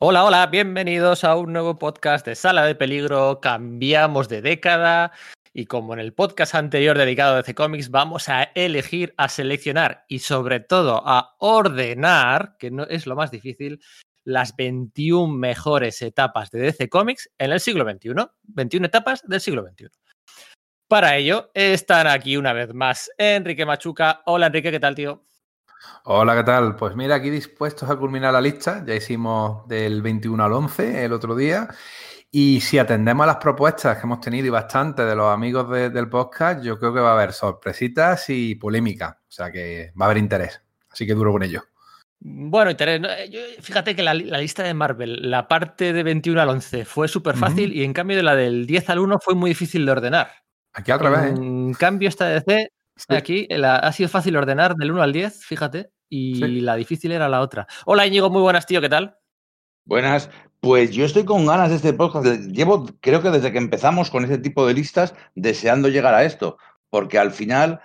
Hola, hola, bienvenidos a un nuevo podcast de Sala de Peligro. Cambiamos de década y como en el podcast anterior dedicado a DC Comics, vamos a elegir, a seleccionar y sobre todo a ordenar, que no es lo más difícil, las 21 mejores etapas de DC Comics en el siglo XXI. 21 etapas del siglo XXI. Para ello están aquí una vez más Enrique Machuca. Hola Enrique, ¿qué tal, tío? Hola, ¿qué tal? Pues mira, aquí dispuestos a culminar la lista. Ya hicimos del 21 al 11 el otro día. Y si atendemos a las propuestas que hemos tenido y bastante de los amigos del podcast, yo creo que va a haber sorpresitas y polémica. O sea que va a haber interés. Así que duro con ello. Bueno, interés. Fíjate que la lista de Marvel, la parte de 21 al 11 fue súper fácil y en cambio de la del 10 al 1 fue muy difícil de ordenar. Aquí al revés, ¿eh? En cambio esta de DC, Sí. aquí ha sido fácil ordenar del 1 al 10, fíjate, y Sí. la difícil era la otra. Hola Íñigo, muy buenas, tío, ¿qué tal? Buenas, pues yo estoy con ganas de este podcast. Llevo, creo que desde que empezamos con este tipo de listas, deseando llegar a esto, porque al final,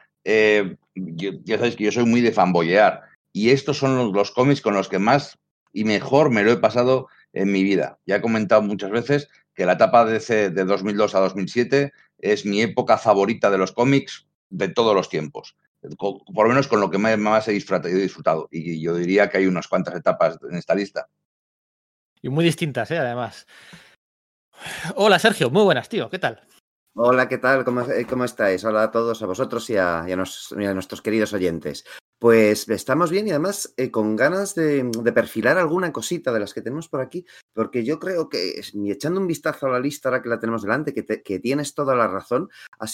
ya sabéis que yo soy muy de fanboyear, y estos son los cómics con los que más y mejor me lo he pasado en mi vida. Ya he comentado muchas veces que la etapa de 2002 a 2007 es mi época favorita de los cómics de todos los tiempos. Por lo menos con lo que más he disfrutado. Y yo diría que hay unas cuantas etapas en esta lista. Y muy distintas, además. Hola Sergio, muy buenas, tío, ¿qué tal? Hola, ¿qué tal? ¿Cómo estáis? Hola a todos, a vosotros y a nuestros queridos oyentes. Pues estamos bien y además con ganas de perfilar alguna cosita de las que tenemos por aquí, porque yo creo que, echando un vistazo a la lista ahora que la tenemos delante, que tienes toda la razón,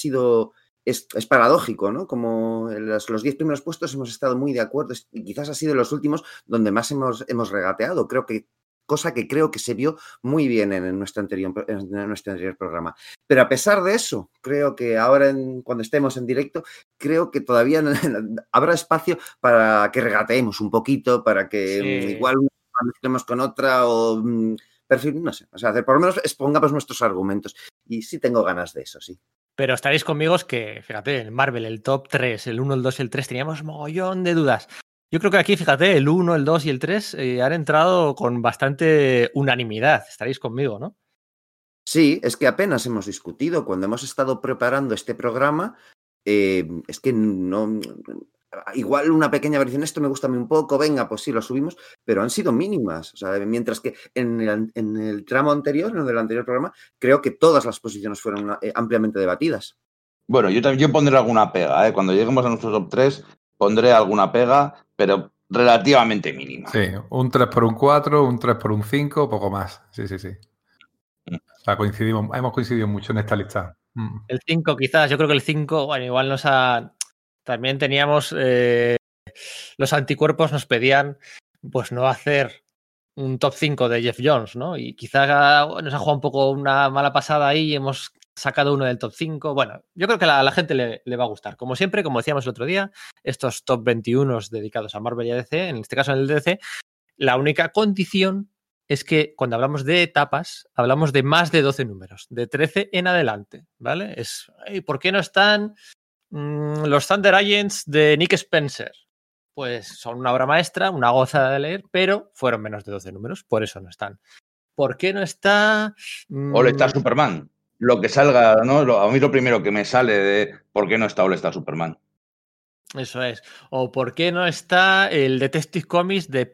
es paradójico, ¿no? Como en los 10 primeros puestos hemos estado muy de acuerdo y quizás ha sido los últimos donde más hemos regateado. Cosa que creo que se vio muy bien en nuestro anterior programa. Pero a pesar de eso, creo que ahora, cuando estemos en directo, creo que todavía habrá espacio para que regateemos un poquito, para que igual una mezclemos con otra o perfil, no sé, o sea, por lo menos expongamos nuestros argumentos. Y sí tengo ganas de eso, sí. Pero estaréis conmigo que, fíjate, en Marvel, el top 3, el 1, el 2 y el 3, teníamos mogollón de dudas. Yo creo que aquí, fíjate, el 1, el 2 y el 3 han entrado con bastante unanimidad. Estaréis conmigo, ¿no? Sí, es que apenas hemos discutido. Cuando hemos estado preparando este programa, es que no... Igual una pequeña variación, esto me gusta a mí un poco, venga, pues sí, lo subimos, pero han sido mínimas. O sea, mientras que en el tramo anterior, en el del anterior programa, creo que todas las posiciones fueron ampliamente debatidas. Bueno, yo pondré alguna pega, ¿eh? Cuando lleguemos a nuestro top 3, pondré alguna pega, pero relativamente mínima. Sí, un 3 por un 4, un 3 por un 5, poco más. Sí. O sea, hemos coincidido mucho en esta lista. El 5 quizás, yo creo que el 5, bueno, igual también teníamos, los anticuerpos nos pedían pues no hacer un top 5 de Jeff Jones, ¿no? Y quizás nos ha jugado un poco una mala pasada ahí y hemos sacado uno del top 5. Bueno, yo creo que a la gente le va a gustar. Como siempre, como decíamos el otro día, estos top 21 dedicados a Marvel y a DC, en este caso en el DC, la única condición es que cuando hablamos de etapas, hablamos de más de 12 números, de 13 en adelante, ¿vale? ¿Por qué no están los Thunder Agents de Nick Spencer? Pues son una obra maestra, una gozada de leer, pero fueron menos de 12 números, por eso no están. ¿Por qué no está? All Star Superman. Lo que salga, ¿no? A mí lo primero que me sale de ¿por qué no está All Star Superman? Eso es. ¿O por qué no está el Detective Comics de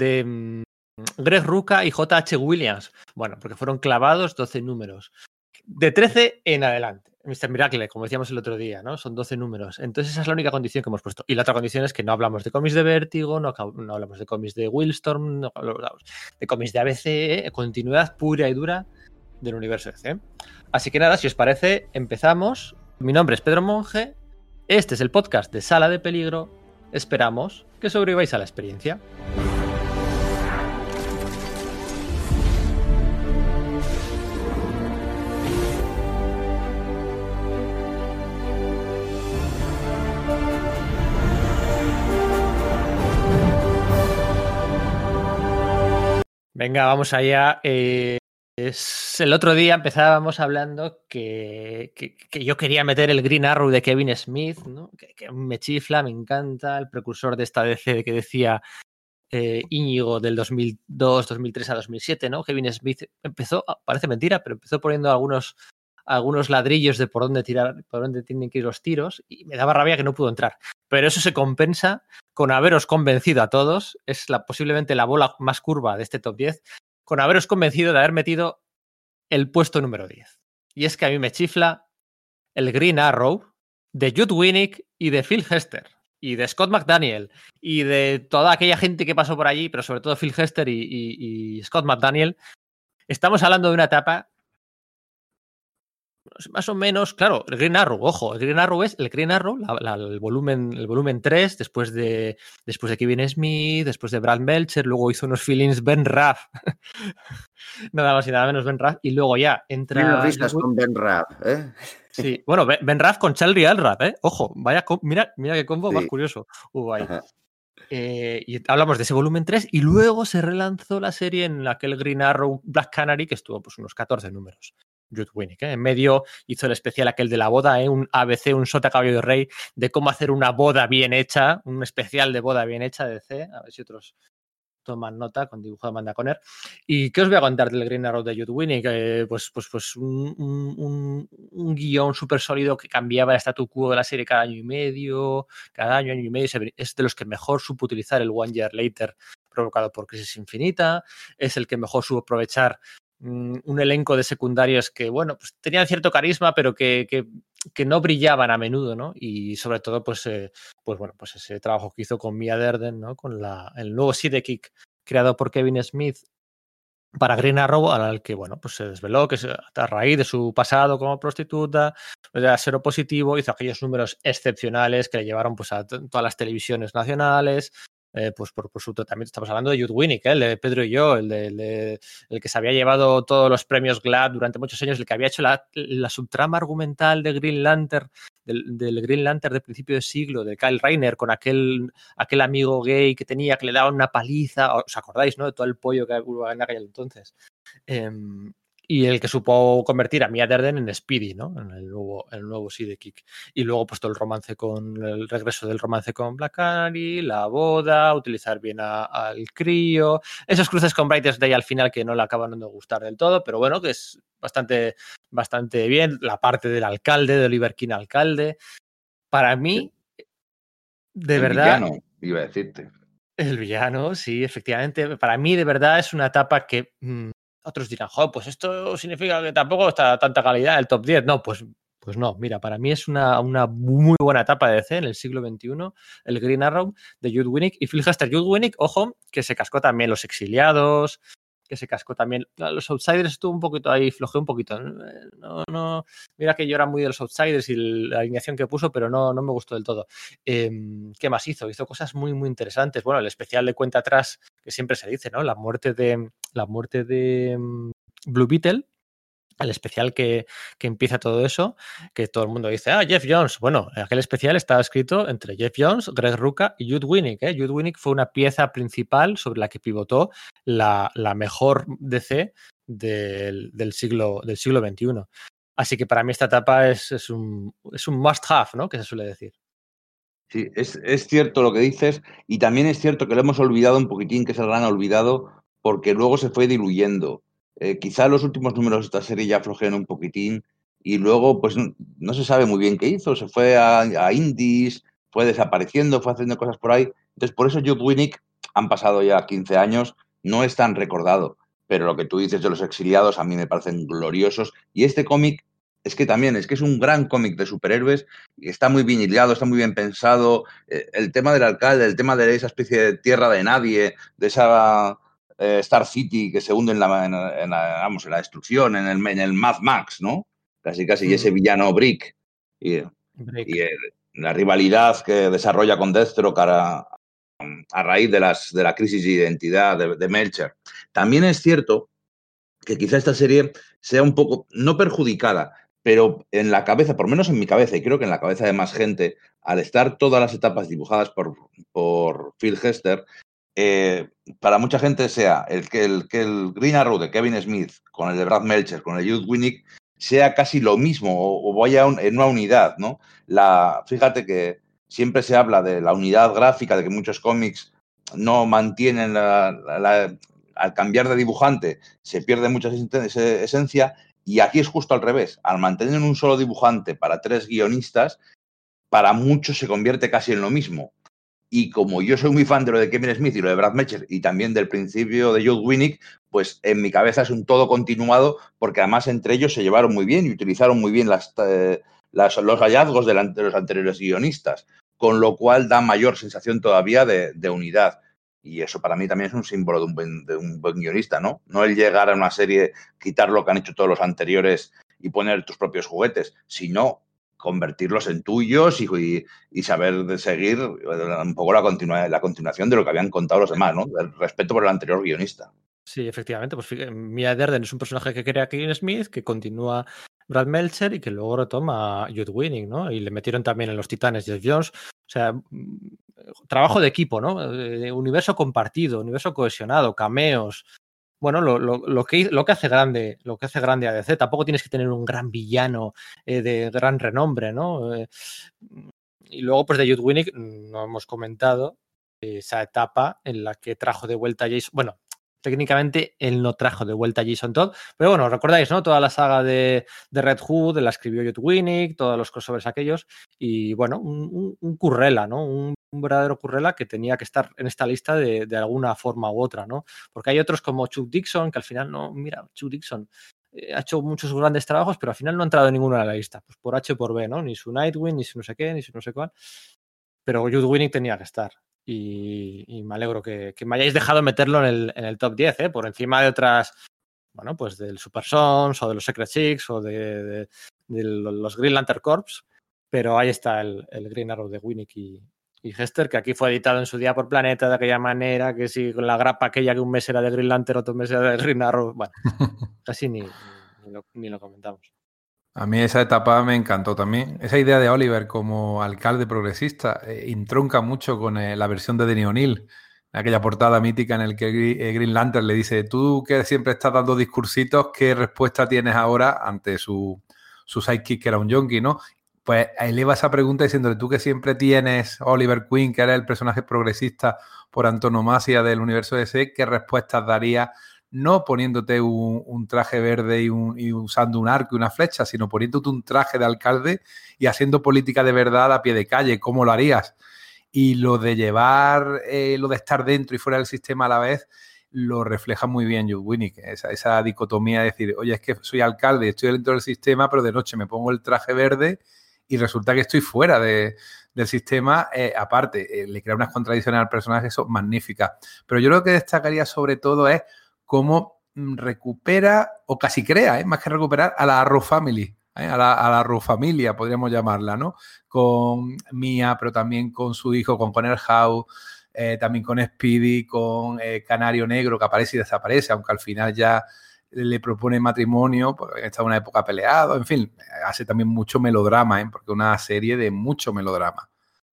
Greg Rucka y J.H. Williams? Bueno, porque fueron clavados 12 números. De 13 en adelante. Mr. Miracle, como decíamos el otro día, ¿no? Son 12 números. Entonces esa es la única condición que hemos puesto. Y la otra condición es que no hablamos de cómics de Vértigo, no hablamos de cómics de Wildstorm, no hablamos de cómics de ABC, continuidad pura y dura del universo DC. Así que nada, si os parece, empezamos. Mi nombre es Pedro Monge. Este es el podcast de Sala de Peligro. Esperamos que sobreviváis a la experiencia. Venga, vamos allá. El otro día empezábamos hablando que yo quería meter el Green Arrow de Kevin Smith, ¿no? Que me chifla, me encanta, el precursor de esta DC que decía Íñigo del 2002, 2003 a 2007, ¿no? Kevin Smith empezó, parece mentira, pero empezó poniendo algunos ladrillos de por dónde tienen que ir los tiros y me daba rabia que no pudo entrar. Pero eso se compensa con haberos convencido a todos, es posiblemente la bola más curva de este top 10, con haberos convencido de haber metido el puesto número 10. Y es que a mí me chifla el Green Arrow de Jude Winnick y de Phil Hester y de Scott McDaniel y de toda aquella gente que pasó por allí, pero sobre todo Phil Hester y Scott McDaniel. Estamos hablando de una etapa más o menos, claro, el Green Arrow, ojo, el Green Arrow es el Green Arrow, el volumen 3, después de Kevin Smith, después de Brad Meltzer, luego hizo unos feelings Ben Raff, nada más y nada menos Ben Raff, y luego ya entra... Tiene risas con Ben Raff, ¿eh? Sí, bueno, Ben Raff con Charlie Alrad, ojo, vaya, mira qué combo más curioso hubo ahí. Y hablamos de ese volumen 3 y luego se relanzó la serie en aquel Green Arrow Black Canary que estuvo pues unos 14 números. Jude Winnick, En medio hizo el especial aquel de la boda, un ABC, un sota caballo de rey, de cómo hacer una boda bien hecha, un especial de boda bien hecha de DC, a ver si otros toman nota con dibujo de Amanda Conner. ¿Y qué os voy a contar del Green Arrow de Jude Winnick? Pues un guión súper sólido que cambiaba el statu quo de la serie cada año y medio, es de los que mejor supo utilizar el One Year Later provocado por Crisis Infinita, es el que mejor supo aprovechar un elenco de secundarios que, bueno, pues tenían cierto carisma, pero que no brillaban a menudo, ¿no? Y sobre todo, pues ese trabajo que hizo con Mia Derden, ¿no? Con el nuevo Sidekick creado por Kevin Smith para Green Arrow, al que, bueno, pues se desveló que a raíz de su pasado como prostituta, era seropositivo, hizo aquellos números excepcionales que le llevaron pues a todas las televisiones nacionales. Pues por su tratamiento. Estamos hablando de Jude Winnick, el de Pedro y yo, el que se había llevado todos los premios GLAAD durante muchos años, el que había hecho la subtrama argumental de Green Lantern, del Green Lantern de principio de siglo, de Kyle Rayner, con aquel amigo gay que tenía, que le daba una paliza. ¿Os acordáis, no? De todo el pollo que hubo en aquel entonces. Y el que supo convertir a Mia Derden en Speedy, ¿no? En el nuevo Sidekick. Y luego pues todo el regreso del romance con Black Canary, la boda, utilizar bien al crío, esos cruces con Brightest Day al final que no le acaban de gustar del todo, pero bueno, que es bastante bien. La parte del alcalde, de Oliver Queen alcalde. Para mí, de verdad... El villano, iba a decirte. El villano, sí, efectivamente. Para mí, de verdad, es una etapa que... otros dirán, pues esto significa que tampoco está tanta calidad en el top 10. No, pues no. Mira, para mí es una muy buena etapa de DC en el siglo XXI, el Green Arrow de Jude Winnick y Phil Hester. Jude Winnick, ojo, que se cascó también Los Exiliados, que se cascó también Los Outsiders, estuvo un poquito ahí, flojeó un poquito. No, mira que yo era muy de Los Outsiders y la alineación que puso, pero no me gustó del todo. ¿Qué más hizo? Hizo cosas muy, muy interesantes. Bueno, el especial de Cuenta Atrás, que siempre se dice, ¿no? La muerte de Blue Beetle, el especial que empieza todo eso, que todo el mundo dice, Jeff Jones. Bueno, aquel especial estaba escrito entre Jeff Jones, Greg Rucka y Jude Winnick. Jude Winnick fue una pieza principal sobre la que pivotó la mejor DC del siglo XXI. Así que para mí esta etapa es un must have, ¿no? Que se suele decir. Sí, es cierto lo que dices, y también es cierto que lo hemos olvidado un poquitín, que se lo han olvidado, porque luego se fue diluyendo. Quizá los últimos números de esta serie ya flojean un poquitín, y luego pues no se sabe muy bien qué hizo, se fue a indies, fue desapareciendo, fue haciendo cosas por ahí. Entonces, por eso Jude Winnick, han pasado ya 15 años, no es tan recordado, pero lo que tú dices de Los Exiliados a mí me parecen gloriosos, y este cómic es que es un gran cómic de superhéroes, y está muy bien hilado, está muy bien pensado. El tema del alcalde, el tema de esa especie de tierra de nadie, de esa Star City que se hunde en la destrucción, en el Mad Max, ¿no? Casi, y ese villano Brick. Y la rivalidad que desarrolla con Deathstroke a raíz de la crisis de identidad de Melcher. También es cierto que quizá esta serie sea un poco, no perjudicada, pero en la cabeza, por lo menos en mi cabeza, y creo que en la cabeza de más gente, al estar todas las etapas dibujadas por Phil Hester, para mucha gente sea que el Green Arrow de Kevin Smith con el de Brad Meltzer, con el de Jude Winnick, sea casi lo mismo o vaya en una unidad, ¿no? Fíjate que siempre se habla de la unidad gráfica, de que muchos cómics no mantienen al cambiar de dibujante se pierde mucha esencia, y aquí es justo al revés. Al mantener un solo dibujante para 3 guionistas, para muchos se convierte casi en lo mismo. Y como yo soy muy fan de lo de Kevin Smith y lo de Brad Meltzer y también del principio de Judd Winnick, pues en mi cabeza es un todo continuado, porque además entre ellos se llevaron muy bien y utilizaron muy bien los hallazgos de los anteriores guionistas, con lo cual da mayor sensación todavía de unidad. Y eso para mí también es un símbolo de un buen guionista, ¿no? No el llegar a una serie, quitar lo que han hecho todos los anteriores y poner tus propios juguetes, sino convertirlos en tuyos y saber de seguir un poco la continuación de lo que habían contado los demás, ¿no? El respeto por el anterior guionista. Sí, efectivamente. Pues Mia Derden es un personaje que crea Kevin Smith, que continúa Brad Meltzer y que luego retoma Judd Winnick, ¿no? Y le metieron también en Los Titanes Jeff Jones. O sea, trabajo de equipo, ¿no? Universo compartido, universo cohesionado, cameos. Bueno, lo que hace grande a DC. Tampoco tienes que tener un gran villano de gran renombre, ¿no? Y luego, pues de Judd Winnick, no hemos comentado esa etapa en la que trajo de vuelta a Jason. Bueno, técnicamente él no trajo de vuelta a Jason Todd, pero bueno, recordáis, ¿no? Toda la saga de Red Hood, la escribió Judd Winnick, todos los crossovers aquellos, y bueno, un currela, ¿no? Un verdadero currela que tenía que estar en esta lista de alguna forma u otra, ¿no? Porque hay otros como Chuck Dixon, que al final no, mira, Chuck Dixon ha hecho muchos grandes trabajos, pero al final no ha entrado en ninguna de la lista, pues por H o por B, ¿no? Ni su Nightwing, ni su no sé qué, ni su no sé cuál, pero Judd Winnick tenía que estar. Y me alegro que me hayáis dejado meterlo en el top 10, por encima de otras, bueno, pues del Super Sons o de los Secret Six o de los Green Lantern Corps, pero ahí está el Green Arrow de Winnick y Hester, que aquí fue editado en su día por Planeta de aquella manera, que sí, con la grapa aquella que un mes era de Green Lantern, otro mes era de Green Arrow, bueno, casi ni lo comentamos. A mí esa etapa me encantó también. Esa idea de Oliver como alcalde progresista entronca mucho con la versión de Denny O'Neil, aquella portada mítica en el que Green Lantern le dice: tú que siempre estás dando discursitos, ¿qué respuesta tienes ahora ante su sidekick, que era un yonki, ¿no? Pues eleva esa pregunta diciéndole: tú que siempre tienes Oliver Queen, que era el personaje progresista por antonomasia del universo DC, ¿qué respuestas darías? No poniéndote un traje verde y usando un arco y una flecha, sino poniéndote un traje de alcalde y haciendo política de verdad a pie de calle. ¿Cómo lo harías? Y lo de llevar, lo de estar dentro y fuera del sistema a la vez, lo refleja muy bien Judd Winnick. Esa dicotomía de decir: oye, es que soy alcalde, estoy dentro del sistema, pero de noche me pongo el traje verde y resulta que estoy fuera del sistema. Aparte, le crea unas contradicciones al personaje, eso magníficas. Pero yo lo que destacaría sobre todo es cómo recupera, o casi crea, más que recuperar, a la Arrow Family, a la Arrow Familia, podríamos llamarla, ¿no? Con Mia, pero también con su hijo, con Connor Howe, también con Speedy, con Canario Negro, que aparece y desaparece, aunque al final ya le propone matrimonio, porque está en una época peleado, en fin, hace también mucho melodrama, porque es una serie de mucho melodrama.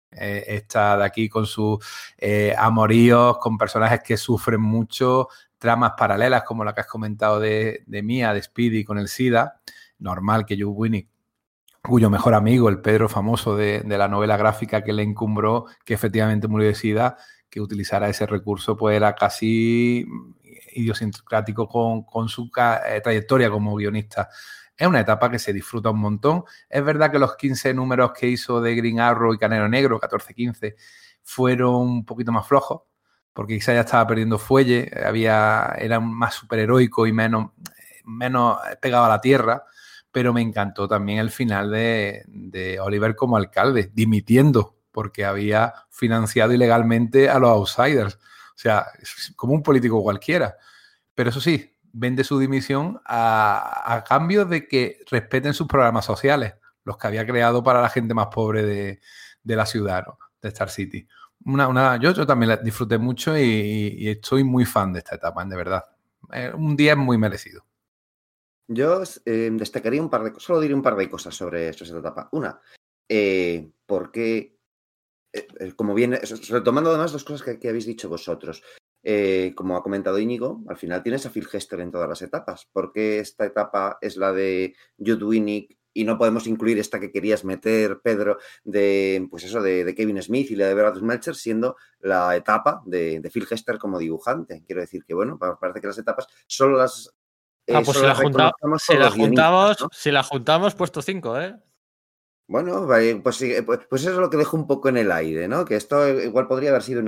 Está de aquí con sus amoríos, con personajes que sufren mucho, tramas paralelas como la que has comentado de Mia, de Speedy con el SIDA. Normal que Judd Winnick, cuyo mejor amigo, el Pedro famoso de la novela gráfica que le encumbró, que efectivamente murió de SIDA, que utilizara ese recurso, pues era casi idiosincrático con su trayectoria como guionista. Es una etapa que se disfruta un montón. Es verdad que los 15 números que hizo de Green Arrow y Canero Negro, 14-15, fueron un poquito más flojos, porque quizá ya estaba perdiendo fuelle, era más superheroico y menos pegado a la tierra, pero me encantó también el final de Oliver como alcalde, dimitiendo, porque había financiado ilegalmente a los Outsiders. O sea, como un político cualquiera. Pero eso sí, vende su dimisión a cambio de que respeten sus programas sociales, los que había creado para la gente más pobre de la ciudad, ¿no? De Star City. Yo también la disfruté mucho y estoy muy fan de esta etapa, de verdad. Un día muy merecido. Yo destacaría solo diré un par de cosas sobre esta etapa. Una, porque, como bien, retomando además dos cosas que habéis dicho vosotros, como ha comentado Íñigo, al final tienes a Phil Hester en todas las etapas. ¿Por qué esta etapa es la de Judd Winnick Y no podemos incluir esta que querías meter, Pedro, de Kevin Smith y la de Brad Meltzer, siendo la etapa de Phil Hester como dibujante. Quiero decir que, bueno, parece que las etapas solo las pues solo las reconocemos por los guionistas, ¿no? Si la juntamos, puesto 5, ¿eh? Bueno, pues sí, pues eso es lo que dejo un poco en el aire, ¿no? Que esto igual podría haber sido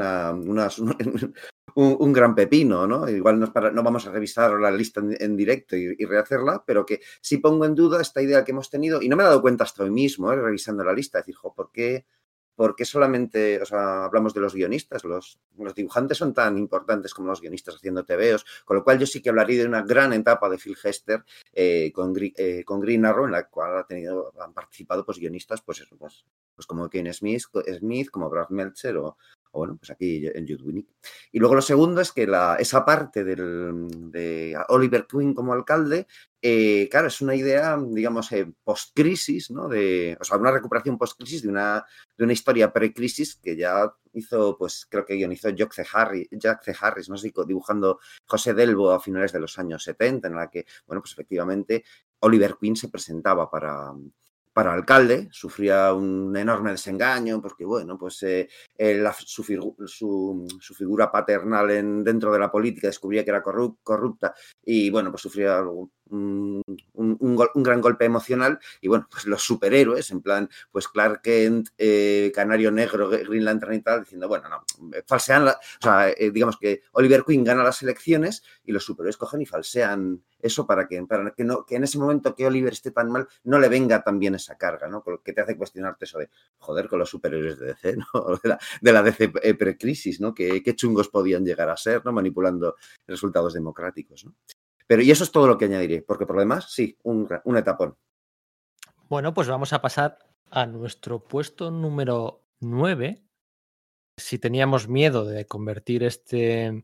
un gran pepino, ¿no? Igual no vamos a revisar la lista en directo y rehacerla, pero que sí pongo en duda esta idea que hemos tenido, y no me he dado cuenta hasta hoy mismo, revisando la lista, es decir, ¿por qué solamente hablamos de los guionistas? Los dibujantes son tan importantes como los guionistas haciendo tebeos, con lo cual yo sí que hablaría de una gran etapa de Phil Hester con Green Arrow, en la cual han participado pues guionistas pues como Kevin Smith, como Brad Meltzer o bueno, pues aquí en Jude Winnick. Y luego lo segundo es que esa parte de Oliver Queen como alcalde, claro, es una idea, digamos, post-crisis, ¿no? Una recuperación post-crisis de una historia pre-crisis que ya hizo, pues creo que guionizó Jack C. Harris, no sé, dibujando José Delbo a finales de los años 70, en la que, bueno, pues efectivamente Oliver Queen se presentaba para alcalde, sufría un enorme desengaño porque, bueno, pues su figura paternal dentro de la política descubría que era corrupta y, bueno, pues sufría un gran golpe emocional y, bueno, pues los superhéroes, en plan, pues Clark Kent, Canario Negro, Green Lantern y tal, diciendo, bueno, no, falsean, digamos que Oliver Queen gana las elecciones y los superhéroes cogen y falsean eso para que en ese momento que Oliver esté tan mal no le venga tan bien esa carga, ¿no? Que te hace cuestionarte eso de, joder, con los superhéroes de DC, ¿no? De la DC precrisis, ¿no? ¿Qué chungos podían llegar a ser, ¿no? Manipulando resultados democráticos, ¿no? Pero y eso es todo lo que añadiré, porque por lo demás, sí, un etapón. Bueno, pues vamos a pasar a nuestro puesto número 9. Si teníamos miedo de convertir este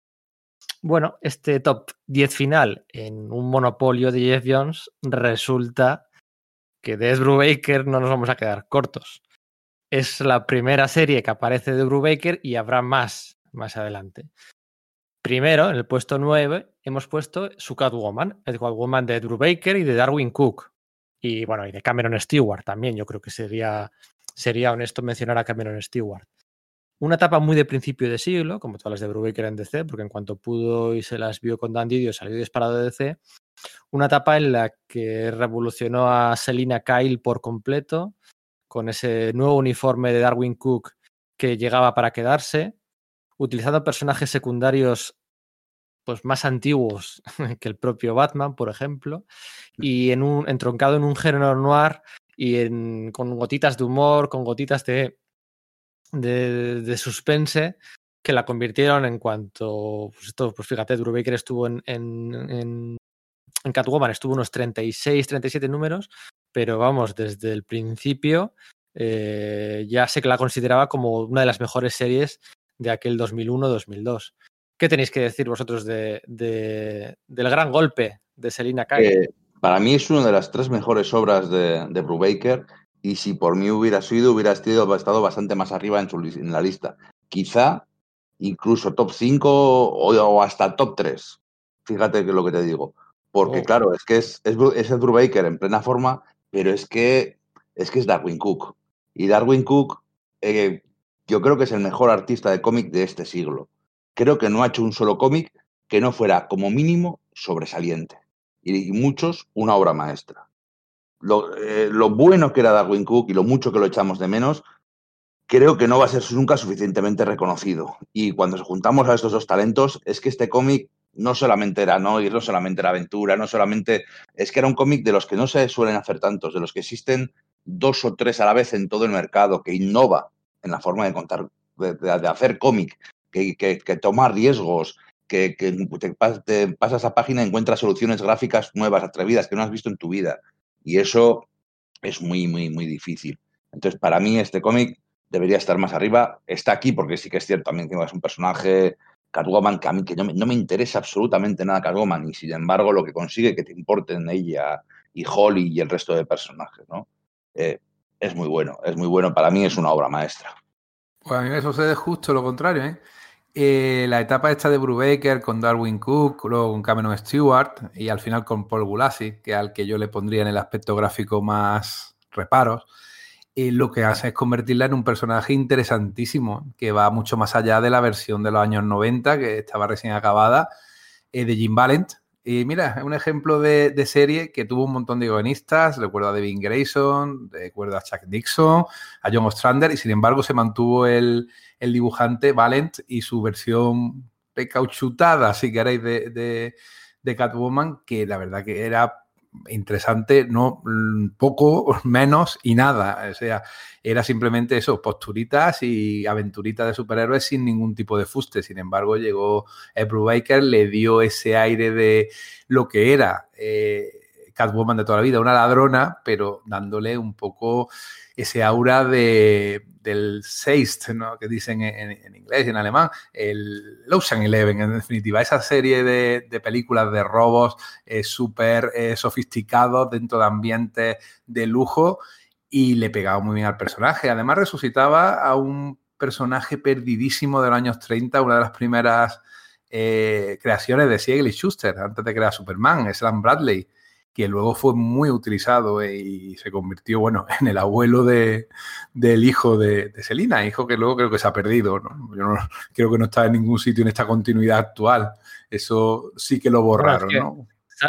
top 10 final en un monopolio de Jeff Jones, resulta que de Ed Brubaker no nos vamos a quedar cortos. Es la primera serie que aparece de Brubaker y habrá más adelante. Primero, en el puesto 9, hemos puesto su Catwoman, el Catwoman de Ed Brubaker y de Darwin Cook. Y bueno, y de Cameron Stewart también. Yo creo que sería honesto mencionar a Cameron Stewart. Una etapa muy de principio de siglo, como todas las de Brubaker en DC, porque en cuanto pudo y se las vio con Dan Didio, salió disparado de DC. Una etapa en la que revolucionó a Selina Kyle por completo, con ese nuevo uniforme de Darwin Cook que llegaba para quedarse, utilizando personajes secundarios pues más antiguos que el propio Batman, por ejemplo, y entroncado en un género noir y con gotitas de humor, con gotitas de suspense, que la convirtieron en cuanto... Pues fíjate, Brubaker estuvo en Catwoman, estuvo unos 36, 37 números, pero vamos, desde el principio ya se la consideraba como una de las mejores series de aquel 2001-2002. ¿Qué tenéis que decir vosotros del gran golpe de Selina Kyle? Para mí es una de las 3 mejores obras de Brubaker y si por mí hubiera estado bastante más arriba en la lista. Quizá incluso top 5 o hasta top 3. Fíjate que es lo que te digo. Porque claro, es que es Ed Brubaker en plena forma, pero es que es Darwin Cook. Y Darwin Cook yo creo que es el mejor artista de cómic de este siglo. Creo que no ha hecho un solo cómic que no fuera como mínimo sobresaliente. Y muchos una obra maestra. Lo bueno que era Darwin Cook y lo mucho que lo echamos de menos, creo que no va a ser nunca suficientemente reconocido. Y cuando juntamos a estos dos talentos, es que este cómic no solamente era noir, no solamente era aventura, es que era un cómic de los que no se suelen hacer tantos, de los que existen 2 o 3 a la vez en todo el mercado, que innova en la forma de contar, de hacer cómic, que toma riesgos, que te pasas a página y encuentras soluciones gráficas nuevas, atrevidas, que no has visto en tu vida. Y eso es muy, muy, muy difícil. Entonces, para mí, este cómic debería estar más arriba. Está aquí porque sí que es cierto también que es un personaje, Catwoman, que a mí que no me interesa absolutamente nada Catwoman, y sin embargo lo que consigue que te importen ella y Holly y el resto de personajes, ¿no? Es muy bueno. Para mí es una obra maestra. Pues a mí me sucede justo lo contrario, ¿eh? La etapa esta de Brubaker con Darwin Cook, luego con Cameron Stewart y al final con Paul Gulacy, que al que yo le pondría en el aspecto gráfico más reparos, lo que hace es convertirla en un personaje interesantísimo, que va mucho más allá de la versión de los años 90, que estaba recién acabada, de Jim Valent. Y mira, es un ejemplo de serie que tuvo un montón de guionistas. Recuerdo a Devin Grayson, recuerdo a Chuck Dixon, a John Ostrander, y sin embargo se mantuvo el dibujante Valent y su versión recauchutada, si queréis, de Catwoman, que la verdad que era interesante, no poco, menos y nada. O sea, era simplemente eso, posturitas y aventuritas de superhéroes sin ningún tipo de fuste. Sin embargo, llegó Ed Brubaker, le dio ese aire de lo que era Catwoman de toda la vida, una ladrona, pero dándole un poco ese aura del Seist, ¿no? Que dicen en inglés y en alemán, el Ocean Eleven, en definitiva, esa serie de películas de robos súper sofisticados dentro de ambientes de lujo, y le pegaba muy bien al personaje. Además, resucitaba a un personaje perdidísimo de los años 30, una de las primeras creaciones de Siegel y Schuster, antes de crear Superman, Slam Bradley, que luego fue muy utilizado y se convirtió, bueno, en el abuelo del hijo de Selina, hijo que luego creo que se ha perdido, ¿no? Yo no, creo que no está en ningún sitio en esta continuidad actual. Eso sí que lo borraron, ¿no?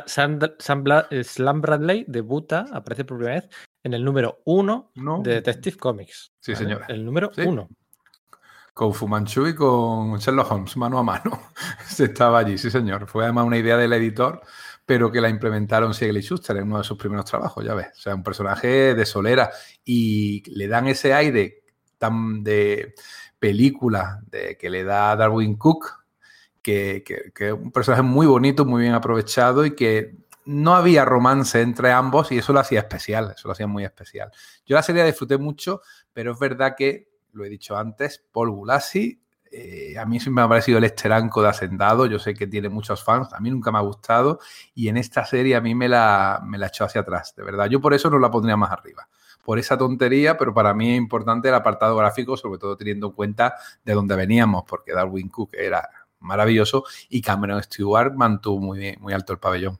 Slam Bradley debuta, aparece por primera vez en el número 1 de Detective Comics. Sí, ¿vale? señora. El número 1. Con Fu Manchu y con Sherlock Holmes, mano a mano. Se estaba allí, sí, señor. Fue además una idea del editor, pero que la implementaron Siegel y Schuster en uno de sus primeros trabajos, ya ves. O sea, un personaje de solera, y le dan ese aire tan de película que le da Darwin Cook, que es un personaje muy bonito, muy bien aprovechado, y que no había romance entre ambos, y eso lo hacía especial, eso lo hacía muy especial. Yo la serie la disfruté mucho, pero es verdad que, lo he dicho antes, Paul Gulacy, a mí siempre me ha parecido el esteranco de Hacendado. Yo sé que tiene muchos fans, a mí nunca me ha gustado, y en esta serie a mí me la echó hacia atrás, de verdad. Yo por eso no la pondría más arriba, por esa tontería, pero para mí es importante el apartado gráfico, sobre todo teniendo en cuenta de dónde veníamos, porque Darwin Cook era maravilloso y Cameron Stewart mantuvo muy alto el pabellón.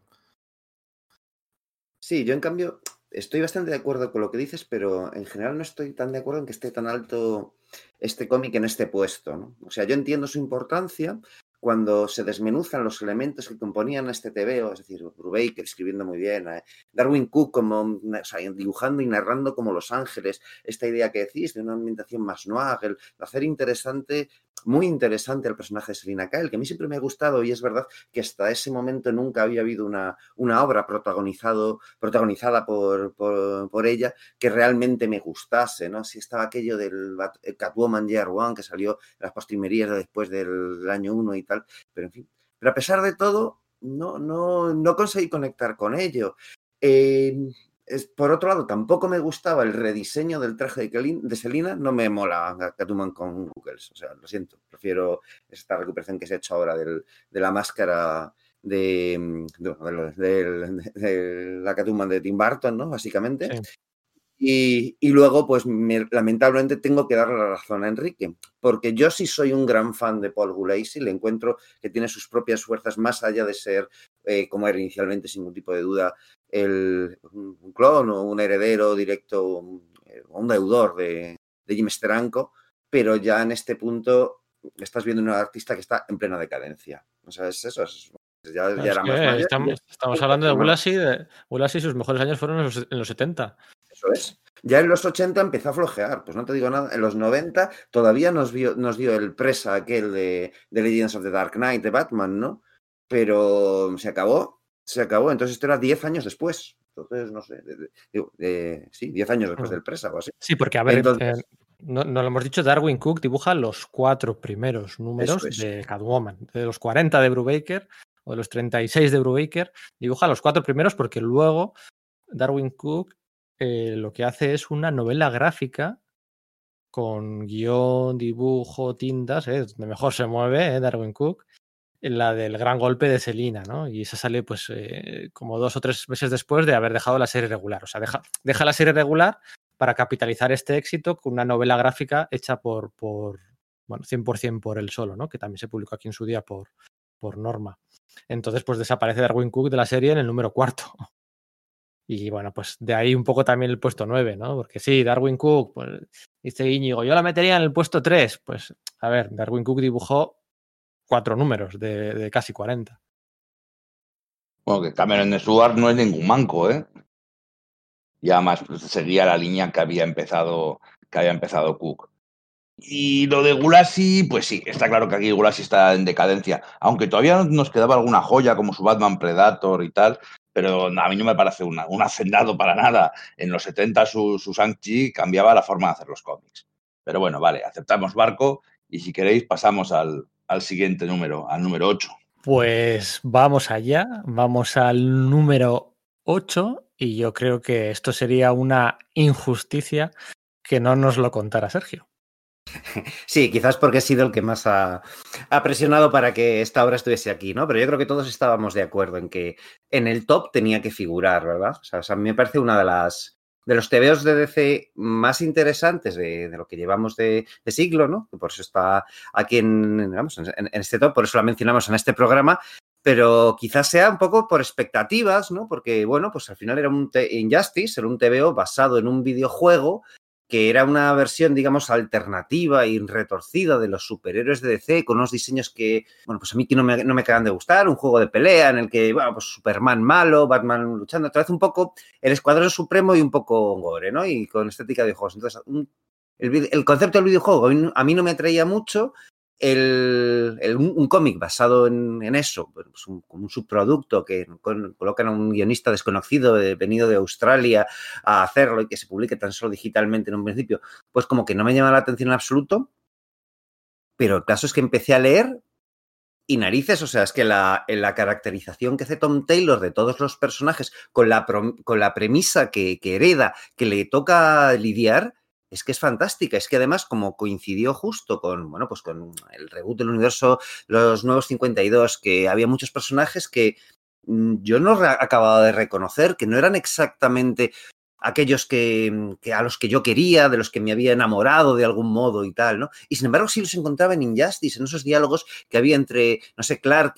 Sí, yo en cambio estoy bastante de acuerdo con lo que dices, pero en general no estoy tan de acuerdo en que esté tan alto este cómic en este puesto, ¿no? O sea, yo entiendo su importancia cuando se desmenuzan los elementos que componían este TVO, es decir, Brubaker escribiendo muy bien, Darwin Cook como, o sea, dibujando y narrando como Los Ángeles, esta idea que decís de una ambientación más noir, el hacer interesante, muy interesante el personaje de Selina Kyle, que a mí siempre me ha gustado, y es verdad que hasta ese momento nunca había habido una obra protagonizada por ella que realmente me gustase, ¿no? Si estaba aquello del Catwoman Year One, que salió en las postrimerías después del año 1 y tal, pero en fin. Pero a pesar de todo, no conseguí conectar con ello. Por otro lado, tampoco me gustaba el rediseño del traje de Selina, no me mola Catwoman con Googles, o sea, lo siento, prefiero esta recuperación que se ha hecho ahora de la máscara de la Catwoman de Tim Burton, ¿no? Básicamente. Sí. Y luego, pues lamentablemente tengo que darle la razón a Enrique, porque yo sí soy un gran fan de Paul Gulacy, le encuentro que tiene sus propias fuerzas más allá de ser, como era inicialmente, sin ningún tipo de duda, un clon o un heredero directo, un deudor de Jim Steranko, pero ya en este punto estás viendo un artista que está en plena decadencia. O sea, es eso, ya era más mayor. Estamos hablando de Gulacy. Gulacy, sus mejores años fueron en los 70. Eso es. Ya en los 80 empezó a flojear, pues no te digo nada. En los 90 todavía nos dio el presa aquel de Legends of the Dark Knight de Batman, ¿no? Pero se acabó. Entonces esto era 10 años después. Entonces, no sé. Sí, 10 años después del presa o así. Sí, porque, a ver, entonces, no lo hemos dicho, Darwin Cook dibuja los 4 primeros números de Catwoman. De los 40 de Brubaker o de los 36 de Brubaker, dibuja los 4 primeros, porque luego Darwin Cook lo que hace es una novela gráfica con guión, dibujo, tintas, donde mejor se mueve Darwin Cook, en la del gran golpe de Selina, ¿no? Y esa sale pues como 2 o 3 meses después de haber dejado la serie regular. O sea, deja la serie regular para capitalizar este éxito con una novela gráfica hecha por bueno, 100% por él solo, ¿no? Que también se publicó aquí en su día por Norma. Entonces, pues desaparece Darwin Cook de la serie en el número 4. Y bueno, pues de ahí un poco también el puesto 9, ¿no? Porque sí, Darwin Cook, pues dice Íñigo, yo la metería en el puesto 3. Pues, a ver, Darwin Cook dibujó 4 números de casi 40. Bueno, que Cameron Stewart no es ningún manco, ¿eh? Y además pues, seguía la línea que había empezado Cook. Y lo de Gulasi, pues sí, está claro que aquí Gulasi está en decadencia, aunque todavía nos quedaba alguna joya como su Batman Predator y tal, pero a mí no me parece un hacendado para nada. En los 70 su Shang-Chi cambiaba la forma de hacer los cómics. Pero bueno, vale, aceptamos barco y si queréis pasamos al siguiente número, al número 8. Pues vamos allá, vamos al número 8 y yo creo que esto sería una injusticia que no nos lo contara Sergio. Sí, quizás porque he sido el que más ha presionado para que esta obra estuviese aquí, ¿no? Pero yo creo que todos estábamos de acuerdo en que en el top tenía que figurar, ¿verdad? O sea, a mí me parece una de los TVOs de DC más interesantes de lo que llevamos de siglo, ¿no? Que por eso está aquí en este top, por eso la mencionamos en este programa, pero quizás sea un poco por expectativas, ¿no? Porque, bueno, pues al final era un Injustice, era un TVO basado en un videojuego que era una versión, digamos, alternativa y retorcida de los superhéroes de DC, con unos diseños que, bueno, pues a mí que no me acaban de gustar, un juego de pelea en el que, bueno, pues Superman malo, Batman luchando, otra vez un poco el Escuadrón Supremo y un poco gore, ¿no? Y con estética de juegos. Entonces, el concepto del videojuego a mí no me atraía mucho. Un cómic basado en eso, pues como un subproducto que colocan a un guionista desconocido venido de Australia a hacerlo y que se publique tan solo digitalmente en un principio, pues como que no me llama la atención en absoluto, pero el caso es que empecé a leer y narices, o sea, es que la caracterización que hace Tom Taylor de todos los personajes con la premisa que hereda, que le toca lidiar, es que es fantástica. Es que además, como coincidió justo con, bueno, pues con el reboot del universo, los nuevos 52, que había muchos personajes que yo no acababa de reconocer, que no eran exactamente aquellos que a los que yo quería, de los que me había enamorado de algún modo y tal, ¿no? Y sin embargo sí los encontraba en Injustice, en esos diálogos que había entre, no sé, Clark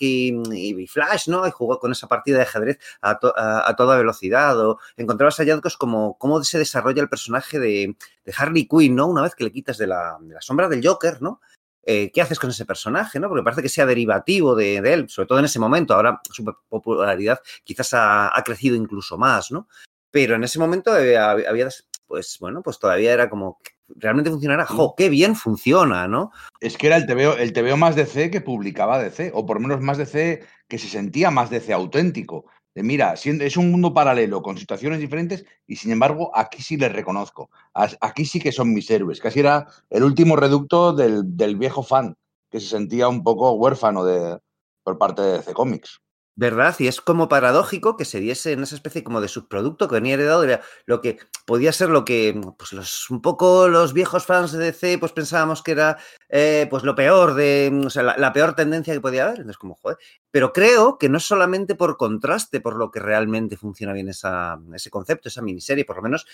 y Flash, ¿no? Y jugó con esa partida de ajedrez a toda velocidad, o encontrabas hallazgos como cómo se desarrolla el personaje de Harley Quinn, ¿no? Una vez que le quitas de la sombra del Joker, ¿no? ¿Qué haces con ese personaje, ¿no? Porque parece que sea derivativo de él, sobre todo en ese momento. Ahora su popularidad quizás ha crecido incluso más, ¿no? Pero en ese momento había, pues bueno, pues todavía era como, ¿realmente funcionará? ¡Jo, qué bien funciona!, ¿no? Es que era el TVO más DC que publicaba DC, o por lo menos más DC que se sentía más DC auténtico. De mira, es un mundo paralelo con situaciones diferentes y sin embargo aquí sí les reconozco. Aquí sí que son mis héroes. Casi era el último reducto del viejo fan que se sentía un poco huérfano por parte de DC Comics. ¿Verdad? Y es como paradójico que se diese en esa especie como de subproducto que venía heredado de lo que podía ser lo que pues un poco los viejos fans de DC pues pensábamos que era pues lo peor o sea, la peor tendencia que podía haber. Entonces como, joder. Pero creo que no es solamente por contraste por lo que realmente funciona bien ese concepto, esa miniserie, por lo menos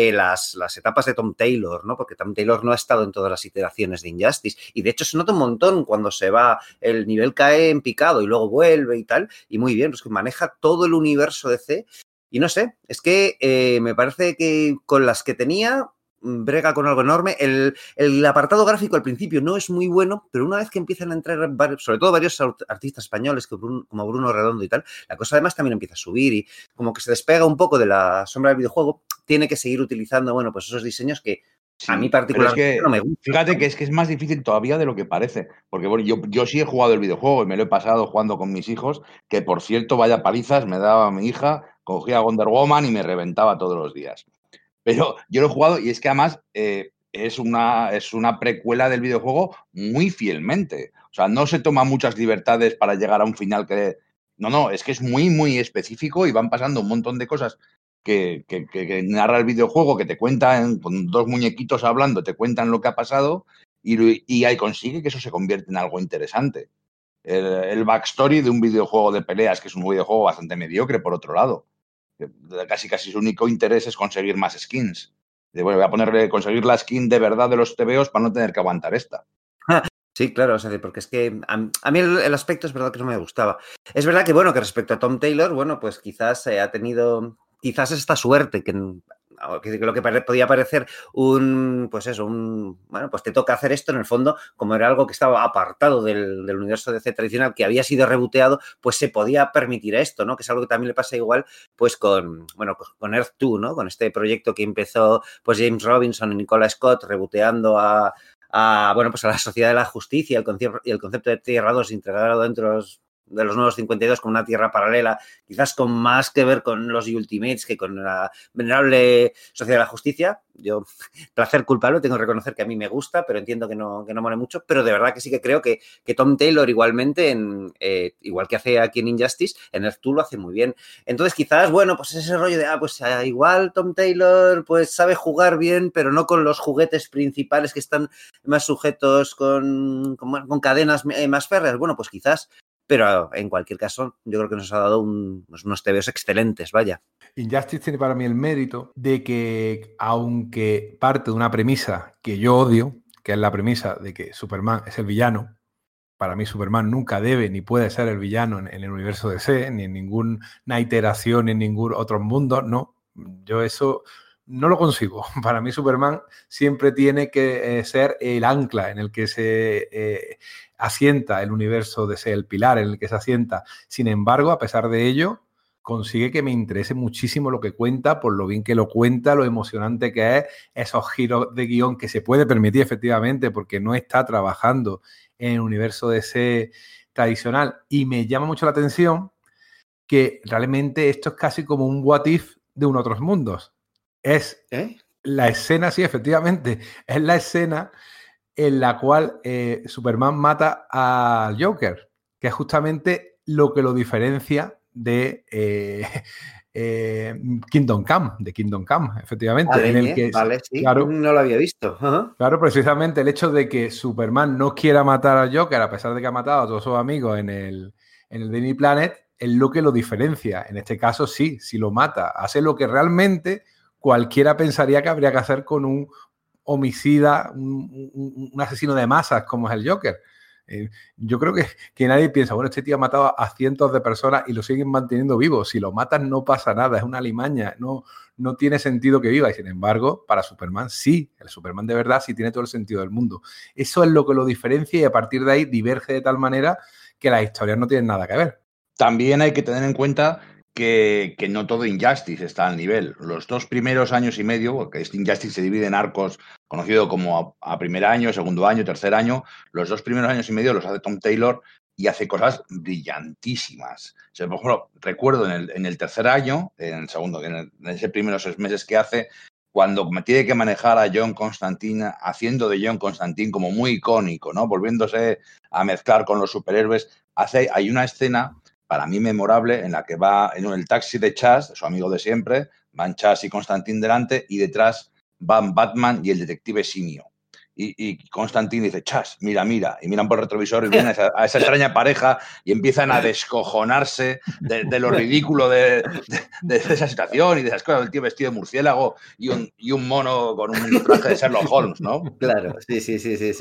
las etapas de Tom Taylor, ¿no? Porque Tom Taylor no ha estado en todas las iteraciones de Injustice y de hecho se nota un montón cuando se va, el nivel cae en picado y luego vuelve y tal. Y muy bien, pues que maneja todo el universo DC. Y no sé, es que me parece que con las que tenía brega con algo enorme. El apartado gráfico al principio no es muy bueno, pero una vez que empiezan a entrar sobre todo varios artistas españoles como Bruno Redondo y tal, la cosa además también empieza a subir y como que se despega un poco de la sombra del videojuego, tiene que seguir utilizando, bueno, pues esos diseños que sí, a mí particularmente no me gusta. Fíjate que es más difícil todavía de lo que parece, porque bueno, yo sí he jugado el videojuego y me lo he pasado jugando con mis hijos, que por cierto, vaya palizas me daba mi hija, cogía a Wonder Woman y me reventaba todos los días. Pero yo lo he jugado y es que además es una precuela del videojuego muy fielmente. O sea, no se toma muchas libertades para llegar a un final que... No, es que es muy, muy específico y van pasando un montón de cosas que narra el videojuego, que te cuentan, con dos muñequitos hablando, te cuentan lo que ha pasado y ahí consigue que eso se convierte en algo interesante. El backstory de un videojuego de peleas, que es un videojuego bastante mediocre, por otro lado. Casi su único interés es conseguir más skins. Bueno, voy a conseguir la skin de verdad de los TVOs para no tener que aguantar esta. Sí, claro, o sea, porque es que a mí el aspecto es verdad que no me gustaba. Es verdad que, bueno, que respecto a Tom Taylor, bueno, pues quizás ha tenido, quizás esta suerte, que lo que podía parecer pues eso, bueno, pues te toca hacer esto, en el fondo, como era algo que estaba apartado del universo DC tradicional, que había sido reboteado, pues se podía permitir esto, ¿no? Que es algo que también le pasa igual, pues con Earth 2, ¿no? Con este proyecto que empezó, pues James Robinson y Nicola Scott reboteando bueno, pues a la Sociedad de la Justicia y el concepto de Tierra 2 integrado dentro de los nuevos 52 con una tierra paralela, quizás con más que ver con los Ultimates que con la venerable Sociedad de la Justicia. Yo, placer culpable, tengo que reconocer que a mí me gusta, pero entiendo que no mole mucho, pero de verdad que sí que creo que Tom Taylor igualmente, igual que hace aquí en Injustice, en Earth 2 lo hace muy bien. Entonces quizás, bueno, pues ese rollo de, pues igual Tom Taylor pues sabe jugar bien, pero no con los juguetes principales que están más sujetos con cadenas más férreas. Bueno, pues quizás, pero en cualquier caso, yo creo que nos ha dado unos TVOs excelentes, vaya. Injustice tiene para mí el mérito de que, aunque parte de una premisa que yo odio, que es la premisa de que Superman es el villano, para mí Superman nunca debe ni puede ser el villano en el universo DC, ni en ninguna iteración, ni en ningún otro mundo, no. Yo eso no lo consigo. Para mí Superman siempre tiene que ser el ancla en el que se asienta el universo DC, el pilar en el que se asienta. Sin embargo, a pesar de ello, consigue que me interese muchísimo lo que cuenta, por lo bien que lo cuenta, lo emocionante que es, esos giros de guión que se puede permitir efectivamente porque no está trabajando en el universo DC tradicional. Y me llama mucho la atención que realmente esto es casi como un what if de un otros mundos. Es la escena, sí, efectivamente, es la escena en la cual Superman mata al Joker, que es justamente lo que lo diferencia de Kingdom Come, efectivamente. Vale, en el que, vale, sí, claro, no lo había visto. Claro, precisamente el hecho de que Superman no quiera matar al Joker, a pesar de que ha matado a todos sus amigos en el Daily Planet, es lo que lo diferencia. En este caso, sí, si lo mata, hace lo que realmente cualquiera pensaría que habría que hacer con un homicida, un asesino de masas como es el Joker. Yo creo que nadie piensa, bueno, este tío ha matado a cientos de personas y lo siguen manteniendo vivo. Si lo matan no pasa nada, es una alimaña, no tiene sentido que viva. Y sin embargo, para Superman sí, el Superman de verdad sí tiene todo el sentido del mundo. Eso es lo que lo diferencia y a partir de ahí diverge de tal manera que las historias no tienen nada que ver. También hay que tener en cuenta que no todo Injustice está al nivel. Los 2 primeros años y medio, porque este Injustice se divide en arcos, conocido como a primer año, segundo año, tercer año, los 2 primeros años y medio los hace Tom Taylor y hace cosas brillantísimas. O sea, por ejemplo, recuerdo en el tercer año, en el segundo, en ese primeros 6 meses que hace, cuando me tiene que manejar a John Constantine, haciendo de John Constantine como muy icónico, ¿no? Volviéndose a mezclar con los superhéroes. Hay una escena para mí memorable, en la que va en el taxi de Chas, su amigo de siempre, van Chas y Constantine delante y detrás van Batman y el detective Simio. Y Constantine dice, Chas, mira, y miran por el retrovisor y ven a esa extraña pareja y empiezan a descojonarse de lo ridículo de esa situación y de esas cosas, el tío vestido de murciélago y un mono con un traje de Sherlock Holmes, ¿no? Claro, sí.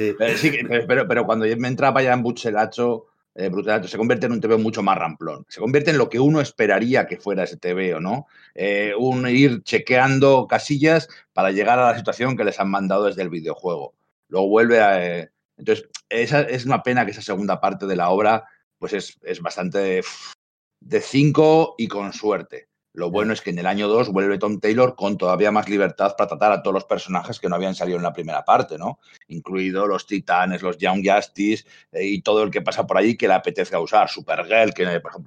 Pero cuando me entraba ya en Buchelacho, Brutalato se convierte en un TVO mucho más ramplón. Se convierte en lo que uno esperaría que fuera ese TVO, ¿no? Ir chequeando casillas para llegar a la situación que les han mandado desde el videojuego. Luego vuelve a... entonces, es una pena que esa segunda parte de la obra pues es bastante de 5 y con suerte. Lo bueno es que en el año 2 vuelve Tom Taylor con todavía más libertad para tratar a todos los personajes que no habían salido en la primera parte, ¿no? Incluidos los Titanes, los Young Justice y todo el que pasa por allí que le apetezca usar. Supergirl, que por ejemplo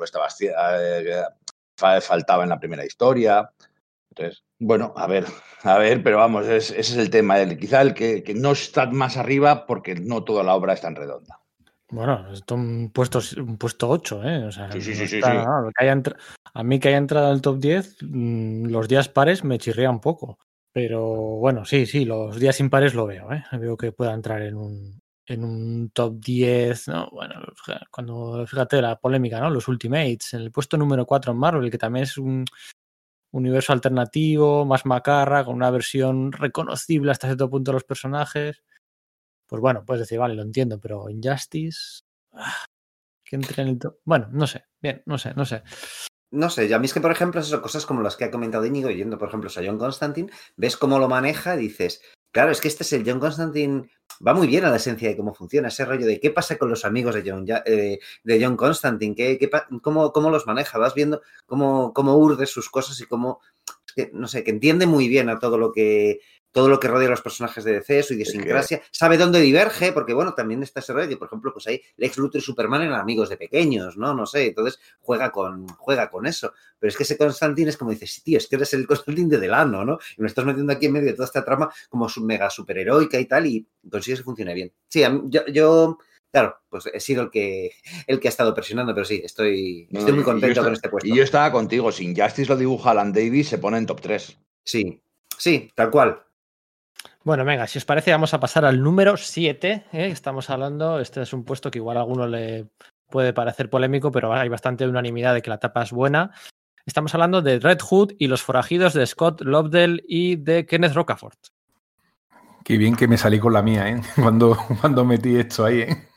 faltaba en la primera historia. Entonces, bueno, a ver, pero vamos, ese es el tema. Quizá el que no está más arriba porque no toda la obra es tan redonda. Bueno, esto un puesto 8, ¿eh? O sea, sí. Nada. A mí que haya entrado en el top 10, los días pares me chirría un poco. Pero bueno, sí, los días impares lo veo, ¿eh? Veo que pueda entrar en un top 10, ¿no? Bueno, cuando, fíjate, la polémica, ¿no? Los Ultimates, en el puesto número 4 en Marvel, que también es un universo alternativo, más macarra, con una versión reconocible hasta cierto punto de los personajes. pues bueno, puedes decir, vale, lo entiendo, pero Injustice, que entre en el top. Bueno, no sé, bien, no sé. No sé, a mí es que, por ejemplo, esas son cosas como las que ha comentado Íñigo, yendo, por ejemplo, a John Constantine, ves cómo lo maneja y dices, claro, es que este es el John Constantine, va muy bien a la esencia de cómo funciona, ese rollo de qué pasa con los amigos de John Constantine, cómo los maneja, vas viendo cómo urde sus cosas y cómo, no sé, que entiende muy bien a todo lo que rodea a los personajes de DC, su idiosincrasia, sabe dónde diverge, porque bueno, también está ese rollo que, por ejemplo, pues ahí Lex Luthor y Superman eran amigos de pequeños, ¿no? No sé, entonces juega con eso. Pero es que ese Constantine es como dices, sí, tío, es que eres el Constantine de Delano, ¿no? Y me estás metiendo aquí en medio de toda esta trama como mega superheroica y tal, y consigues que funcione bien. Sí, yo claro, pues he sido el que ha estado presionando, pero sí, estoy muy contento con este puesto. Y yo estaba contigo, si Injustice lo dibuja Alan Davis, se pone en top 3. Sí, tal cual. Bueno, venga, si os parece, vamos a pasar al número 7. Estamos hablando, este es un puesto que igual a alguno le puede parecer polémico, pero hay bastante unanimidad de que la tapa es buena. Estamos hablando de Red Hood y los forajidos de Scott Lobdell y de Kenneth Rocafort. Qué bien que me salí con la mía, ¿eh? Cuando metí esto ahí, ¿eh?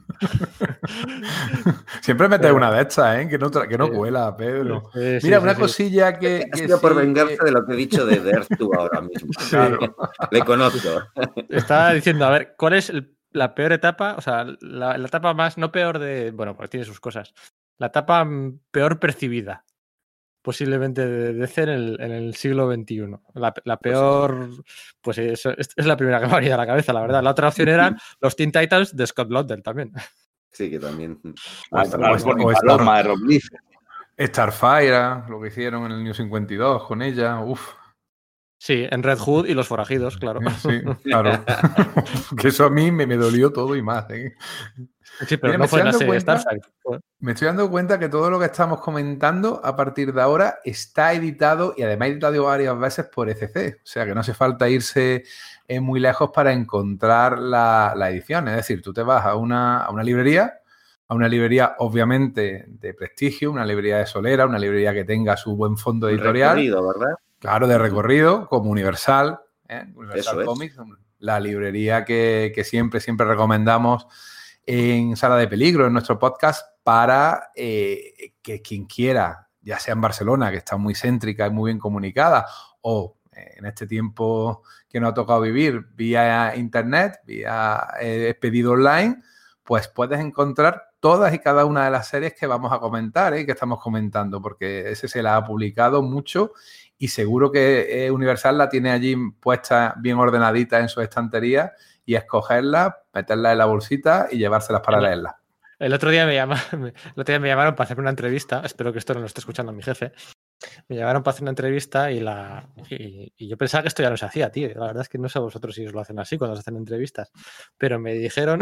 Siempre metes una de estas, ¿eh? Que no cuela, Pedro. Mira, una cosilla que ha sido por vengarse de lo que he dicho de Earth 2 ahora mismo. Claro, le conozco. Estaba diciendo, a ver, ¿cuál es la peor etapa? O sea, la etapa más, no peor de... Bueno, pues tiene sus cosas. La etapa peor percibida, posiblemente de DC en el siglo XXI. La peor... Pues eso, es la primera que me ha venido a la cabeza, la verdad. La otra opción eran los Teen Titans de Scott Lobdell también. Sí, que también. Paloma de Rob Liefeld. Starfire, lo que hicieron en el New 52 con ella, uff. Sí, en Red Hood y los forajidos, claro. Sí, claro. Que eso a mí me dolió todo y más, ¿eh? Sí, pero mira, no fue la serie Starfire. Me estoy dando cuenta que todo lo que estamos comentando a partir de ahora está editado y además editado varias veces por ECC. O sea que no hace falta irse muy lejos para encontrar la edición. Es decir, tú te vas a una librería obviamente de prestigio, una librería de solera, una librería que tenga su buen fondo editorial. Recorrido, ¿verdad? Claro, de recorrido, como Universal, Universal Comics, la librería que siempre recomendamos en Sala de Peligro, en nuestro podcast, para que quien quiera, ya sea en Barcelona, que está muy céntrica y muy bien comunicada, o en este tiempo que nos ha tocado vivir vía internet, vía pedido online, pues puedes encontrar todas y cada una de las series que vamos a comentar, que estamos comentando, porque ese se la ha publicado mucho y seguro que Universal la tiene allí puesta bien ordenadita en su estantería y escogerla, meterla en la bolsita y llevárselas para leerlas. El otro día me llamaron para hacer una entrevista, espero que esto no lo esté escuchando mi jefe. Me llamaron para hacer una entrevista y yo pensaba que esto ya no se hacía, tío. La verdad es que no sé a vosotros si os lo hacen así cuando se hacen entrevistas. Pero me dijeron,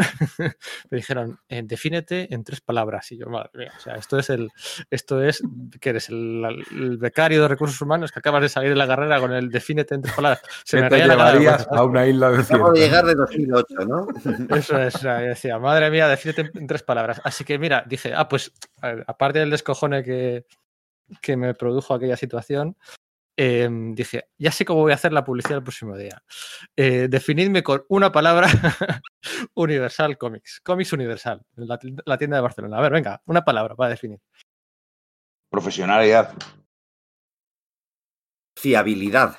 defínete en 3 palabras. Y yo, madre mía, o sea, esto es que eres el becario de recursos humanos que acabas de salir de la carrera con el defínete en 3 palabras. Se me te llevarías a una isla desierta. Acabo de llegar de 2008, ¿no? Eso es, o sea, yo decía, madre mía, defínete en 3 palabras. Así que mira, dije, pues aparte del descojone que me produjo aquella situación, dije, ya sé cómo voy a hacer la publicidad el próximo día. Definidme con una palabra Universal Comics. Comics Universal, la tienda de Barcelona. A ver, venga, una palabra para definir. Profesionalidad. Fiabilidad.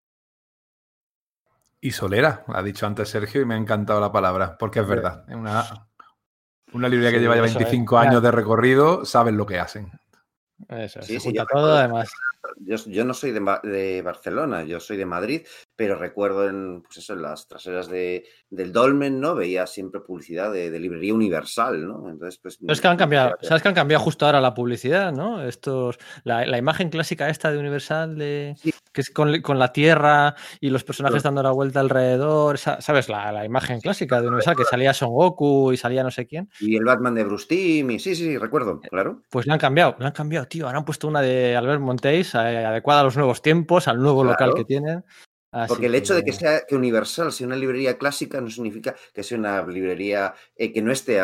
Y solera, ha dicho antes Sergio y me ha encantado la palabra, porque es verdad. Es una librería que lleva ya 25 años de recorrido, saben lo que hacen. Eso, sí, se junta todo, además. Yo no soy de Barcelona, yo soy de Madrid, pero recuerdo en las traseras del Dolmen, ¿no? Veía siempre publicidad de librería Universal, ¿no? Entonces, pues. Es que han cambiado, ¿sabes que han cambiado justo ahora la publicidad, ¿no? La imagen clásica esta de Universal sí. Que es con la tierra y los personajes dando la vuelta alrededor, ¿sabes? La imagen clásica de Universal, que salía Son Goku y salía no sé quién. Y el Batman de Bruce Timm, y sí, recuerdo, claro. Pues le han cambiado, tío. Ahora han puesto una de Albert Montéis adecuada a los nuevos tiempos, al nuevo local que tienen. Porque el hecho de que Universal sea una librería clásica no significa que sea una librería que no esté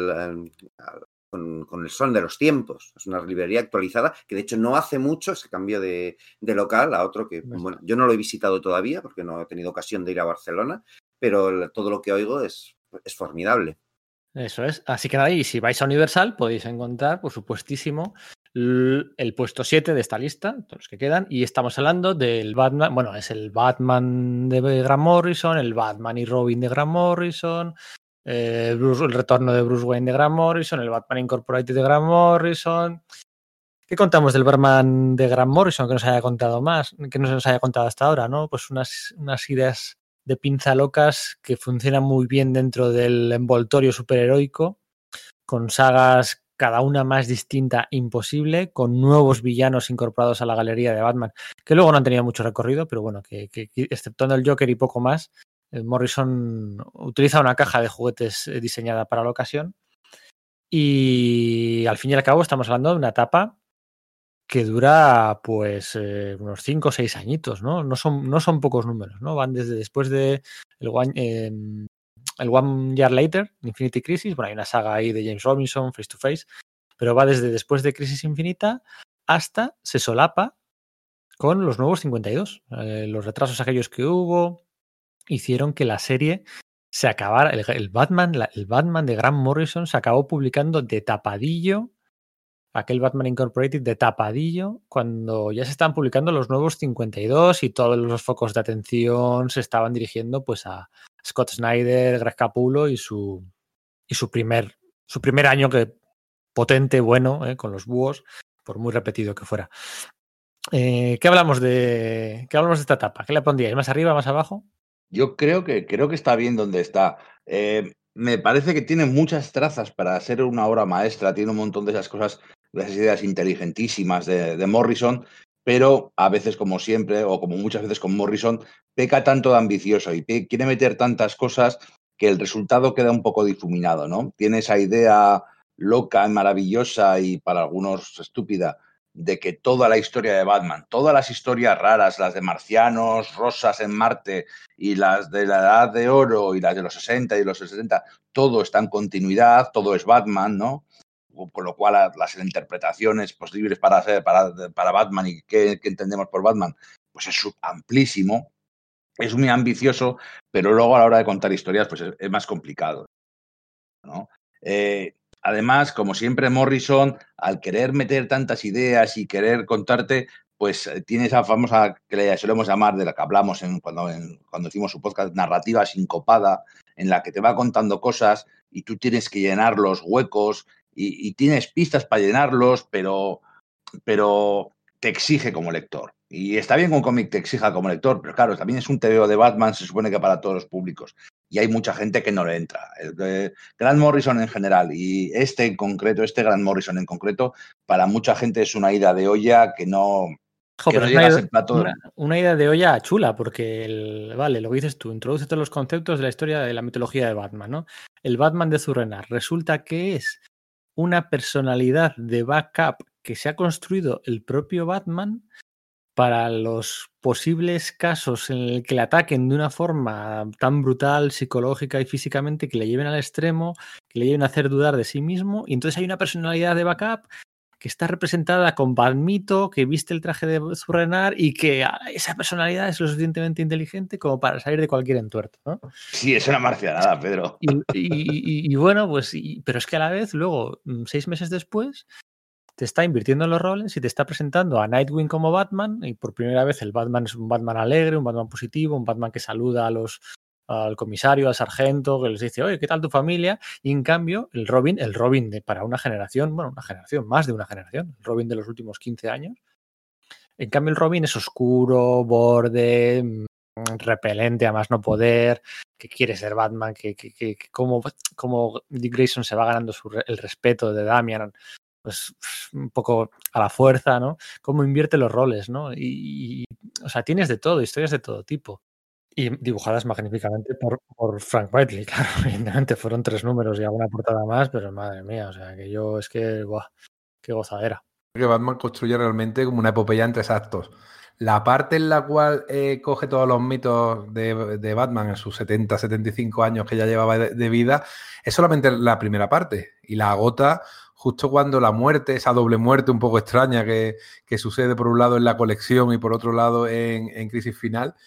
con el son de los tiempos. Es una librería actualizada que de hecho no hace mucho se cambió de local a otro que, bueno, yo no lo he visitado todavía porque no he tenido ocasión de ir a Barcelona, pero todo lo que oigo es es formidable. Eso es. Así que ahí, si vais a Universal, podéis encontrar, por supuestísimo, el puesto 7 de esta lista, todos los que quedan, y estamos hablando del Batman, bueno, es el Batman de Grant Morrison, el Batman y Robin de Grant Morrison, el retorno de Bruce Wayne de Grant Morrison, el Batman Incorporated de Grant Morrison. ¿Qué contamos del Batman de Grant Morrison que nos haya contado más, que no se nos haya contado hasta ahora, ¿no? Pues unas ideas de pinza locas que funcionan muy bien dentro del envoltorio superheroico, con sagas cada una más distinta imposible, con nuevos villanos incorporados a la galería de Batman, que luego no han tenido mucho recorrido, pero bueno, que exceptuando el Joker y poco más, Morrison utiliza una caja de juguetes diseñada para la ocasión, y al fin y al cabo estamos hablando de una etapa que dura pues unos 5 o 6 añitos, ¿no? No son pocos números, ¿no? Van desde después de el One Year Later, Infinity Crisis, bueno, hay una saga ahí de James Robinson, Face to Face, pero va desde después de Crisis Infinita hasta se solapa con los nuevos 52. Los retrasos aquellos que hubo hicieron que la serie se acabara, el Batman de Grant Morrison se acabó publicando de tapadillo, aquel Batman Incorporated de tapadillo, cuando ya se estaban publicando los nuevos 52 y todos los focos de atención se estaban dirigiendo pues a Scott Snyder, Greg Capullo y su primer año potente, bueno, con los búhos, por muy repetido que fuera. ¿Qué hablamos de esta etapa? ¿Qué le pondríais? ¿Más arriba, más abajo? Yo creo que está bien donde está. Me parece que tiene muchas trazas para ser una obra maestra, tiene un montón de esas cosas, de esas ideas inteligentísimas de Morrison, pero a veces, como siempre, o como muchas veces con Morrison, peca tanto de ambicioso y quiere meter tantas cosas que el resultado queda un poco difuminado, ¿no? Tiene esa idea loca, maravillosa y para algunos estúpida, de que toda la historia de Batman, todas las historias raras, las de marcianos, rosas en Marte y las de la Edad de Oro y las de los 60 y los 60, todo está en continuidad, todo es Batman, ¿no? Por lo cual las interpretaciones posibles para Batman y qué entendemos por Batman, pues es amplísimo, es muy ambicioso, pero luego a la hora de contar historias pues es más complicado, ¿no? Además, como siempre, Morrison, al querer meter tantas ideas y querer contarte, pues tiene esa famosa, que le solemos llamar, de la que hablamos cuando hicimos su podcast, narrativa sincopada, en la que te va contando cosas y tú tienes que llenar los huecos y tienes pistas para llenarlos, pero te exige como lector. Y está bien que un cómic te exija como lector, pero claro, también es un TVO de Batman, se supone que para todos los públicos. Y hay mucha gente que no le entra. Grant Morrison en general y este Grant Morrison en concreto, para mucha gente es una ida de olla que no llega a ser plato. Una idea de olla chula, porque vale, lo que dices tú, introduces todos los conceptos de la historia de la mitología de Batman, ¿no? El Batman de Zur-En-Arrh resulta que es una personalidad de backup que se ha construido el propio Batman para los posibles casos en el que le ataquen de una forma tan brutal, psicológica y físicamente, que le lleven al extremo, que le lleven a hacer dudar de sí mismo. Y entonces hay una personalidad de backup que está representada con Batmito, que viste el traje de Zur-En-Arrh y que esa personalidad es lo suficientemente inteligente como para salir de cualquier entuerto, ¿no? Sí, es una marcianada, Pedro. Y bueno, pues, pero es que a la vez, luego, 6 meses después, te está invirtiendo en los roles y te está presentando a Nightwing como Batman, y por primera vez el Batman es un Batman alegre, un Batman positivo, un Batman que saluda al comisario, al sargento, que les dice, oye, ¿qué tal tu familia? Y en cambio, el Robin para una generación, más de una generación, el Robin de los últimos 15 años. En cambio, el Robin es oscuro, borde, repelente a más no poder, que quiere ser Batman, que como Dick Grayson se va ganando el respeto de Damian, pues un poco a la fuerza, ¿no? Cómo invierte los roles, ¿no? O sea, tienes de todo, historias de todo tipo. Y dibujadas magníficamente por Frank Whiteley, claro, evidentemente. Fueron 3 números y alguna portada más, pero madre mía, o sea, ¡buah! ¡Qué gozadera! Que Batman construye realmente como una epopeya en 3 actos. La parte en la cual coge todos los mitos de Batman en sus 70, 75 años que ya llevaba de vida, es solamente la primera parte y la agota justo cuando la muerte, esa doble muerte un poco extraña que sucede por un lado en la colección y por otro lado en Crisis Final,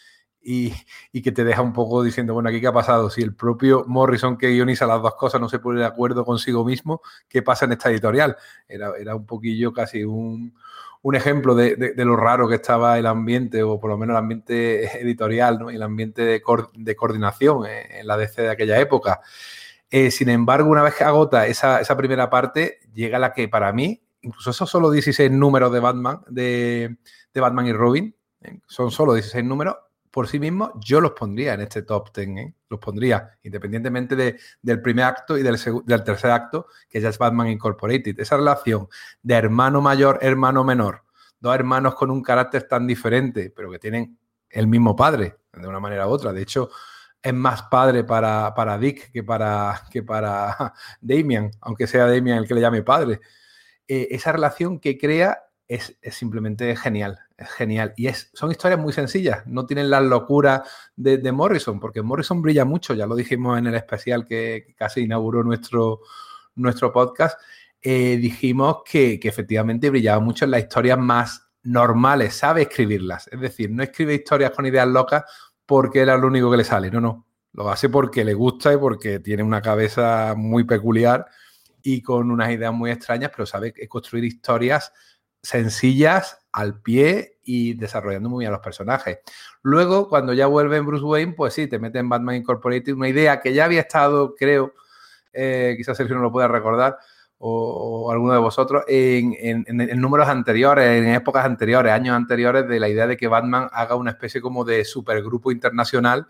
y que te deja un poco diciendo, bueno, ¿aquí qué ha pasado? Si el propio Morrison, que guioniza las dos cosas, no se pone de acuerdo consigo mismo, ¿qué pasa en esta editorial? Era un poquillo casi un ejemplo de lo raro que estaba el ambiente, o por lo menos el ambiente editorial, ¿no? Y el ambiente de coordinación en la DC de aquella época. Sin embargo, una vez que agota esa primera parte, llega la que para mí, incluso esos solo 16 números de Batman, de Batman y Robin, son solo 16 números, por sí mismos yo los pondría en este top 10, los pondría, independientemente del primer acto y del tercer acto, que ya es Batman Incorporated. Esa relación de hermano mayor, hermano menor, dos hermanos con un carácter tan diferente, pero que tienen el mismo padre, de una manera u otra. De hecho, es más padre para Dick que para Damian, aunque sea Damian el que le llame padre. Esa relación que crea es simplemente genial, es genial. Y son historias muy sencillas, no tienen las locuras de Morrison, porque Morrison brilla mucho, ya lo dijimos en el especial que casi inauguró nuestro podcast. Dijimos que efectivamente brillaba mucho en las historias más normales, sabe escribirlas, es decir, no escribe historias con ideas locas porque era lo único que le sale, no, lo hace porque le gusta y porque tiene una cabeza muy peculiar y con unas ideas muy extrañas, pero sabe construir historias sencillas, al pie y desarrollando muy bien a los personajes. Luego, cuando ya vuelve en Bruce Wayne, pues sí, te mete en Batman Incorporated, una idea que ya había estado, creo, quizás Sergio no lo pueda recordar, o alguno de vosotros, en números anteriores, en épocas anteriores, años anteriores, de la idea de que Batman haga una especie como de supergrupo internacional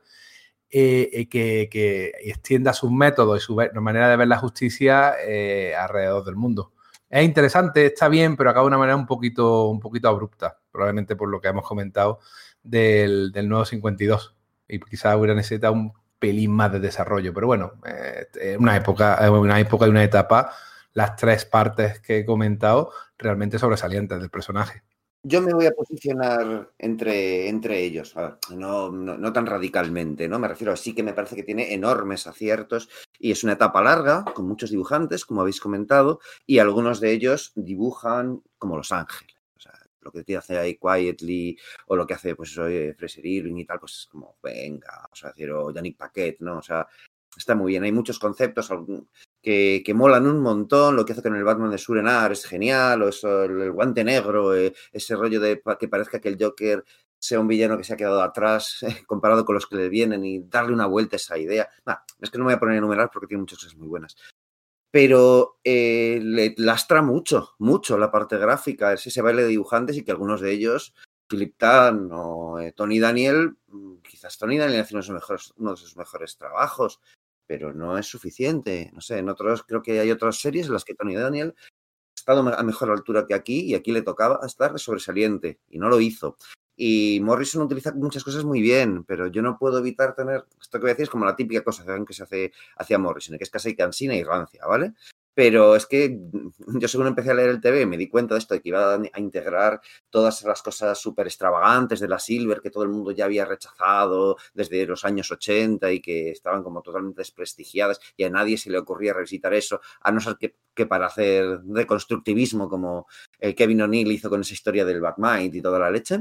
que extienda sus métodos y su manera de ver la justicia alrededor del mundo. Es interesante, está bien, pero acaba de una manera un poquito abrupta, probablemente por lo que hemos comentado del nuevo 52. Y quizás hubiera necesitado un pelín más de desarrollo. Pero bueno, una época y una etapa, las tres partes que he comentado, realmente sobresalientes del personaje. Yo me voy a posicionar entre ellos, a ver, no tan radicalmente, ¿no? Me refiero a sí que me parece que tiene enormes aciertos y es una etapa larga, con muchos dibujantes, como habéis comentado, y algunos de ellos dibujan como Los Ángeles. O sea, lo que te hace ahí Quietly o lo que hace, pues eso, Fraser Irving y tal, pues es como, venga, o sea, o Yannick Paquet, ¿no? O sea, está muy bien. Hay muchos conceptos que molan un montón. Lo que hace con el Batman de Surenar es genial. O eso, el guante negro, ese rollo de que parezca que el Joker sea un villano que se ha quedado atrás comparado con los que le vienen y darle una vuelta a esa idea. Es que no me voy a poner a enumerar porque tiene muchas cosas muy buenas. Pero le lastra mucho la parte gráfica, es ese baile de dibujantes y que algunos de ellos, Philip Tan o Tony Daniel, quizás Tony Daniel hace uno de sus mejores trabajos, pero no es suficiente. No sé, en otros creo que hay otras series en las que Tony Daniel ha estado a mejor altura que aquí y aquí le tocaba estar de sobresaliente y no lo hizo. Y Morrison utiliza muchas cosas muy bien, pero yo no puedo evitar tener, esto que voy a decir es como la típica cosa que se hace hacia Morrison, que es casi cansina y rancia, ¿vale? Pero es que yo según empecé a leer el TV me di cuenta de esto, de que iba a integrar todas las cosas súper extravagantes de la Silver que todo el mundo ya había rechazado desde los años 80 y que estaban como totalmente desprestigiadas y a nadie se le ocurría revisitar eso, a no ser que para hacer reconstructivismo como Kevin O'Neill hizo con esa historia del Batmite y toda la leche.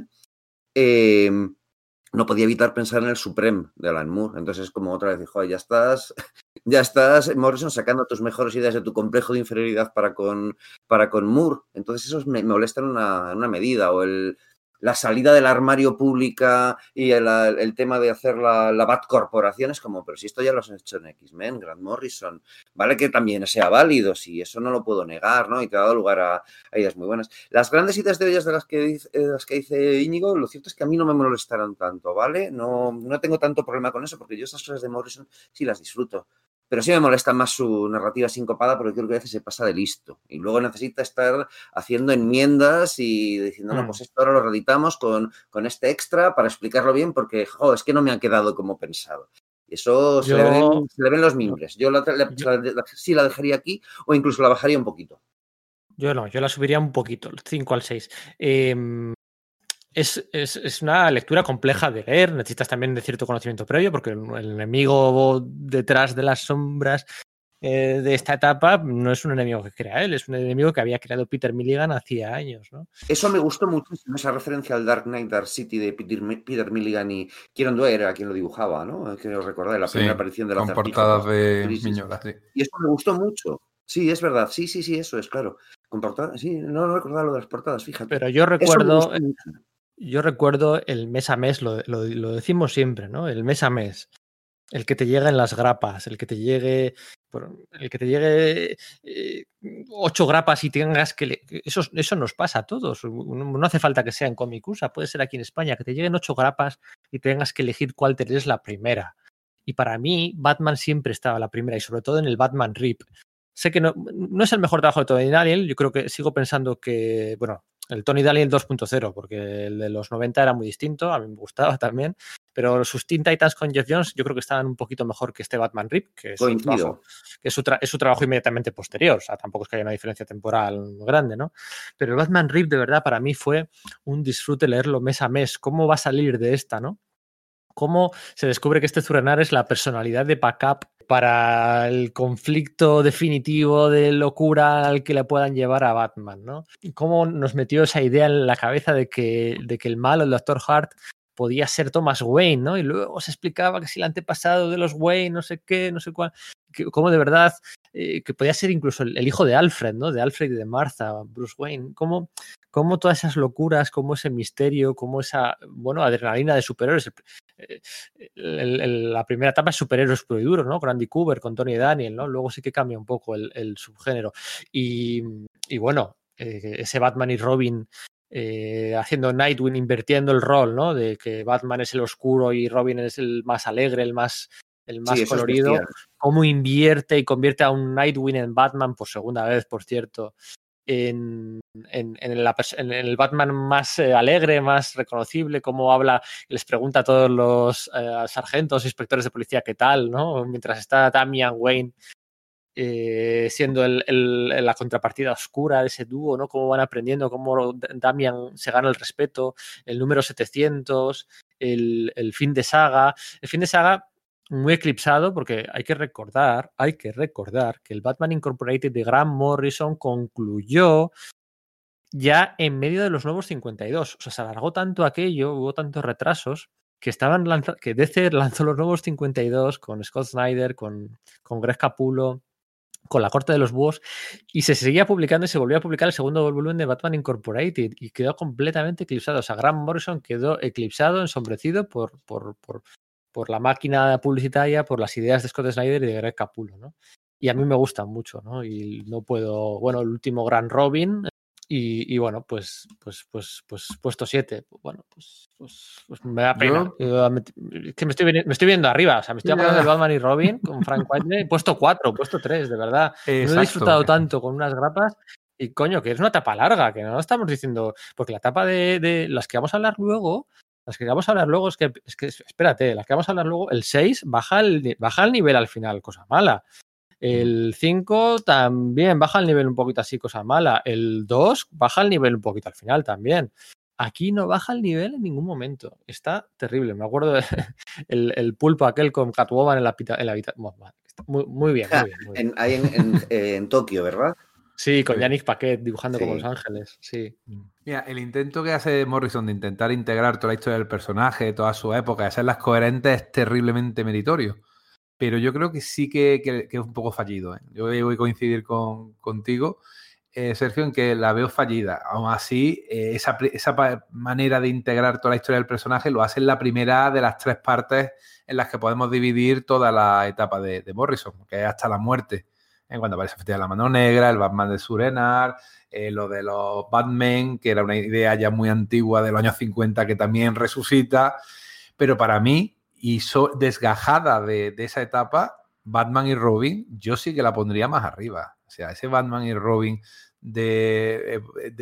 No podía evitar pensar en el Supreme de Alan Moore. Entonces es como otra vez, joder, ya estás, Morrison, sacando tus mejores ideas de tu complejo de inferioridad para con Moore. Entonces eso me molesta en una medida. O la salida del armario pública y el tema de hacer la Batcorporación es como, pero si esto ya lo has hecho en X-Men, Grant Morrison, vale que también sea válido, si eso no lo puedo negar, ¿no? Y te ha dado lugar a ideas muy buenas. Las grandes ideas de ellas de las que dice Íñigo, lo cierto es que a mí no me molestaron tanto, ¿vale? No tengo tanto problema con eso, porque yo esas cosas de Morrison sí las disfruto. Pero sí me molesta más su narrativa sincopada porque creo que a veces se pasa de listo y luego necesita estar haciendo enmiendas y diciendo, no, pues esto ahora lo reeditamos con este extra para explicarlo bien porque, es que no me ha quedado como pensado. Y eso se le ven los mimbres. Yo sí la dejaría aquí o incluso la bajaría un poquito. Yo la subiría un poquito, 5 al 6. Es una lectura compleja de leer, necesitas también de cierto conocimiento previo porque el enemigo detrás de las sombras de esta etapa no es un enemigo que crea él, es un enemigo que había creado Peter Milligan hacía años, ¿no? Eso me gustó muchísimo, esa referencia al Dark Knight, Dark City de Peter Milligan y Kieron Dwyer era quien lo dibujaba, ¿no? Que os recordáis, la primera aparición de la con portadas de Miñola, sí. Y eso me gustó mucho. Sí, es verdad. Sí, eso es, claro. Con portadas, sí, no recordaba lo de las portadas, fíjate. Pero yo recuerdo el mes a mes, lo decimos siempre, ¿no? El mes a mes. El que te llega en las grapas, el que te llegue 8 grapas y tengas que... Eso nos pasa a todos. No hace falta que sea en Comicusa, puede ser aquí en España, que te lleguen 8 grapas y tengas que elegir cuál te lees la primera. Y para mí, Batman siempre estaba la primera, y sobre todo en el Batman Rip. Sé que no es el mejor trabajo de Tony Daniel, yo creo que sigo pensando que, bueno, el Tony Daniel 2.0, porque el de los 90 era muy distinto, a mí me gustaba también, pero sus Teen Titans con Jeff Jones yo creo que estaban un poquito mejor que este Batman Rip, que es su trabajo inmediatamente posterior, o sea, tampoco es que haya una diferencia temporal grande, ¿no? Pero el Batman Rip de verdad para mí fue un disfrute leerlo mes a mes, cómo va a salir de esta, ¿no? Cómo se descubre que este Zur-En-Arrh es la personalidad de backup para el conflicto definitivo de locura al que le puedan llevar a Batman, ¿no? Y cómo nos metió esa idea en la cabeza de que el malo, el Dr. Hart, podía ser Thomas Wayne, ¿no? Y luego se explicaba que si el antepasado de los Wayne, no sé qué, no sé cuál, cómo de verdad, que podía ser incluso el hijo de Alfred, ¿no? De Alfred y de Martha, Bruce Wayne. Cómo todas esas locuras, cómo ese misterio, cómo esa, bueno, adrenalina de superhéroes. La primera etapa es superhéroes puro y duro, ¿no? Con Andy Cooper, con Tony Daniel, ¿no? Luego sí que cambia un poco el subgénero. Y bueno, ese Batman y Robin haciendo Nightwing, invirtiendo el rol, ¿no? De que Batman es el oscuro y Robin es el más alegre, el más colorido. Cómo invierte y convierte a un Nightwing en Batman por segunda vez, por cierto. En el Batman más alegre, más reconocible, cómo habla, les pregunta a todos los sargentos, inspectores de policía qué tal, ¿no? Mientras está Damian Wayne siendo la contrapartida oscura de ese dúo, ¿no? Cómo van aprendiendo, cómo Damian se gana el respeto, el número 700, el fin de saga. El fin de saga muy eclipsado porque hay que recordar que el Batman Incorporated de Grant Morrison concluyó ya en medio de los nuevos 52. O sea, se alargó tanto aquello, hubo tantos retrasos que que DC lanzó los nuevos 52 con Scott Snyder, con Greg Capullo, con la corte de los búhos, y se seguía publicando y se volvió a publicar el segundo volumen de Batman Incorporated y quedó completamente eclipsado. O sea, Grant Morrison quedó eclipsado, ensombrecido por la máquina publicitaria, por las ideas de Scott Snyder y de Greg Capullo, ¿no? Y a mí me gustan mucho, ¿no? Y no puedo... Bueno, el último Gran Robin y bueno, pues puesto 7. Bueno, pues me da pena. Es que me estoy viendo arriba. O sea, me estoy acordando de Batman y Robin con Frank Whiteley. Puesto 4, puesto 3, de verdad. No he disfrutado tanto con unas grapas. Y coño, que es una etapa larga, que no estamos diciendo... Porque la etapa de las que vamos a hablar luego... es que espérate, las que vamos a hablar luego, el 6 baja el nivel al final, cosa mala. El 5 también baja el nivel un poquito así, cosa mala. El 2 baja el nivel un poquito al final también. Aquí no baja el nivel en ningún momento. Está terrible. Me acuerdo el pulpo aquel con Catwoman en la habitación. Muy bien. Ahí en Tokio, ¿verdad? Sí, con Yannick Paquet dibujando como Los Ángeles, sí. Mira, el intento que hace Morrison de intentar integrar toda la historia del personaje, toda su época, de hacerlas coherentes es terriblemente meritorio. Pero yo creo que sí que es un poco fallido, ¿eh? Yo voy a coincidir contigo, Sergio, en que la veo fallida. Aún así, esa manera de integrar toda la historia del personaje lo hace en la primera de las 3 partes en las que podemos dividir toda la etapa de Morrison, que es hasta la muerte. Cuando aparece efectivamente la Mano Negra, el Batman de Zur-En-Arrh, lo de los Batmen, que era una idea ya muy antigua de los años 50 que también resucita. Pero para mí, y desgajada de esa etapa, Batman y Robin, yo sí que la pondría más arriba. O sea, ese Batman y Robin de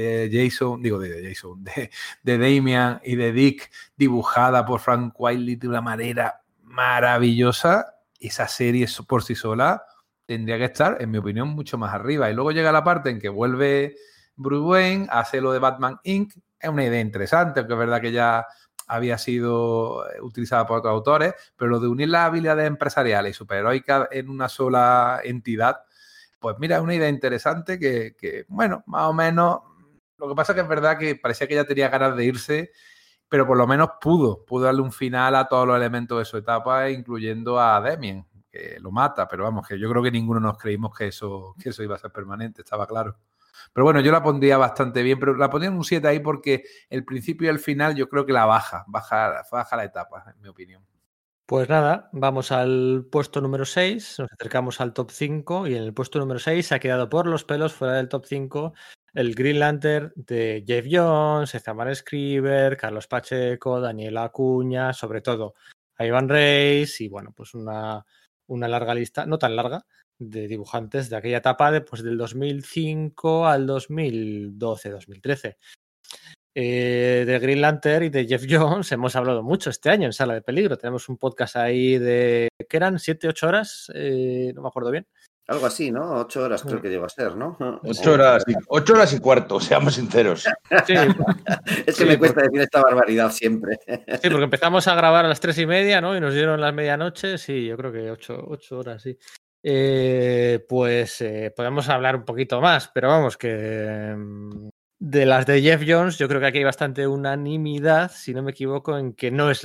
Damian y de Dick, dibujada por Frank Whiteley de una manera maravillosa, esa serie por sí sola tendría que estar, en mi opinión, mucho más arriba. Y luego llega la parte en que vuelve Bruce Wayne, hace lo de Batman Inc., es una idea interesante, aunque es verdad que ya había sido utilizada por otros autores, pero lo de unir las habilidades empresariales y superheroicas en una sola entidad, pues mira, es una idea interesante que, bueno, más o menos, lo que pasa es que es verdad que parecía que ella tenía ganas de irse, pero por lo menos pudo darle un final a todos los elementos de su etapa, incluyendo a Demian, que lo mata, pero vamos, que yo creo que ninguno nos creímos que eso iba a ser permanente, estaba claro. Pero bueno, yo la pondría bastante bien, pero la pondría en un 7 ahí porque el principio y el final yo creo que la baja la etapa, en mi opinión. Pues nada, vamos al puesto número 6, nos acercamos al top 5 y en el puesto número 6 se ha quedado por los pelos fuera del top 5 el Green Lantern de Geoff Johns, Stephen Scriver, Carlos Pacheco, Daniel Acuña, sobre todo a Ivan Reis y bueno, pues una larga lista, no tan larga, de dibujantes de aquella etapa del 2005 al 2012-2013. De Green Lantern y de Geoff Johns hemos hablado mucho este año en Sala de Peligro. Tenemos un podcast ahí de, ¿qué eran? ¿7-8 horas? No me acuerdo bien. Algo así, ¿no? 8 horas creo que llegó a ser, ¿no? 8 horas y cuarto, seamos sinceros. Sí. Es que me cuesta decir esta barbaridad siempre. Sí, porque empezamos a grabar a las 3:30, ¿no? Y nos dieron las medianoche. Sí, yo creo que 8 horas, sí. Podemos hablar un poquito más, pero vamos, que de las de Geoff Johns, yo creo que aquí hay bastante unanimidad, si no me equivoco, en que no es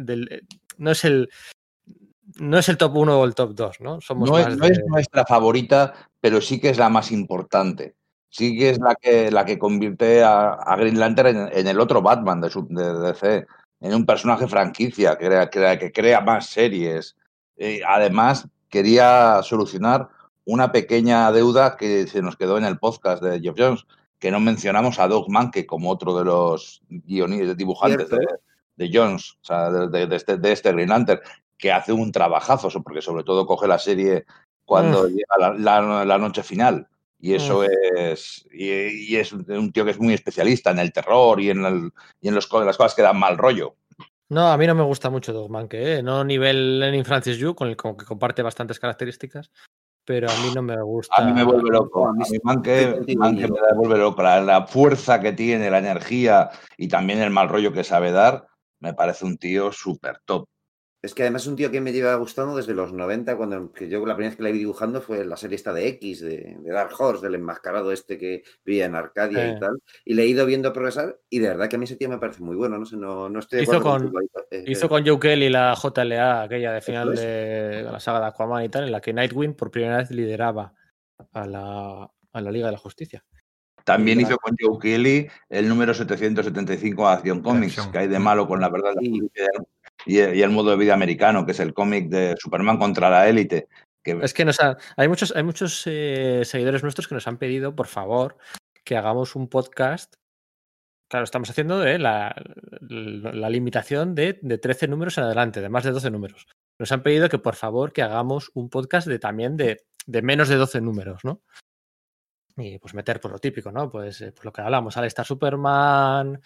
el top 1 o el top 2, ¿no? No es nuestra favorita, pero sí que es la más importante. Sí que es la que convierte a Green Lantern en el otro Batman de DC, en un personaje franquicia que crea más series. Además, quería solucionar una pequeña deuda que se nos quedó en el podcast de Geoff Johns, que no mencionamos a Doug Mahnke como otro de los dibujantes de Johns, o sea, de este Green Lantern, que hace un trabajazo, porque sobre todo coge la serie cuando llega la noche final. Y eso es un tío que es muy especialista en el terror y en las cosas que dan mal rollo. No, a mí no me gusta mucho Doug Mahnke, no nivel Lenin Francis Yu, con el que comparte bastantes características, pero a mí no me gusta. A mí me vuelve loco. A mí Mahnke me vuelve loco. La fuerza que tiene, la energía y también el mal rollo que sabe dar, me parece un tío súper top. Es que además es un tío que me lleva gustando desde los 90, que yo la primera vez que la vi dibujando fue la serie esta de X, de Dark Horse, del enmascarado este que vivía en Arcadia y tal. Y le he ido viendo progresar y de verdad que a mí ese tío me parece muy bueno. No sé, no estoy de acuerdo hizo con Joe Kelly la JLA, aquella de final de la saga de Aquaman y tal, en la que Nightwing por primera vez lideraba a la Liga de la Justicia. También hizo con Joe Kelly el número 775 de Acción Comics, que hay de malo con la verdad y el modo de vida americano, que es el cómic de Superman contra la élite. Es que hay muchos seguidores nuestros que nos han pedido, por favor, que hagamos un podcast. Claro, estamos haciendo la limitación de 13 números en adelante, de más de 12 números. Nos han pedido que, por favor, que hagamos un podcast también de menos de 12 números, ¿no? Y pues meter por lo típico, ¿no? Pues lo que hablamos, All-Star Superman,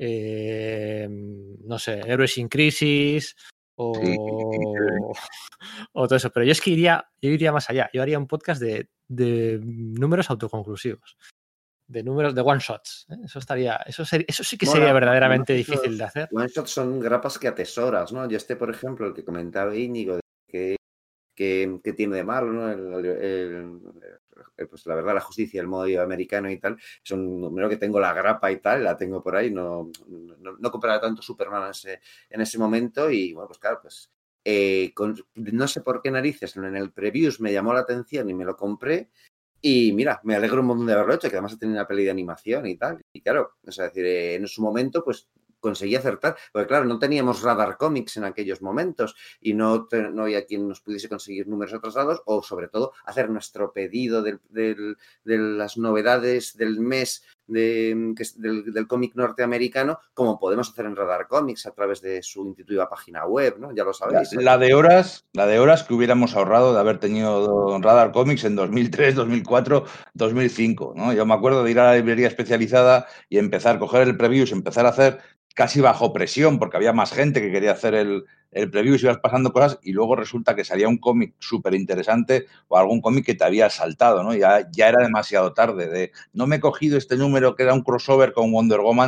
no sé, Héroes sin Crisis o todo eso. Pero yo iría más allá. Yo haría un podcast de números autoconclusivos, de números de one shots. Eso sí que sería verdaderamente difícil de hacer. One shots son grapas que atesoras, ¿no? Yo por ejemplo, el que comentaba Íñigo, que tiene de malo, ¿no? Pues la verdad, la justicia, el modo americano y tal, es un número que tengo la grapa y tal, la tengo por ahí, no compraba tanto Superman en ese momento y bueno, pues claro, pues no sé por qué narices, en el previews me llamó la atención y me lo compré y mira, me alegro un montón de haberlo hecho, que además ha tenido una peli de animación y tal, y claro, es decir, en su momento pues conseguí acertar, porque claro, no teníamos Radar Comics en aquellos momentos y no había quien nos pudiese conseguir números atrasados o sobre todo hacer nuestro pedido de las novedades del mes del cómic norteamericano, como podemos hacer en Radar Comics a través de su intuitiva página web, ¿no? Ya lo sabéis. La de horas que hubiéramos ahorrado de haber tenido Radar Comics en 2003, 2004, 2005, ¿no? Yo me acuerdo de ir a la librería especializada y empezar a coger el preview y empezar a hacer casi bajo presión, porque había más gente que quería hacer el preview y ibas pasando cosas y luego resulta que salía un cómic súper interesante o algún cómic que te había saltado, ¿no? Ya era demasiado tarde. No me he cogido este número que era un crossover con Wonder Woman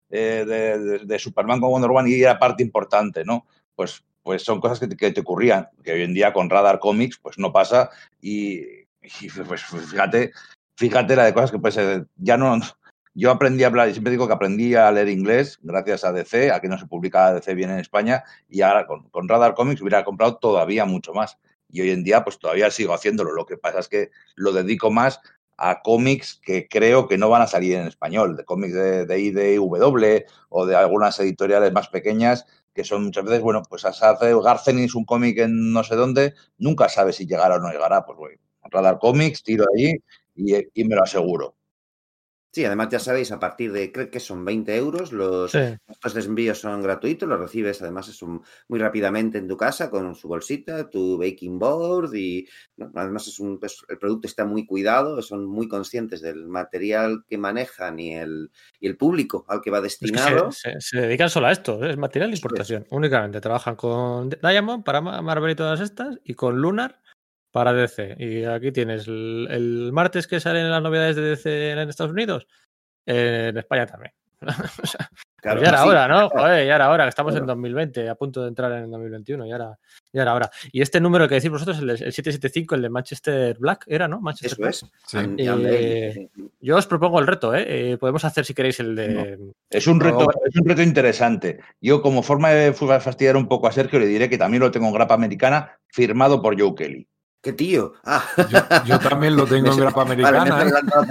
de Superman con Wonder Woman y era parte importante, ¿no? Pues son cosas que te ocurrían, que hoy en día con Radar Comics pues no pasa y pues fíjate la de cosas que pues ya no... Yo aprendí a hablar, y siempre digo que aprendí a leer inglés gracias a DC, aquí no se publica DC bien en España, y ahora con Radar Comics hubiera comprado todavía mucho más. Y hoy en día pues todavía sigo haciéndolo, lo que pasa es que lo dedico más a cómics que creo que no van a salir en español, de cómics de IDW o de algunas editoriales más pequeñas, que son muchas veces, bueno, pues hace Garcenis un cómic en no sé dónde, nunca sabe si llegará o no llegará, pues bueno, Radar Comics, tiro allí y me lo aseguro. Sí, además ya sabéis, a partir de, creo que son 20 euros, los gastos de envío son gratuitos, los recibes además muy rápidamente en tu casa con su bolsita, tu baking board y además el producto está muy cuidado, son muy conscientes del material que manejan y el público al que va destinado. Es que se dedican solo a esto, es material de importación, únicamente. Trabajan con Diamond para Marvel y todas estas y con Lunar para DC. Y aquí tienes el martes que salen las novedades de DC en Estados Unidos, en España también. O sea, claro, pues ya era hora, ¿no? Joder, ya era hora, que estamos en 2020, a punto de entrar en 2021, ya era hora. Y este número que decís vosotros, el 775, el de Manchester Black, era, ¿no? Manchester Black. Sí. Yo os propongo el reto, ¿eh? Podemos hacer, si queréis, el de... No. Es un reto interesante. Yo, como forma de fastidiar un poco a Sergio, le diré que también lo tengo en grapa americana, firmado por Joe Kelly. ¡Qué tío! Yo también lo tengo en grapa americana.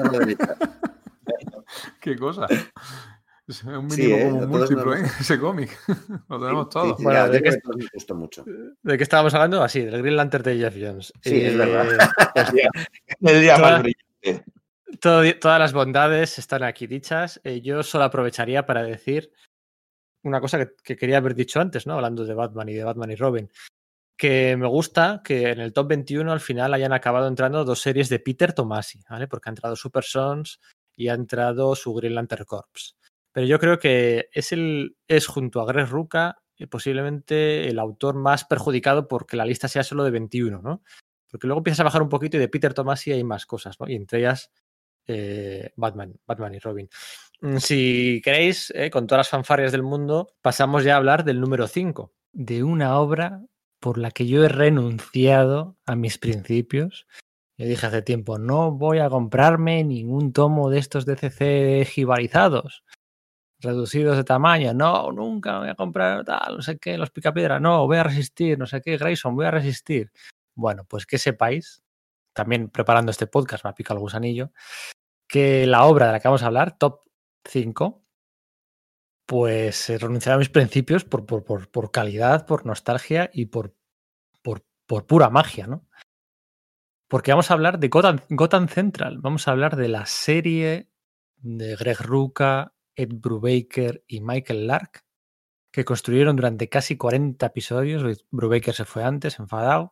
Qué cosa. Es un mínimo como un múltiplo, ese cómic. Lo tenemos todo. Sí, bueno, ¿de qué me gustó mucho? ¿De qué estábamos hablando? Así, del Green Lantern de Jeff Jones. Sí, es verdad. Pues, el día más brillante. Todas las bondades están aquí dichas. Yo solo aprovecharía para decir una cosa que quería haber dicho antes, ¿no? Hablando de Batman y Robin. Que me gusta que en el top 21 al final hayan acabado entrando dos series de Peter Tomasi, ¿vale? Porque ha entrado Super Sons y ha entrado su Green Lantern Corps. Pero yo creo que es junto a Greg Rucka posiblemente el autor más perjudicado porque la lista sea solo de 21, ¿no? Porque luego empiezas a bajar un poquito y de Peter Tomasi hay más cosas, ¿no? Y entre ellas Batman y Robin. Si queréis, con todas las fanfarrias del mundo, pasamos ya a hablar del número 5, de una obra por la que yo he renunciado a mis principios. Yo dije hace tiempo, no voy a comprarme ningún tomo de estos DCC jibarizados, reducidos de tamaño. No, nunca me voy a comprar tal, no sé qué, los Picapiedra. No, voy a resistir, no sé qué, Grayson, voy a resistir. Bueno, pues que sepáis, también preparando este podcast me ha picado el gusanillo, que la obra de la que vamos a hablar, Top 5, pues renunciar a mis principios por calidad, por nostalgia y por pura magia, ¿no? Porque vamos a hablar de Gotham Central, vamos a hablar de la serie de Greg Rucka, Ed Brubaker y Michael Lark, que construyeron durante casi 40 episodios. Brubaker se fue antes, enfadado,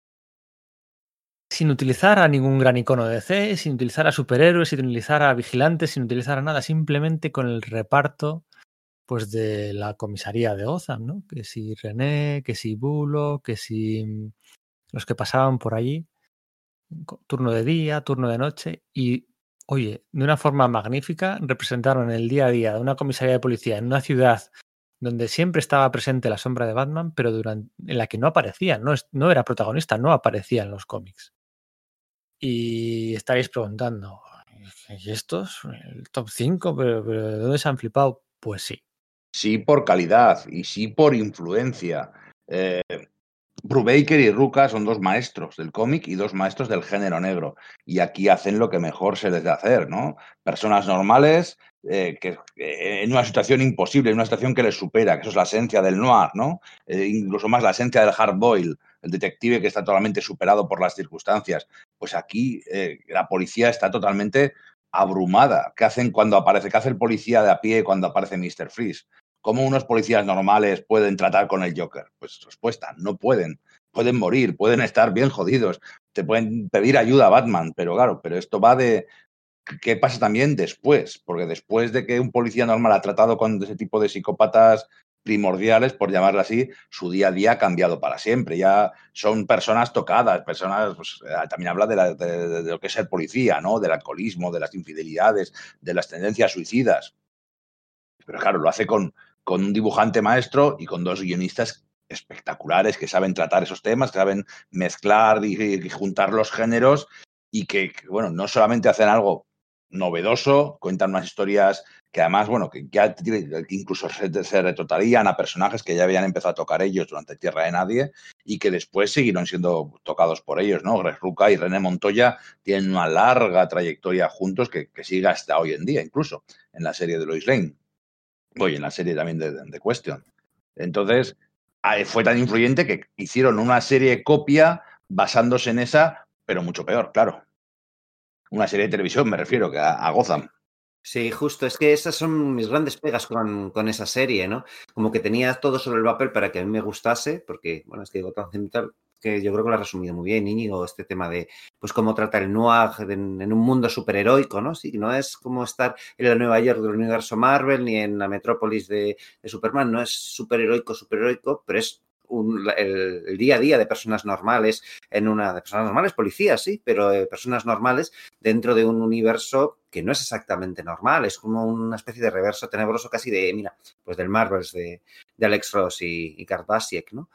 sin utilizar a ningún gran icono de DC, sin utilizar a superhéroes, sin utilizar a vigilantes, sin utilizar a nada, simplemente con el reparto pues de la comisaría de Gotham, ¿no? Que si René, que si Bulo, que si los que pasaban por allí, turno de día, turno de noche, y oye, de una forma magnífica representaron el día a día de una comisaría de policía en una ciudad donde siempre estaba presente la sombra de Batman, pero en la que no aparecía, no era protagonista, no aparecía en los cómics. Y estaréis preguntando, ¿y estos? ¿El top 5? ¿Pero de dónde se han flipado? Pues sí. Sí por calidad y sí por influencia. Brubaker y Rucka son dos maestros del cómic y dos maestros del género negro. Y aquí hacen lo que mejor se les da hacer, ¿no? Personas normales en una situación imposible, en una situación que les supera, que eso es la esencia del noir, ¿no? Incluso más la esencia del hard boil, el detective que está totalmente superado por las circunstancias. Pues aquí la policía está totalmente abrumada. ¿Qué hacen cuando aparece? ¿Qué hace el policía de a pie cuando aparece Mr. Freeze? ¿Cómo unos policías normales pueden tratar con el Joker? Pues respuesta, no pueden. Pueden morir, pueden estar bien jodidos, te pueden pedir ayuda a Batman, pero claro, pero esto va de qué pasa también después, porque después de que un policía normal ha tratado con ese tipo de psicópatas primordiales, por llamarlo así, su día a día ha cambiado para siempre. Ya son personas tocadas, personas, pues, también habla de lo que es ser policía, ¿no? Del alcoholismo, de las infidelidades, de las tendencias suicidas. Pero claro, lo hace con un dibujante maestro y con 2 guionistas espectaculares que saben tratar esos temas, que saben mezclar y juntar los géneros y que, bueno, no solamente hacen algo novedoso, cuentan unas historias que además, bueno, que ya incluso se retrotraían a personajes que ya habían empezado a tocar ellos durante Tierra de Nadie y que después siguieron siendo tocados por ellos, ¿no? Greg Rucka y René Montoya tienen una larga trayectoria juntos que sigue hasta hoy en día, incluso en la serie de Lois Lane. Oye, en la serie también de Question. Entonces, fue tan influyente que hicieron una serie copia basándose en esa, pero mucho peor, claro. Una serie de televisión, me refiero, que a Gotham. Sí, justo, es que esas son mis grandes pegas con esa serie, ¿no? Como que tenía todo sobre el papel para que a mí me gustase, porque, bueno, es que Gotham Central, que yo creo que lo ha resumido muy bien, Íñigo, este tema de, pues, cómo trata el noir en un mundo superheroico, ¿no? Sí, no es como estar en la Nueva York del universo Marvel, ni en la metrópolis de Superman, no es superheroico, pero es el día a día de personas normales, de personas normales, policías, sí, pero personas normales dentro de un universo que no es exactamente normal, es como una especie de reverso tenebroso casi de, mira, pues del Marvels de Alex Ross y Kurt Busiek, ¿no?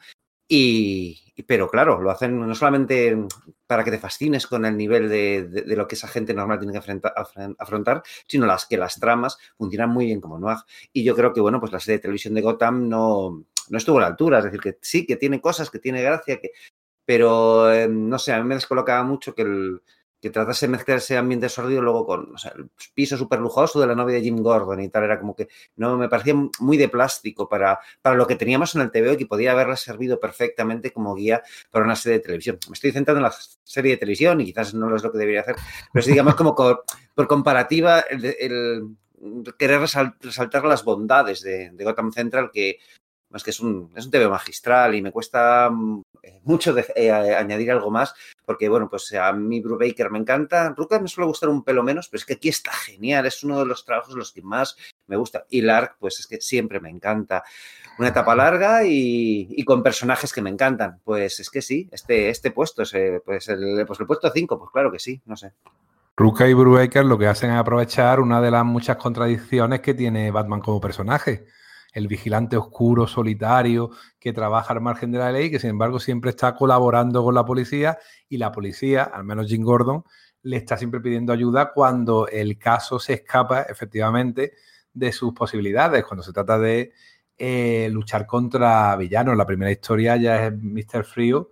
Pero claro, lo hacen no solamente para que te fascines con el nivel de lo que esa gente normal tiene que afrontar, sino que las tramas funcionan muy bien como noir. Y yo creo que, bueno, pues la serie de televisión de Gotham no estuvo a la altura, es decir, que sí, que tiene cosas, que tiene gracia, pero no sé, a mí me descolocaba mucho que tratase de mezclar ese ambiente sórdido luego con, o sea, el piso súper lujoso de la novia de Jim Gordon y tal, era como que no me parecía muy de plástico para lo que teníamos en el TVO y que podía haberle servido perfectamente como guía para una serie de televisión. Me estoy centrando en la serie de televisión y quizás no es lo que debería hacer, pero sí, digamos, como por comparativa, el querer resaltar las bondades de Gotham Central, que es que es un TVO magistral y me cuesta mucho añadir algo más porque, bueno, pues a mí Brubaker me encanta. Rucka me suele gustar un pelo menos, pero es que aquí está genial. Es uno de los trabajos los que más me gusta. Y Lark, pues es que siempre me encanta. Una etapa larga y con personajes que me encantan. Pues es que sí, este puesto es el puesto 5, pues claro que sí, no sé. Rucka y Brubaker lo que hacen es aprovechar una de las muchas contradicciones que tiene Batman como personaje. El vigilante oscuro, solitario, que trabaja al margen de la ley, que sin embargo siempre está colaborando con la policía y la policía, al menos Jim Gordon, le está siempre pidiendo ayuda cuando el caso se escapa efectivamente de sus posibilidades, cuando se trata de luchar contra villanos. La primera historia ya es Mr. Frío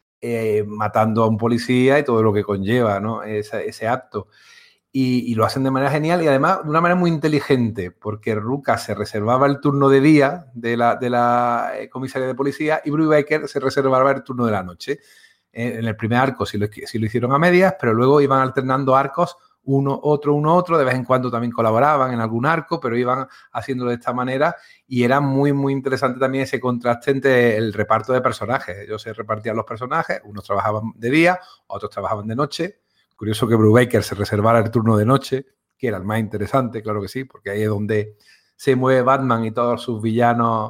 matando a un policía y todo lo que conlleva, ¿no? ese acto. Y lo hacen de manera genial y además de una manera muy inteligente, porque Rucka se reservaba el turno de día de la comisaría de policía y Brubaker se reservaba el turno de la noche. En el primer arco sí lo hicieron a medias, pero luego iban alternando arcos, uno, otro, de vez en cuando también colaboraban en algún arco, pero iban haciéndolo de esta manera y era muy, muy interesante también ese contraste entre el reparto de personajes. Ellos se repartían los personajes, unos trabajaban de día, otros trabajaban de noche. Curioso que Brubaker se reservara el turno de noche, que era el más interesante, claro que sí, porque ahí es donde se mueve Batman y todos sus villanos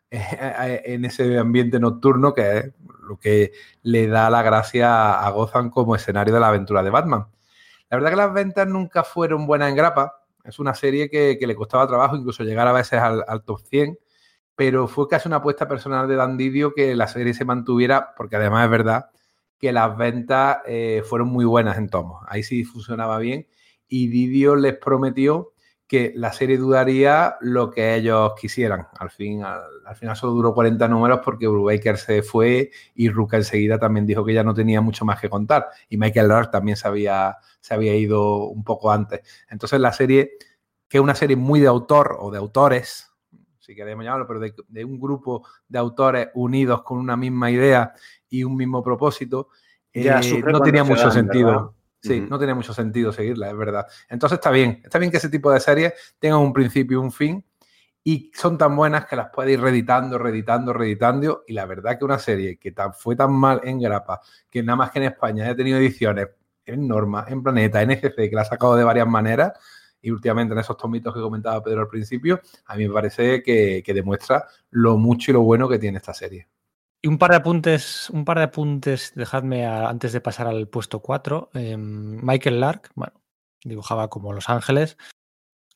en ese ambiente nocturno, que es lo que le da la gracia a Gotham como escenario de la aventura de Batman. La verdad que las ventas nunca fueron buenas en grapa. Es una serie que le costaba trabajo incluso llegar a veces al top 100, pero fue casi una apuesta personal de Dan Didio que la serie se mantuviera, porque además es verdad que las ventas fueron muy buenas en tomos. Ahí sí funcionaba bien y Didio les prometió que la serie duraría lo que ellos quisieran. Al final solo duró 40 números porque Brubaker se fue y Rucka enseguida también dijo que ya no tenía mucho más que contar. Y Michael Lark también se había ido un poco antes. Entonces la serie, que es una serie muy de autor o de autores, si queremos llamarlo, pero de un grupo de autores unidos con una misma idea y un mismo propósito, no tenía mucho sentido. ¿Verdad? Sí, no tenía mucho sentido seguirla, es verdad. Entonces está bien que ese tipo de series tengan un principio y un fin y son tan buenas que las puedes ir reeditando y la verdad que una serie que fue tan mal en grapa, que nada más que en España haya tenido ediciones en Norma, en Planeta, en ECC, que la ha sacado de varias maneras y últimamente en esos tomitos que comentaba Pedro al principio, a mí me parece que demuestra lo mucho y lo bueno que tiene esta serie. Y un par de apuntes, dejadme antes de pasar al puesto 4. Michael Lark, bueno, dibujaba como Los Ángeles.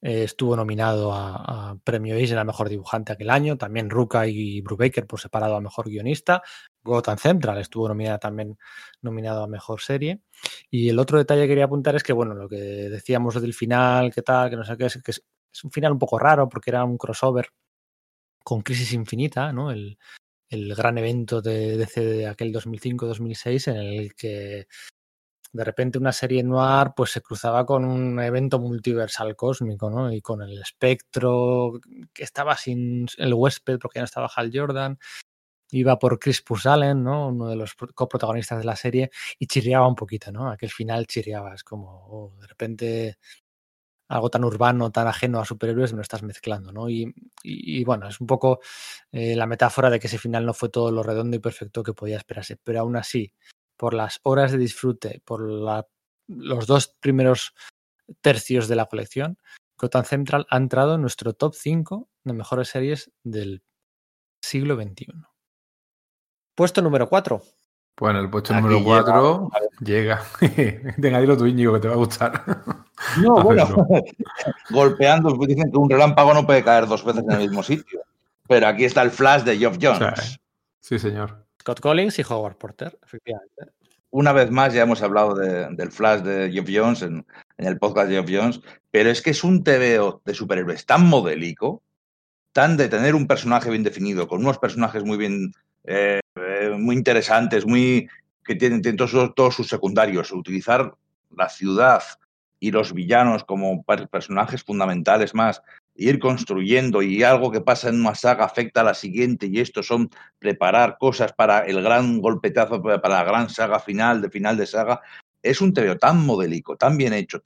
estuvo nominado a Premio Eisner a Mejor Dibujante aquel año, también Rucka y Brubaker por separado a Mejor Guionista. Gotham Central estuvo nominado a Mejor Serie. Y el otro detalle que quería apuntar es que, bueno, lo que decíamos del final, que tal, que no sé qué, es que es un final un poco raro porque era un crossover con Crisis Infinita, ¿no? El gran evento de DC de aquel 2005-2006 en el que de repente una serie noir pues se cruzaba con un evento multiversal cósmico, ¿no? Y con el espectro que estaba sin el huésped porque ya no estaba Hal Jordan, iba por Chris Allen, ¿no? Uno de los coprotagonistas de la serie, y chirriaba un poquito, ¿no? Aquel final chirriaba, es como de repente algo tan urbano, tan ajeno a superhéroes, me lo estás mezclando, ¿no? Y bueno, es un poco la metáfora de que ese final no fue todo lo redondo y perfecto que podía esperarse, pero aún así, por las horas de disfrute, por los 2 primeros tercios de la colección, Gotham Central ha entrado en nuestro top 5 de mejores series del siglo XXI. Puesto número 4. Pues en el puesto Aquí número 4 llega. Venga, dilo tú, Íñigo, que te va a gustar. No, bueno, golpeando, dicen que un relámpago no puede caer 2 veces en el mismo sitio. Pero aquí está el Flash de Geoff Johns. Sí, señor. Scott Collins y Howard Porter, efectivamente. Una vez más ya hemos hablado del Flash de Geoff Johns en el podcast de Geoff Johns, pero es que es un TVO de superhéroes tan modélico, tan de tener un personaje bien definido, con unos personajes muy bien, muy interesantes, que tienen todos sus secundarios, utilizar la ciudad y los villanos como personajes fundamentales más, ir construyendo, y algo que pasa en una saga afecta a la siguiente, y esto son preparar cosas para el gran golpetazo, para la gran saga final de saga. Es un TVO tan modélico, tan bien hecho,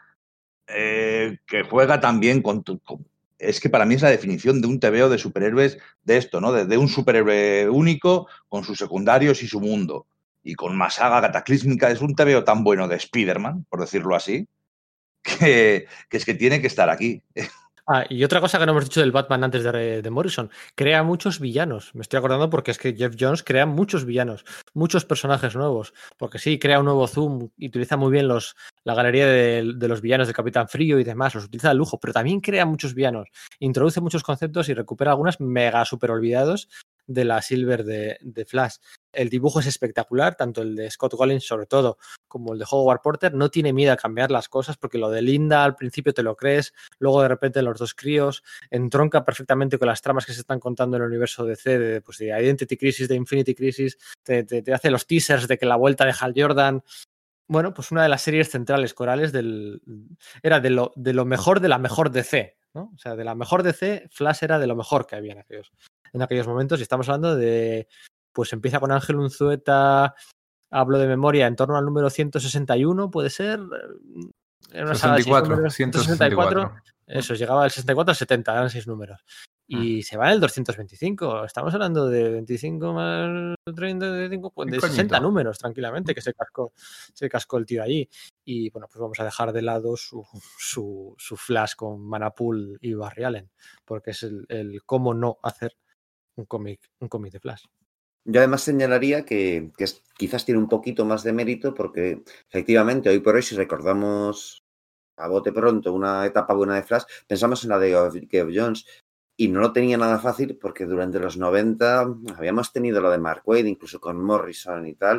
que juega tan bien es que para mí es la definición de un TVO de superhéroes de esto, ¿no? De un superhéroe único con sus secundarios y su mundo, y con una saga cataclísmica. Es un TVO tan bueno de Spider-Man, por decirlo así, que es que tiene que estar aquí. Y otra cosa que no hemos dicho del Batman antes de Morrison, crea muchos villanos. Me estoy acordando porque es que Geoff Johns crea muchos villanos, muchos personajes nuevos, porque sí, crea un nuevo Zoom y utiliza muy bien la galería de los villanos de Capitán Frío y demás, los utiliza de lujo, pero también crea muchos villanos, introduce muchos conceptos y recupera algunas mega super olvidados de la Silver de Flash. El dibujo es espectacular, tanto el de Scott Collins sobre todo como el de Howard Porter. No tiene miedo a cambiar las cosas porque lo de Linda al principio te lo crees, luego de repente los 2 críos entronca perfectamente con las tramas que se están contando en el universo DC de Identity Crisis, de Infinity Crisis, te hace los teasers de que la vuelta de Hal Jordan. Bueno, pues una de las series centrales corales era de lo mejor de la mejor DC, ¿no? O sea, de la mejor DC, Flash era de lo mejor que había en aquellos momentos, y estamos hablando de, pues empieza con Ángel Unzueta, hablo de memoria, en torno al número 161, puede ser, en una 64, 164, eso, llegaba del 64 al 70, eran 6 números. Y se va en el 225. Estamos hablando de 25 más 30, de 60 números, tranquilamente, que se cascó el tío allí. Y bueno, pues vamos a dejar de lado su Flash con Manapool y Barry Allen, porque es el cómo no hacer un cómic de Flash. Yo además señalaría que quizás tiene un poquito más de mérito porque efectivamente hoy por hoy, si recordamos a bote pronto una etapa buena de Flash, pensamos en la de Geoff Johns. Y no lo tenía nada fácil porque durante los 90 habíamos tenido lo de Mark Waid, incluso con Morrison y tal.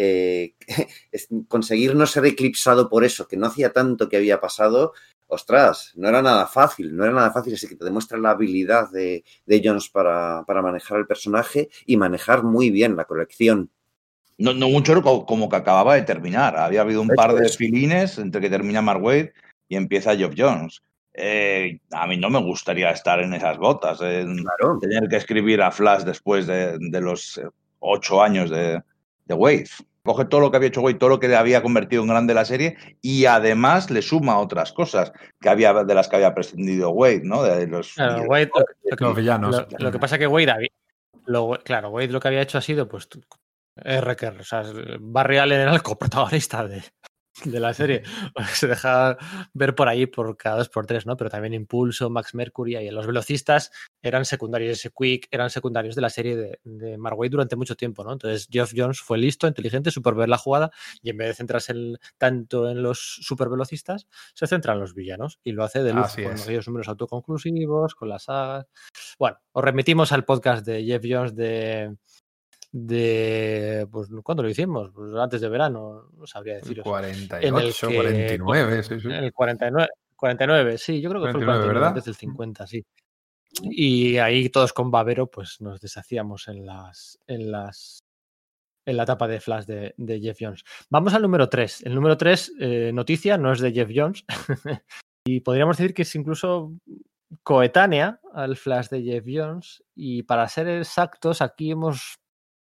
Conseguir no ser eclipsado por eso, que no hacía tanto que había pasado, ostras, no era nada fácil. Así que te demuestra la habilidad de Johns para manejar el personaje y manejar muy bien la colección. No mucho como que acababa de terminar. Había habido un par de filines entre que termina Mark Waid y empieza Geoff Johns. A mí no me gustaría estar en esas botas, claro. Tener que escribir a Flash después de los 8 años de Waid. Coge todo lo que había hecho Waid, todo lo que le había convertido en grande la serie, y además le suma otras cosas de las que había prescindido Waid, ¿no? De los villanos. Lo que pasa es que Waid Waid lo que había hecho ha sido pues o sea, Barry Allen era el coprotagonista de la serie. Se deja ver por ahí por cada 2x3, ¿no? Pero también Impulso, Max Mercury y los velocistas eran secundarios. Ese Quick eran secundarios de la serie de Mark Waid durante mucho tiempo, ¿no? Entonces Geoff Johns fue listo, inteligente, supo ver la jugada y en vez de centrarse tanto en los supervelocistas, se centra en los villanos y lo hace de lujo con aquellos números autoconclusivos, con las sagas. Bueno, os remitimos al podcast de Geoff Johns pues ¿cuándo lo hicimos? Pues antes de verano, no sabría deciros. 48, 49, sí. El 49, sí, yo creo que 49, fue el 49, ¿verdad? Antes del 50, sí. Y ahí todos con Bavero, pues nos deshacíamos en la etapa de Flash de Geoff Johns. Vamos al número 3. El número 3, noticia, no es de Geoff Johns. Y podríamos decir que es incluso coetánea al Flash de Geoff Johns. Y para ser exactos, aquí hemos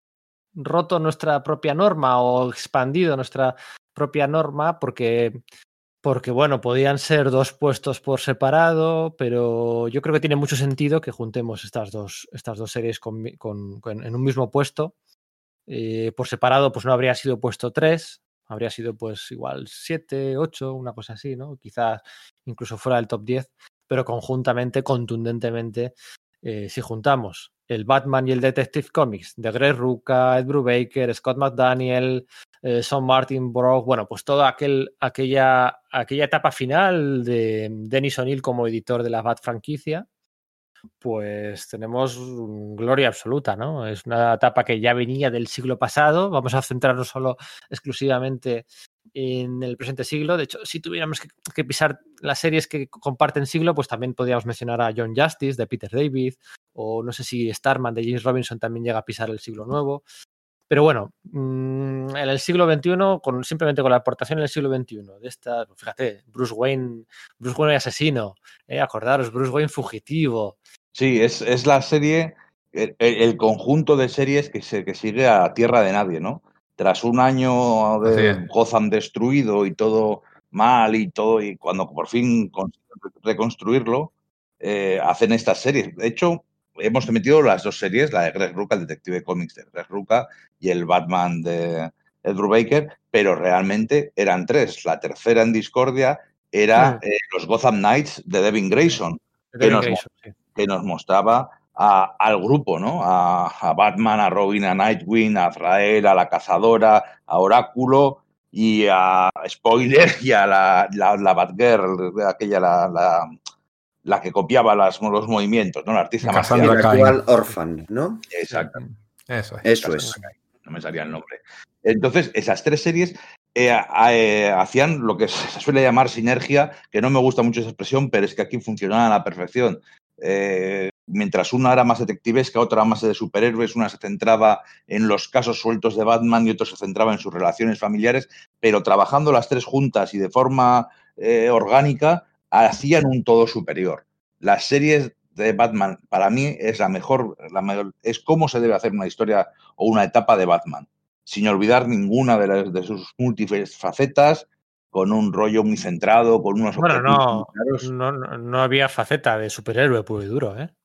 roto nuestra propia norma o expandido nuestra propia norma porque bueno, podían ser 2 puestos por separado, pero yo creo que tiene mucho sentido que juntemos estas dos series en un mismo puesto. Por separado, pues no habría sido puesto 3, habría sido pues igual 7, 8, una cosa así, ¿no? Quizás incluso fuera del top 10, pero conjuntamente, contundentemente, si juntamos el Batman y el Detective Comics de Greg Rucka, Ed Brubaker, Scott McDaniel, Sean Martin Brock, bueno, pues toda aquella etapa final de Dennis O'Neil como editor de la Bat franquicia, pues tenemos gloria absoluta, ¿no? Es una etapa que ya venía del siglo pasado. Vamos a centrarnos solo exclusivamente en el presente siglo. De hecho, si tuviéramos que pisar las series que comparten siglo, pues también podríamos mencionar a John Justice de Peter David, o no sé si Starman de James Robinson también llega a pisar el siglo nuevo. Pero bueno, en el siglo XXI, simplemente con la aportación en el siglo XXI de esta, fíjate, Bruce Wayne asesino, acordaros, Bruce Wayne fugitivo. Sí, es la serie, el conjunto de series que sigue a tierra de nadie, ¿no? Tras un año de Gotham destruido y todo mal y cuando por fin consiguen reconstruirlo, hacen estas series. De hecho, hemos metido las 2 series, la de Greg Rucka, el Detective Comics de Greg Rucka y el Batman de Ed Brubaker, pero realmente eran 3. La tercera en discordia era los Gotham Knights de Devin Grayson, que nos mostraba al grupo, ¿no? A Batman, a Robin, a Nightwing, a Azrael, a la Cazadora, a Oráculo y a Spoiler y a la Batgirl, aquella, la que copiaba los movimientos, ¿no? La artista marcial. El actual Orphan, ¿no? Exacto. Eso es. No me salía el nombre. Entonces, esas 3 series hacían lo que se suele llamar sinergia, que no me gusta mucho esa expresión, pero es que aquí funcionaba a la perfección. Mientras una era más detectivesca, otra más de superhéroes, una se centraba en los casos sueltos de Batman y otro se centraba en sus relaciones familiares, pero trabajando las 3 juntas y de forma orgánica, hacían un todo superior. Las series de Batman, para mí, es la mejor, es cómo se debe hacer una historia o una etapa de Batman, sin olvidar ninguna de sus múltiples facetas, con un rollo muy centrado, con unos objetivos muy claros. No había faceta de superhéroe puro y duro, ¿eh?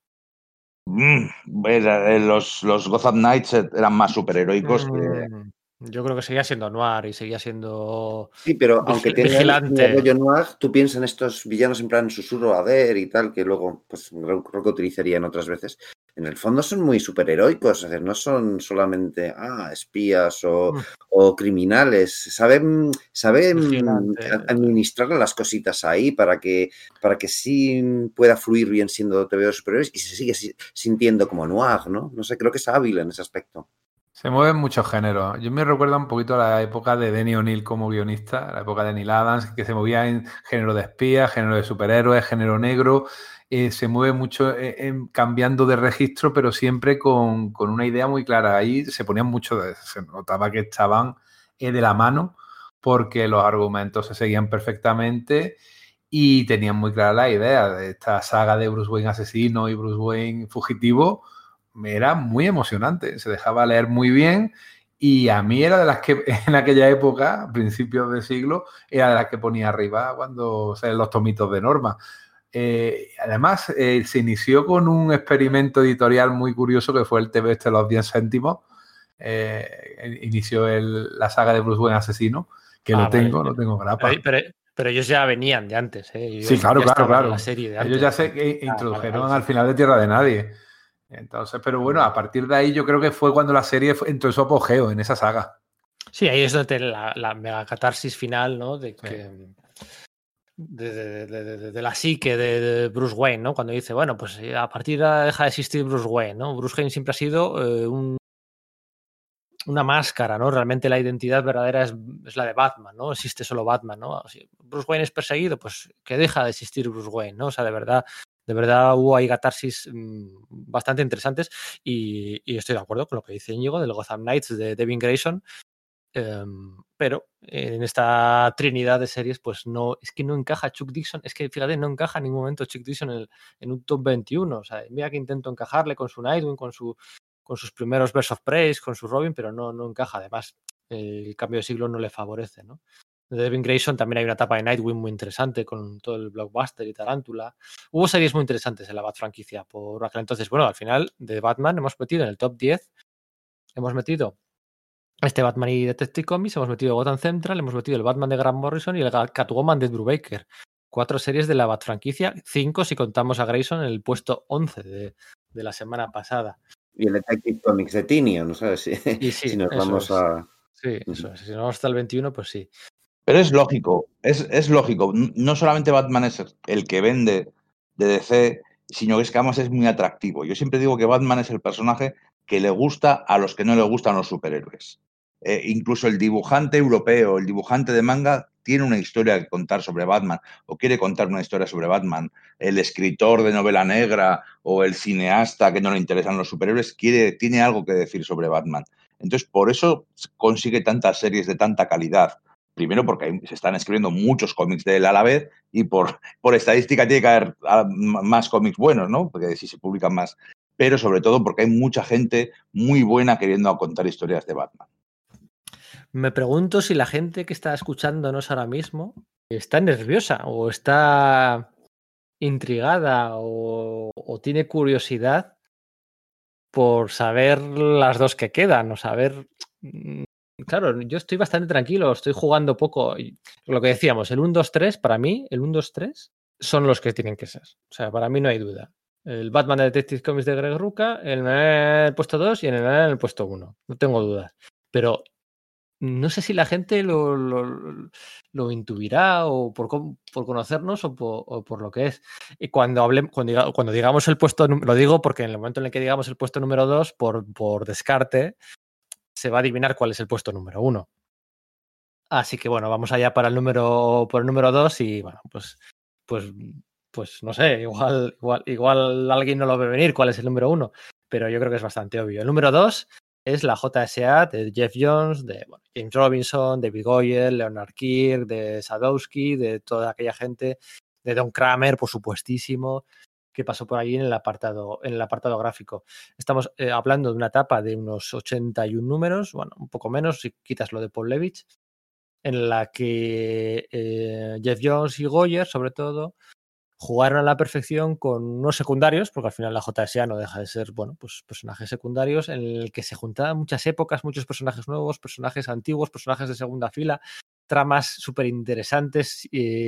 Los Gotham Knights eran más superheroicos que... Yo creo que seguía siendo noir y seguía siendo... Sí, pero aunque tenga un rollo noir, tú piensas en estos villanos en plan susurro a ver y tal, que luego pues creo que utilizarían otras veces. En el fondo son muy superheroicos, es decir, no son solamente espías o criminales. Saben administrar las cositas ahí para que sí pueda fluir bien siendo TV de superhéroes y se sigue sintiendo como noir, ¿no? No sé, creo que es hábil en ese aspecto. Se mueven muchos géneros. Yo me recuerdo un poquito a la época de Denny O'Neil como guionista, la época de Neil Adams, que se movía en género de espías, género de superhéroes, género negro. Se mueve mucho cambiando de registro, pero siempre con una idea muy clara. Ahí se ponían se notaba que estaban de la mano porque los argumentos se seguían perfectamente y tenían muy clara la idea de esta saga de Bruce Wayne asesino y Bruce Wayne fugitivo. Era muy emocionante, se dejaba leer muy bien y a mí era de las que en aquella época, a principios de siglo, era de las que ponía arriba cuando salen los tomitos de Norma. Además, se inició con un experimento editorial muy curioso que fue el TV los 10 céntimos. Inició la saga de Bruce Wayne asesino, que lo tengo grapa. Pero ellos ya venían de antes, ¿eh? Sí, claro. En la serie de antes. Ellos ya se introdujeron al final de Tierra de Nadie. Entonces, pero bueno, a partir de ahí yo creo que fue cuando la serie entró en su apogeo, en esa saga. Sí, ahí es donde la mega catarsis final, ¿no? De la psique de Bruce Wayne, ¿no? Cuando dice, bueno, pues a partir de ahora deja de existir Bruce Wayne, ¿no? Bruce Wayne siempre ha sido una máscara, ¿no? Realmente la identidad verdadera es la de Batman, ¿no? Existe solo Batman, ¿no? Si Bruce Wayne es perseguido, pues que deja de existir Bruce Wayne, ¿no? O sea, de verdad hubo ahí catarsis bastante interesantes y estoy de acuerdo con lo que dice Íñigo del Gotham Knights de Devin Grayson, pero en esta trinidad de series, pues no, es que no encaja Chuck Dixon, es que fíjate, no encaja en ningún momento Chuck Dixon en un top 21, o sea, mira que intento encajarle con su Nightwing, con sus primeros Birds of Prey, con su Robin, pero no encaja. Además, el cambio de siglo no le favorece, ¿no? De Devin Grayson también hay una etapa de Nightwing muy interesante con todo el Blockbuster y Tarántula. Hubo series muy interesantes en la Bat franquicia por aquel entonces. Bueno, al final de Batman hemos metido en el top 10, hemos metido este Batman y Detective Comics, hemos metido Gotham Central, hemos metido el Batman de Grant Morrison y el Catwoman de Drew Baker. 4 series de la Bat franquicia, 5 si contamos a Grayson en el puesto 11 de la semana pasada. Y el Detective Comics de Tinio, ¿no sabes? Si nos vamos a... Sí, eso es. Si nos vamos hasta el 21, pues sí. Pero es lógico, es lógico. No solamente Batman es el que vende de DC, sino que es que además es muy atractivo. Yo siempre digo que Batman es el personaje que le gusta a los que no le gustan los superhéroes. Incluso el dibujante europeo, el dibujante de manga, tiene una historia que contar sobre Batman o quiere contar una historia sobre Batman. El escritor de novela negra o el cineasta que no le interesan los superhéroes tiene algo que decir sobre Batman. Entonces, por eso consigue tantas series de tanta calidad. Primero porque se están escribiendo muchos cómics de él a la vez y por estadística tiene que haber más cómics buenos, ¿no? Porque si se publican más. Pero sobre todo porque hay mucha gente muy buena queriendo contar historias de Batman. Me pregunto si la gente que está escuchándonos ahora mismo está nerviosa o está intrigada o tiene curiosidad por saber las dos que quedan o saber... Claro, yo estoy bastante tranquilo, estoy jugando poco. Lo que decíamos, el 1, 2, 3, para mí, el 1, 2, 3 son los que tienen que ser. O sea, para mí no hay duda. El Batman de Detective Comics de Greg Rucka, en el puesto 2 y en el puesto 1. No tengo dudas. Pero no sé si la gente lo intuirá o por conocernos o por lo que es. Y cuando digamos el puesto, lo digo porque en el momento en el que digamos el puesto número 2, por descarte, se va a adivinar cuál es el puesto número 1. Así que bueno, vamos allá por el número 2 y bueno, pues no sé, igual alguien no lo ve venir cuál es el número 1, pero yo creo que es bastante obvio. El número 2 es la JSA de Geoff Johns, de James Robinson, David Goyer, Leonard Kirk, de Sadowski, de toda aquella gente, de Don Kramer, por supuestísimo, que pasó por allí en el apartado gráfico. Estamos hablando de una etapa de unos 81 números, bueno, un poco menos si quitas lo de Paul Levitch, en la que Geoff Johns y Goyer, sobre todo, jugaron a la perfección con unos secundarios, porque al final la JSA no deja de ser, bueno, pues personajes secundarios en el que se juntaban muchas épocas, muchos personajes nuevos, personajes antiguos, personajes de segunda fila, tramas súper interesantes,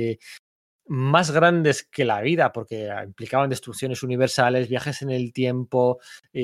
más grandes que la vida, porque implicaban destrucciones universales, viajes en el tiempo,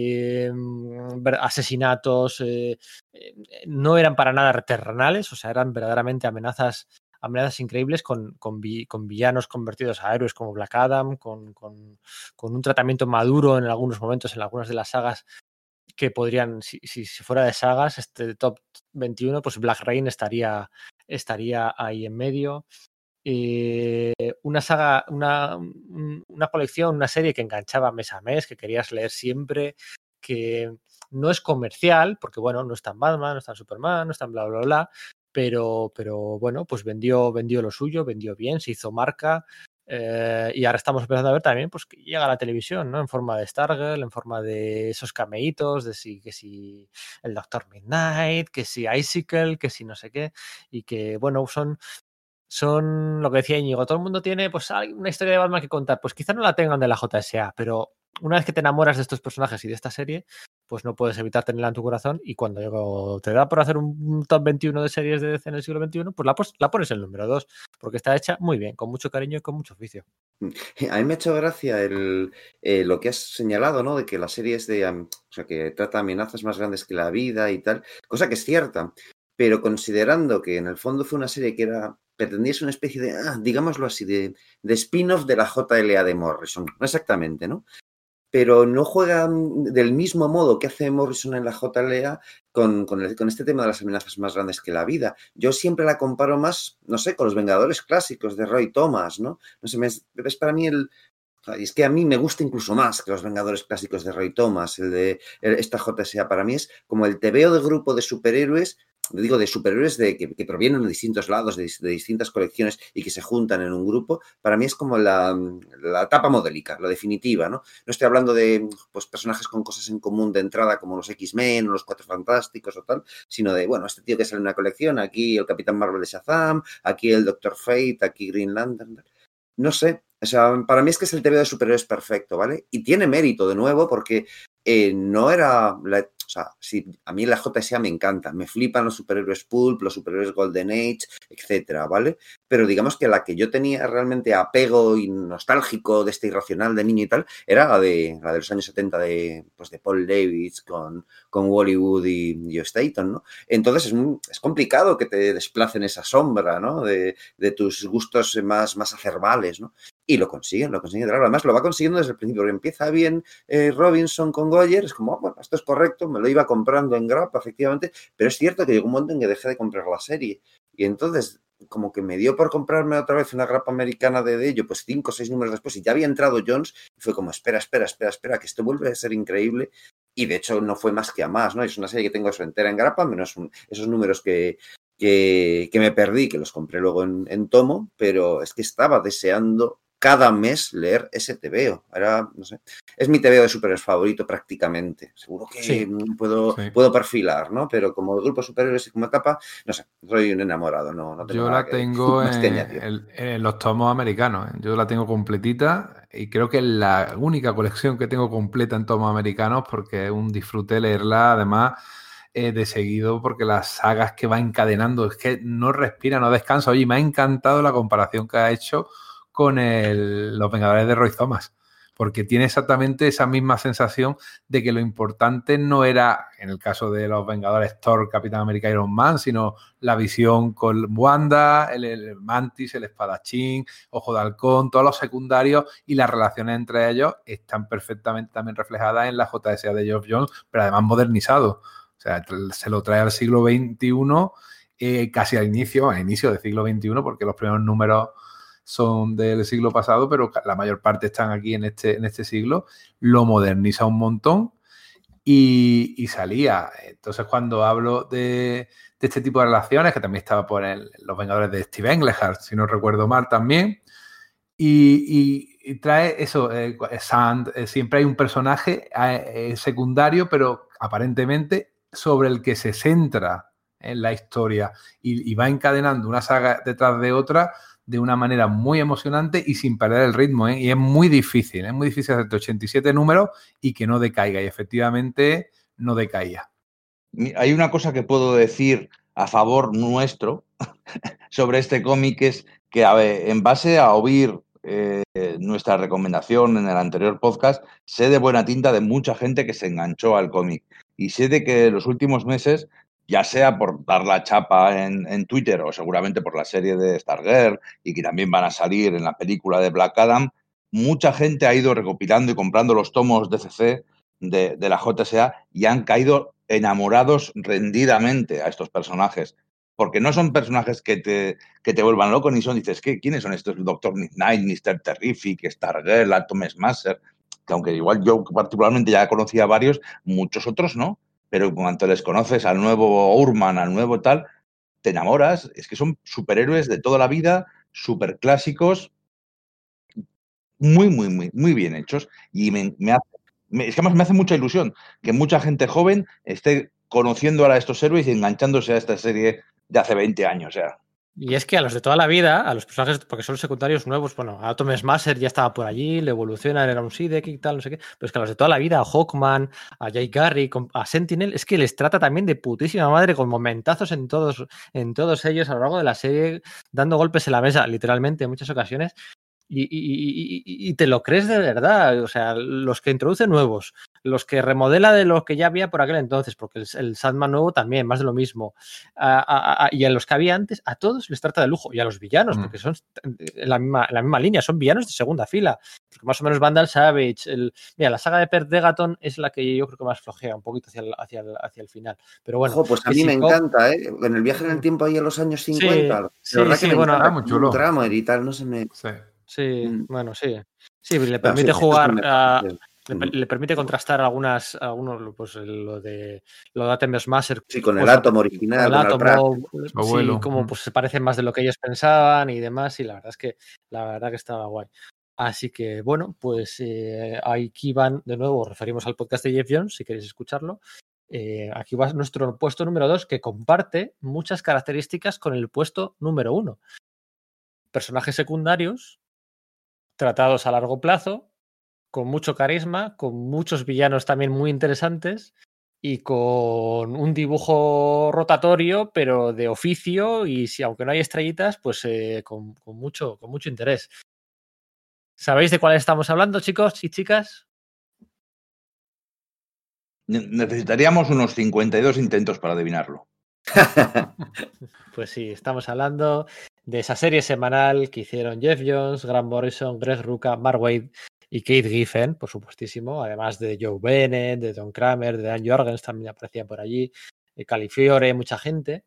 asesinatos, no eran para nada terrenales, o sea, eran verdaderamente amenazas increíbles con villanos convertidos a héroes como Black Adam, con un tratamiento maduro en algunos momentos, en algunas de las sagas que podrían, si fuera de sagas, este top 21, pues Black Rain estaría ahí en medio. Una saga, una colección, una serie que enganchaba mes a mes, que querías leer siempre, que no es comercial, porque bueno, no está en Batman, no está en Superman, no está en bla, bla, bla, pero bueno, pues vendió lo suyo, vendió bien, se hizo marca, y ahora estamos empezando a ver también pues que llega a la televisión, ¿no? En forma de Stargirl, en forma de esos cameitos, que si el Doctor Midnight, que si Icicle, que si no sé qué, y que bueno, son lo que decía Íñigo, todo el mundo tiene pues una historia de Batman que contar, pues quizá no la tengan de la JSA, pero una vez que te enamoras de estos personajes y de esta serie, pues no puedes evitar tenerla en tu corazón, y cuando te da por hacer un top 21 de series de DC en el siglo XXI, pues la pones en el número 2, porque está hecha muy bien, con mucho cariño y con mucho oficio. A mí me ha hecho gracia lo que has señalado, ¿no? De que la serie es o sea, que trata amenazas más grandes que la vida y tal, cosa que es cierta, pero considerando que en el fondo fue una serie que pretendía ser una especie de, digámoslo así, de spin-off de la JLA de Morrison, no exactamente, ¿no? Pero no juega del mismo modo que hace Morrison en la JLA con este tema de las amenazas más grandes que la vida. Yo siempre la comparo más, no sé, con los Vengadores clásicos de Roy Thomas, ¿no? No sé, es para mí es que a mí me gusta incluso más que los Vengadores clásicos de Roy Thomas, esta JSA. Para mí es como el tebeo de grupo de superhéroes, digo, de superhéroes que provienen de distintos lados, de distintas colecciones y que se juntan en un grupo. Para mí es como la etapa modélica, la definitiva, ¿no? No estoy hablando de pues, personajes con cosas en común de entrada como los X-Men o los Cuatro Fantásticos o tal, sino de, bueno, este tío que sale en una colección, aquí el Capitán Marvel de Shazam, aquí el Doctor Fate, aquí Green Lantern. No sé, o sea, para mí es que es el TVO de superhéroes perfecto, ¿vale? Y tiene mérito, de nuevo, porque no era... O sea, sí, a mí la JSA me encanta, me flipan los superhéroes Pulp, los superhéroes Golden Age, etcétera, ¿vale? Pero digamos que la que yo tenía realmente apego y nostálgico de este irracional de niño y tal, era la de los años 70 de Paul Davis con Wally Wood y Joe Staton, ¿no? Entonces es complicado que te desplacen esa sombra, ¿no? De tus gustos más acerbales, ¿no? Y lo consiguen, claro. Además, lo va consiguiendo desde el principio. Empieza bien Robinson con Goyer, es como, bueno, esto es correcto, me lo iba comprando en Grappa, efectivamente, pero es cierto que llegó un momento en que dejé de comprar la serie. Y entonces, como que me dio por comprarme otra vez una grapa americana de ello, pues 5 o 6 números después, y ya había entrado Jones, y fue como, espera, que esto vuelve a ser increíble. Y de hecho, no fue más que a más, ¿no? Es una serie que tengo eso entera en grapa, menos esos números que me perdí, que los compré luego en tomo, pero es que estaba deseando cada mes leer ese TVO. Ahora, no sé, es mi TVO de superhéroes favorito prácticamente. Seguro que Sí. puedo perfilar, ¿no? Pero como el grupo de superhéroes y como etapa, no sé, soy un enamorado, no tengo Yo nada la tengo más que añadir. en los tomos americanos. Yo la tengo completita y creo que es la única colección que tengo completa en tomos americanos porque es un disfrute leerla, además, de seguido, porque las sagas que va encadenando es que no respira, no descansa. Oye, me ha encantado la comparación que ha hecho con los Vengadores de Roy Thomas, porque tiene exactamente esa misma sensación de que lo importante no era, en el caso de los Vengadores, Thor, Capitán América y Iron Man, sino la visión con Wanda, el Mantis, el espadachín, Ojo de Halcón, todos los secundarios y las relaciones entre ellos están perfectamente también reflejadas en la JSA de Geoff Johns, pero además modernizado. O sea, se lo trae al siglo XXI, casi a inicio del siglo XXI, porque los primeros números son del siglo pasado, pero la mayor parte están aquí en este siglo. Lo moderniza un montón y salía. Entonces, cuando hablo de este tipo de relaciones, que también estaba por Los Vengadores de Steve Englehart, si no recuerdo mal también, y trae eso, Sand, siempre hay un personaje secundario, pero aparentemente sobre el que se centra en la historia y va encadenando una saga detrás de otra de una manera muy emocionante y sin perder el ritmo, ¿eh? Y es muy difícil hacerte 87 números y que no decaiga, y efectivamente no decaía. Hay una cosa que puedo decir a favor nuestro sobre este cómic, es que, a ver, en base a oír nuestra recomendación en el anterior podcast, sé de buena tinta de mucha gente que se enganchó al cómic, y sé de que en los últimos meses, ya sea por dar la chapa en Twitter o seguramente por la serie de Stargirl, y que también van a salir en la película de Black Adam, mucha gente ha ido recopilando y comprando los tomos de CC de la JSA y han caído enamorados rendidamente a estos personajes. Porque no son personajes que te vuelvan loco, ni son, dices, ¿quiénes son estos? Doctor Midnight, Mr. Terrific, Stargirl, Atom Smasher, que aunque igual yo particularmente ya conocía a varios, muchos otros no, pero cuando les conoces al nuevo Urman, al nuevo tal, te enamoras. Es que son superhéroes de toda la vida, super clásicos, muy bien hechos, y es que además me hace mucha ilusión que mucha gente joven esté conociendo ahora a estos héroes y enganchándose a esta serie de hace 20 años ya. Y es que a los de toda la vida, a los personajes, porque son secundarios nuevos, bueno, Atom Smasher ya estaba por allí, le evolucionan, era un Sidek y tal, no sé qué, pero es que a los de toda la vida, a Hawkman, a Jay Garrick, a Sentinel, es que les trata también de putísima madre, con momentazos en todos ellos a lo largo de la serie, dando golpes en la mesa, literalmente, en muchas ocasiones. Y te lo crees de verdad, o sea, los que introducen nuevos, los que remodela de los que ya había por aquel entonces, porque el Sandman nuevo también, más de lo mismo, y a los que había antes, a todos les trata de lujo, y a los villanos, porque son en la misma línea, son villanos de segunda fila, porque más o menos Vandal Savage, mira, la saga de Perth Degaton es la que yo creo que más flojea un poquito hacia el final, pero bueno. Ojo, pues a mí me encanta, ¿eh? En el viaje en el tiempo ahí en los años 50, sí, bueno, muy chulo. Kramer y tal, no se me... Sí, bueno, sí. Sí, le permite jugar le permite contrastar algunos, pues lo de Atom Smasher. Sí, con el pues, átomo original, con el átomo, sí, como pues se parece más de lo que ellos pensaban y demás, y la verdad que estaba guay. Así que, bueno, pues aquí van, de nuevo, referimos al podcast de Jeff Jones, si queréis escucharlo. Aquí va nuestro puesto número 2, que comparte muchas características con el puesto número 1. Personajes secundarios tratados a largo plazo, con mucho carisma, con muchos villanos también muy interesantes y con un dibujo rotatorio, pero de oficio, y si aunque no hay estrellitas, pues con mucho interés. ¿Sabéis de cuál estamos hablando, chicos y chicas? Necesitaríamos unos 52 intentos para adivinarlo. Pues sí, estamos hablando de esa serie semanal que hicieron Jeff Jones, Grant Morrison, Greg Rucka, Mark Waid y Kate Giffen, por supuestísimo, además de Joe Bennett, de Don Kramer, de Dan Jorgens también aparecía por allí, Califiore, mucha gente,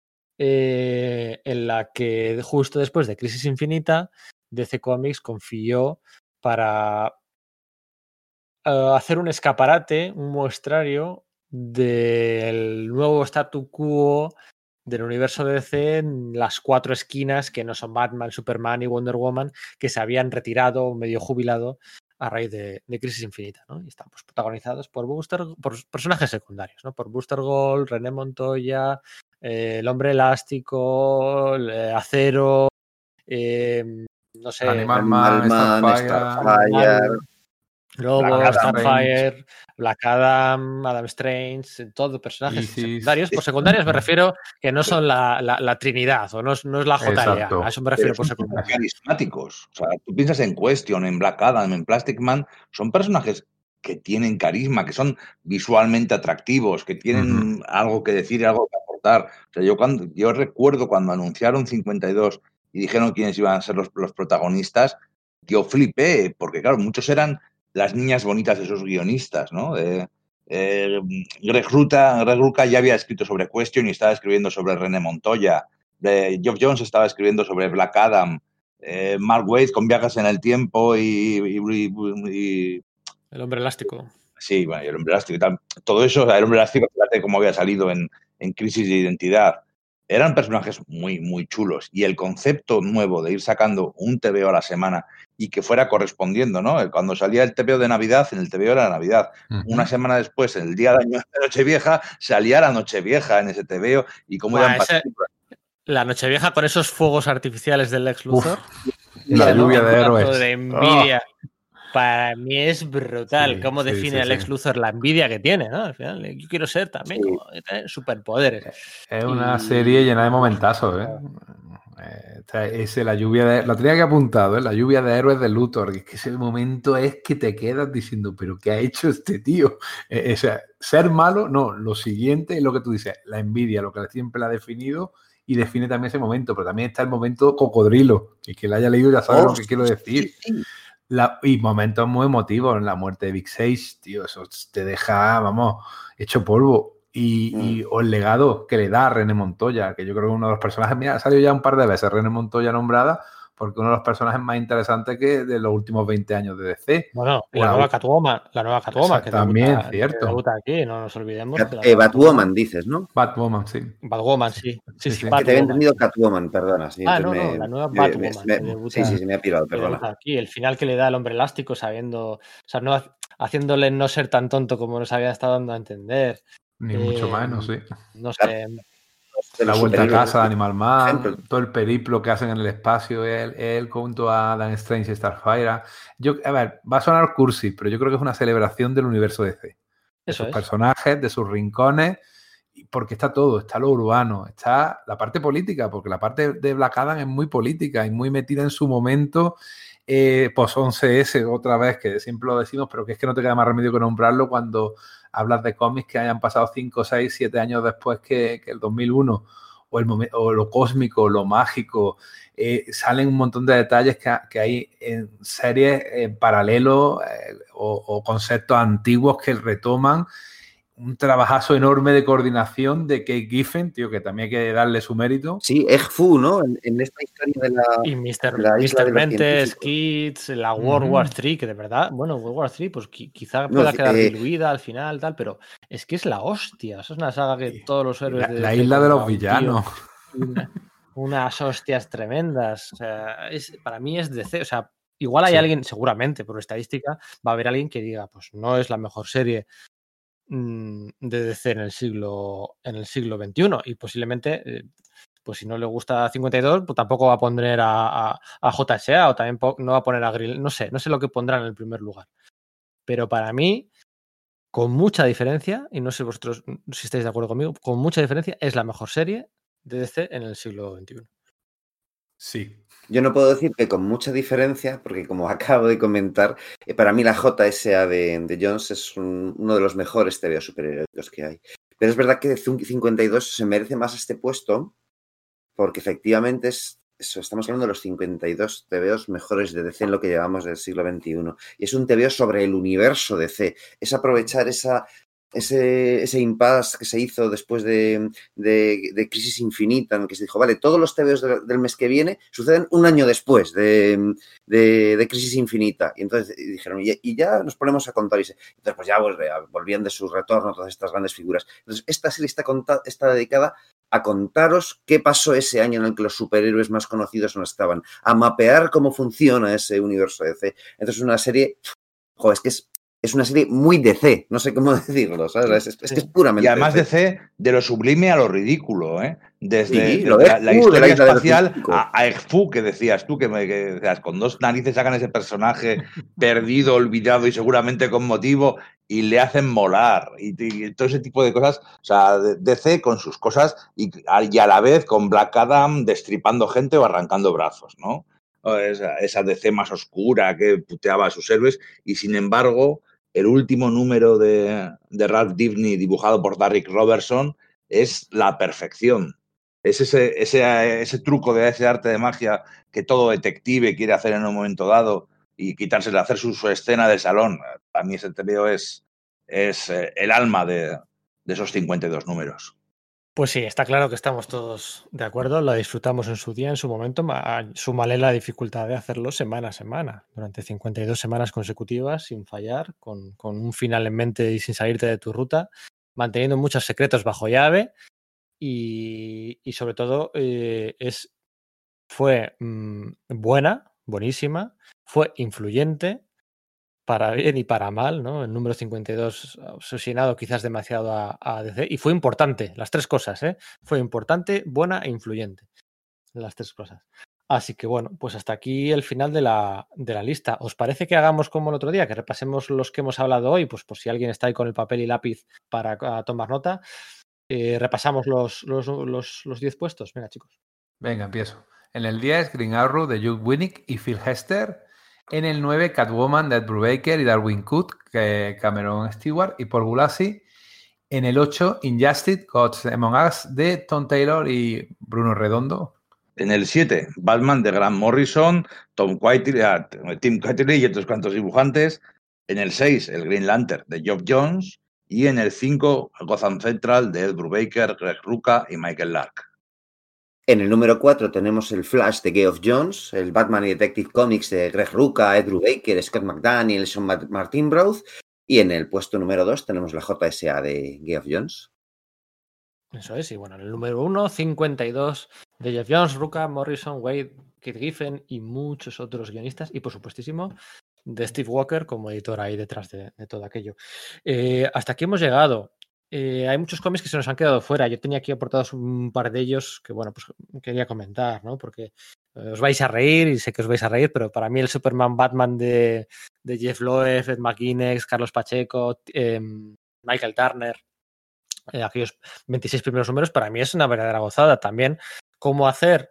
en la que justo después de Crisis Infinita, DC Comics confió para hacer un escaparate, un muestrario del nuevo statu quo del universo de DC en las 4 esquinas que no son Batman, Superman y Wonder Woman, que se habían retirado, medio jubilado a raíz de Crisis Infinita, ¿no? Y están pues, protagonizados por personajes secundarios, ¿no? Por Booster Gold, René Montoya, el Hombre Elástico, Acero, no sé, Animal Man, Starfire, Lobo, Starfire, Black Adam, Adam Strange, todos personajes secundarios. Por secundarios me refiero que no son la Trinidad o no es la JLA. Exacto. A eso me refiero por son secundarios. Carismáticos. O sea, tú piensas en Question, en Black Adam, en Plastic Man, son personajes que tienen carisma, que son visualmente atractivos, que tienen algo que decir y algo que aportar. O sea, yo recuerdo cuando anunciaron 52 y dijeron quiénes iban a ser los protagonistas, yo flipé, porque claro, muchos eran las niñas bonitas de esos guionistas, ¿no? Greg Rucka ya había escrito sobre Question y estaba escribiendo sobre René Montoya. Geoff Jones estaba escribiendo sobre Black Adam. Mark Waid con Viajes en el Tiempo y El Hombre Elástico. Sí, bueno, y el Hombre Elástico y tal. Todo eso, o sea, el Hombre Elástico, fíjate cómo había salido en Crisis de Identidad. Eran personajes muy, muy chulos. Y el concepto nuevo de ir sacando un TVO a la semana y que fuera correspondiendo, ¿no? Cuando salía el TVO de Navidad, en el TVO era Navidad. Una semana después, el día de Nochevieja, salía la Nochevieja en ese TVO y cómo iban pasando. La Nochevieja con esos fuegos artificiales del Lex Luthor. La lluvia de héroes. De envidia. Para mí es brutal cómo define Lex Luthor la envidia que tiene, ¿no? Al final, yo quiero ser también como tener superpoderes. Es una serie llena de momentazos, la lluvia de... Lo tenía que apuntado, la lluvia de héroes de Luthor. Es que ese momento es que te quedas diciendo, ¿pero qué ha hecho este tío? O sea, ser malo, no. Lo siguiente es lo que tú dices, la envidia, lo que siempre la ha definido y define también ese momento. Pero también está el momento cocodrilo. Y que lo haya leído ya sabe lo que quiero decir. Y momentos muy emotivos en la muerte de Big Sage, tío, eso te deja, vamos, hecho polvo. O el legado que le da a René Montoya, que yo creo que uno de los personajes, mira, ha salido ya un par de veces René Montoya nombrada, porque uno de los personajes más interesantes que de los últimos 20 años de DC. Bueno, la nueva Catwoman, que también, cierto. Que debuta aquí, no nos olvidemos. Batwoman dices, ¿no? Batwoman, sí. Batwoman, sí. Sí. Que te había entendido Catwoman, perdona. Sí, la nueva Batwoman. Sí, me ha pirado, perdona. Aquí, el final que le da al Hombre Elástico sabiendo, o sea, no, haciéndole no ser tan tonto como nos había estado dando a entender. Ni mucho menos, sí. No sé. de La los vuelta a superhéroes. casa de Animal Man, ejemplo. todo el periplo que hacen en el espacio, él junto a Dan Strange y Starfire. A ver, va a sonar cursi, pero yo creo que es una celebración del universo DC. De Eso sus es. personajes, de sus rincones, porque está todo, está lo urbano, está la parte política, porque la parte de Black Adam es muy política y muy metida en su momento, pues 11S otra vez, que siempre lo decimos, pero que es que no te queda más remedio que nombrarlo cuando hablas de cómics que hayan pasado 5, 6, 7 años después que el 2001, o lo cósmico, lo mágico, salen un montón de detalles que hay en series en paralelo o conceptos antiguos que retoman un trabajazo enorme de coordinación de Kate Giffen, tío, que también hay que darle su mérito. Sí, Egg-Fu, ¿no? En esta historia de Y la isla de los Mentes, científicos. Kids, la World War 3, que de verdad, bueno, World War 3, pues quizá No, pueda quedar diluida al final, tal, pero es que es la hostia. Eso es una saga que todos los héroes de La DC isla de contra los un tío, villanos. unas hostias tremendas. O sea, para mí es DC. O sea, igual hay Sí. alguien, seguramente, por estadística, va a haber alguien que diga, pues no es la mejor serie de DC en el siglo XXI y posiblemente, pues si no le gusta 52, pues tampoco va a poner a JSA o también no va a poner a Grill, no sé lo que pondrá en el primer lugar. Pero para mí, con mucha diferencia, y no sé vosotros si estáis de acuerdo conmigo, con mucha diferencia es la mejor serie de DC en el siglo XXI. Sí. Yo no puedo decir que con mucha diferencia, porque como acabo de comentar, para mí la JSA de Jones es uno de los mejores TVO superheroicos que hay. Pero es verdad que 52 se merece más este puesto, porque efectivamente estamos hablando de los 52 TVOs mejores de DC en lo que llevamos del siglo XXI. Y es un TVO sobre el universo DC. Es aprovechar ese impasse que se hizo después de Crisis Infinita, en el que se dijo, vale, todos los TVOs del mes que viene suceden un año después de Crisis Infinita. Y entonces dijeron, y ya nos ponemos a contar. Entonces, pues ya volvían de su retorno todas estas grandes figuras. Entonces, esta serie está dedicada a contaros qué pasó ese año en el que los superhéroes más conocidos no estaban, a mapear cómo funciona ese universo DC. Entonces, es una serie, joder, es una serie muy DC, no sé cómo decirlo, ¿sabes? Es que es puramente Y además DC, de lo sublime a lo ridículo, ¿eh? Desde sí, la historia de la isla espacial a Egg-Fu, que decías tú, que decías, con dos narices sacan ese personaje perdido, olvidado y seguramente con motivo, y le hacen molar, y todo ese tipo de cosas. O sea, DC con sus cosas y a la vez con Black Adam destripando gente o arrancando brazos, ¿no? Esa DC más oscura que puteaba a sus héroes, y sin embargo el último número de Ralph Dibny dibujado por Darick Robertson es la perfección. Es ese truco de ese arte de magia que todo detective quiere hacer en un momento dado y quitárselo, hacer su escena del salón. A mí ese TVO es el alma de esos 52 números. Pues sí, está claro que estamos todos de acuerdo, la disfrutamos en su día, en su momento, súmale la dificultad de hacerlo semana a semana, durante 52 semanas consecutivas, sin fallar, con un final en mente y sin salirte de tu ruta, manteniendo muchos secretos bajo llave y sobre todo fue buenísima, fue influyente, para bien y para mal, ¿no? El número 52 obsesionado quizás demasiado a DC y fue importante, las tres cosas, ¿eh? Fue importante, buena e influyente, las tres cosas. Así que bueno, pues hasta aquí el final de la lista. ¿Os parece que hagamos como el otro día, que repasemos los que hemos hablado hoy? Pues por si alguien está ahí con el papel y lápiz para tomar nota, repasamos los 10 puestos. Venga, chicos. Venga, empiezo. En el 10, Green Arrow de Hugh Winnick y Phil Hester. En el 9, Catwoman de Ed Brubaker y Darwin Coote, Cameron Stewart y Paul Gulacy. En el 8, Injustice, Gods Among Us de Tom Taylor y Bruno Redondo. En el 7, Batman de Grant Morrison, Tim Quitely y otros cuantos dibujantes. En el 6, el Green Lantern de Geoff Johns. Y en el 5, Gotham Central de Ed Brubaker, Greg Rucka y Michael Lark. En el número 4 tenemos el Flash de Geoff Johns, el Batman y Detective Comics de Greg Rucka, Ed Brubaker, Scott McDaniel, Sean Martin Brough. Y en el puesto número 2 tenemos la JSA de Geoff Johns. Eso es, y bueno, en el número 1, 52 de Geoff Johns, Rucka, Morrison, Wade, Keith Giffen y muchos otros guionistas, y por supuestísimo de Steve Walker como editor ahí detrás de todo aquello. Hasta aquí hemos llegado. hay muchos cómics que se nos han quedado fuera. Yo tenía aquí aportados un par de ellos que, bueno, pues quería comentar, ¿no? Porque os vais a reír y sé que os vais a reír, pero para mí el Superman Batman de Jeff Loeb, Ed McGuinness, Carlos Pacheco, Michael Turner, aquellos 26 primeros números, para mí es una verdadera gozada. También cómo hacer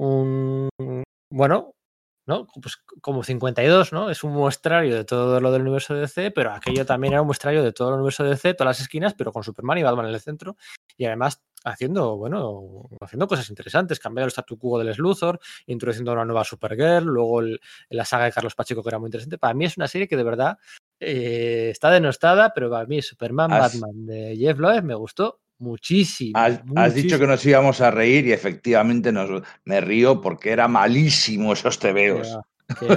bueno, ¿no? Pues como 52, ¿no? Es un muestrario de todo lo del universo de DC, pero aquello también era un muestrario de todo el universo de DC, todas las esquinas, pero con Superman y Batman en el centro, y además haciendo cosas interesantes, cambiando el statu quo del Luthor, introduciendo una nueva Supergirl, luego la saga de Carlos Pacheco, que era muy interesante. Para mí es una serie que de verdad está denostada, pero para mí Superman Batman de Jeff Loeb me gustó muchísimo. Has dicho que nos íbamos a reír y efectivamente me río porque era malísimo esos tebeos. Yo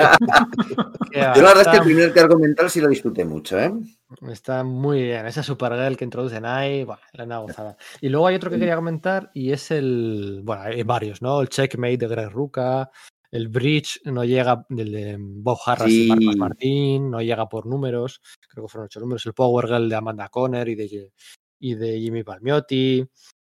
la verdad es que el primer argumental sí lo disfruté mucho, ¿eh? Está muy bien. Esa Supergirl que introducen ahí, bueno, la gozada. Y luego hay otro que quería comentar y es bueno, hay varios, ¿no? El Checkmate de Greg Rucka, el Bridge no llega, del de Bob Harras y Marcos Martín, no llega por números, creo que fueron 8 números. El Power Girl de Amanda Conner y de Jimmy Palmiotti,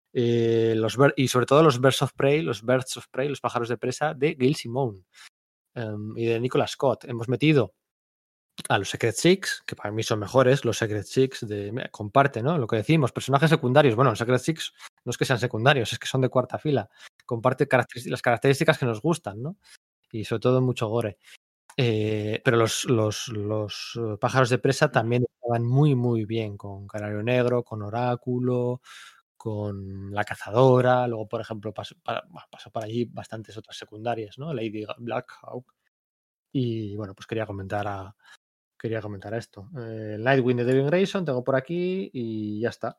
y sobre todo los Birds of Prey, los pájaros de presa de Gail Simone y de Nicolas Scott. Hemos metido a los Secret Six, que para mí son mejores, los Secret Six comparte, ¿no? Lo que decimos, personajes secundarios. Bueno, los Secret Six no es que sean secundarios, es que son de cuarta fila. Comparte las características que nos gustan, ¿no? Y sobre todo mucho gore. Pero los pájaros de presa también estaban muy, muy bien, con Canario Negro, con Oráculo, con La Cazadora. Luego, por ejemplo, pasó por allí bastantes otras secundarias, ¿no? Lady Blackhawk. Y bueno, pues quería comentar esto. Nightwing de Devin Grayson tengo por aquí y ya está.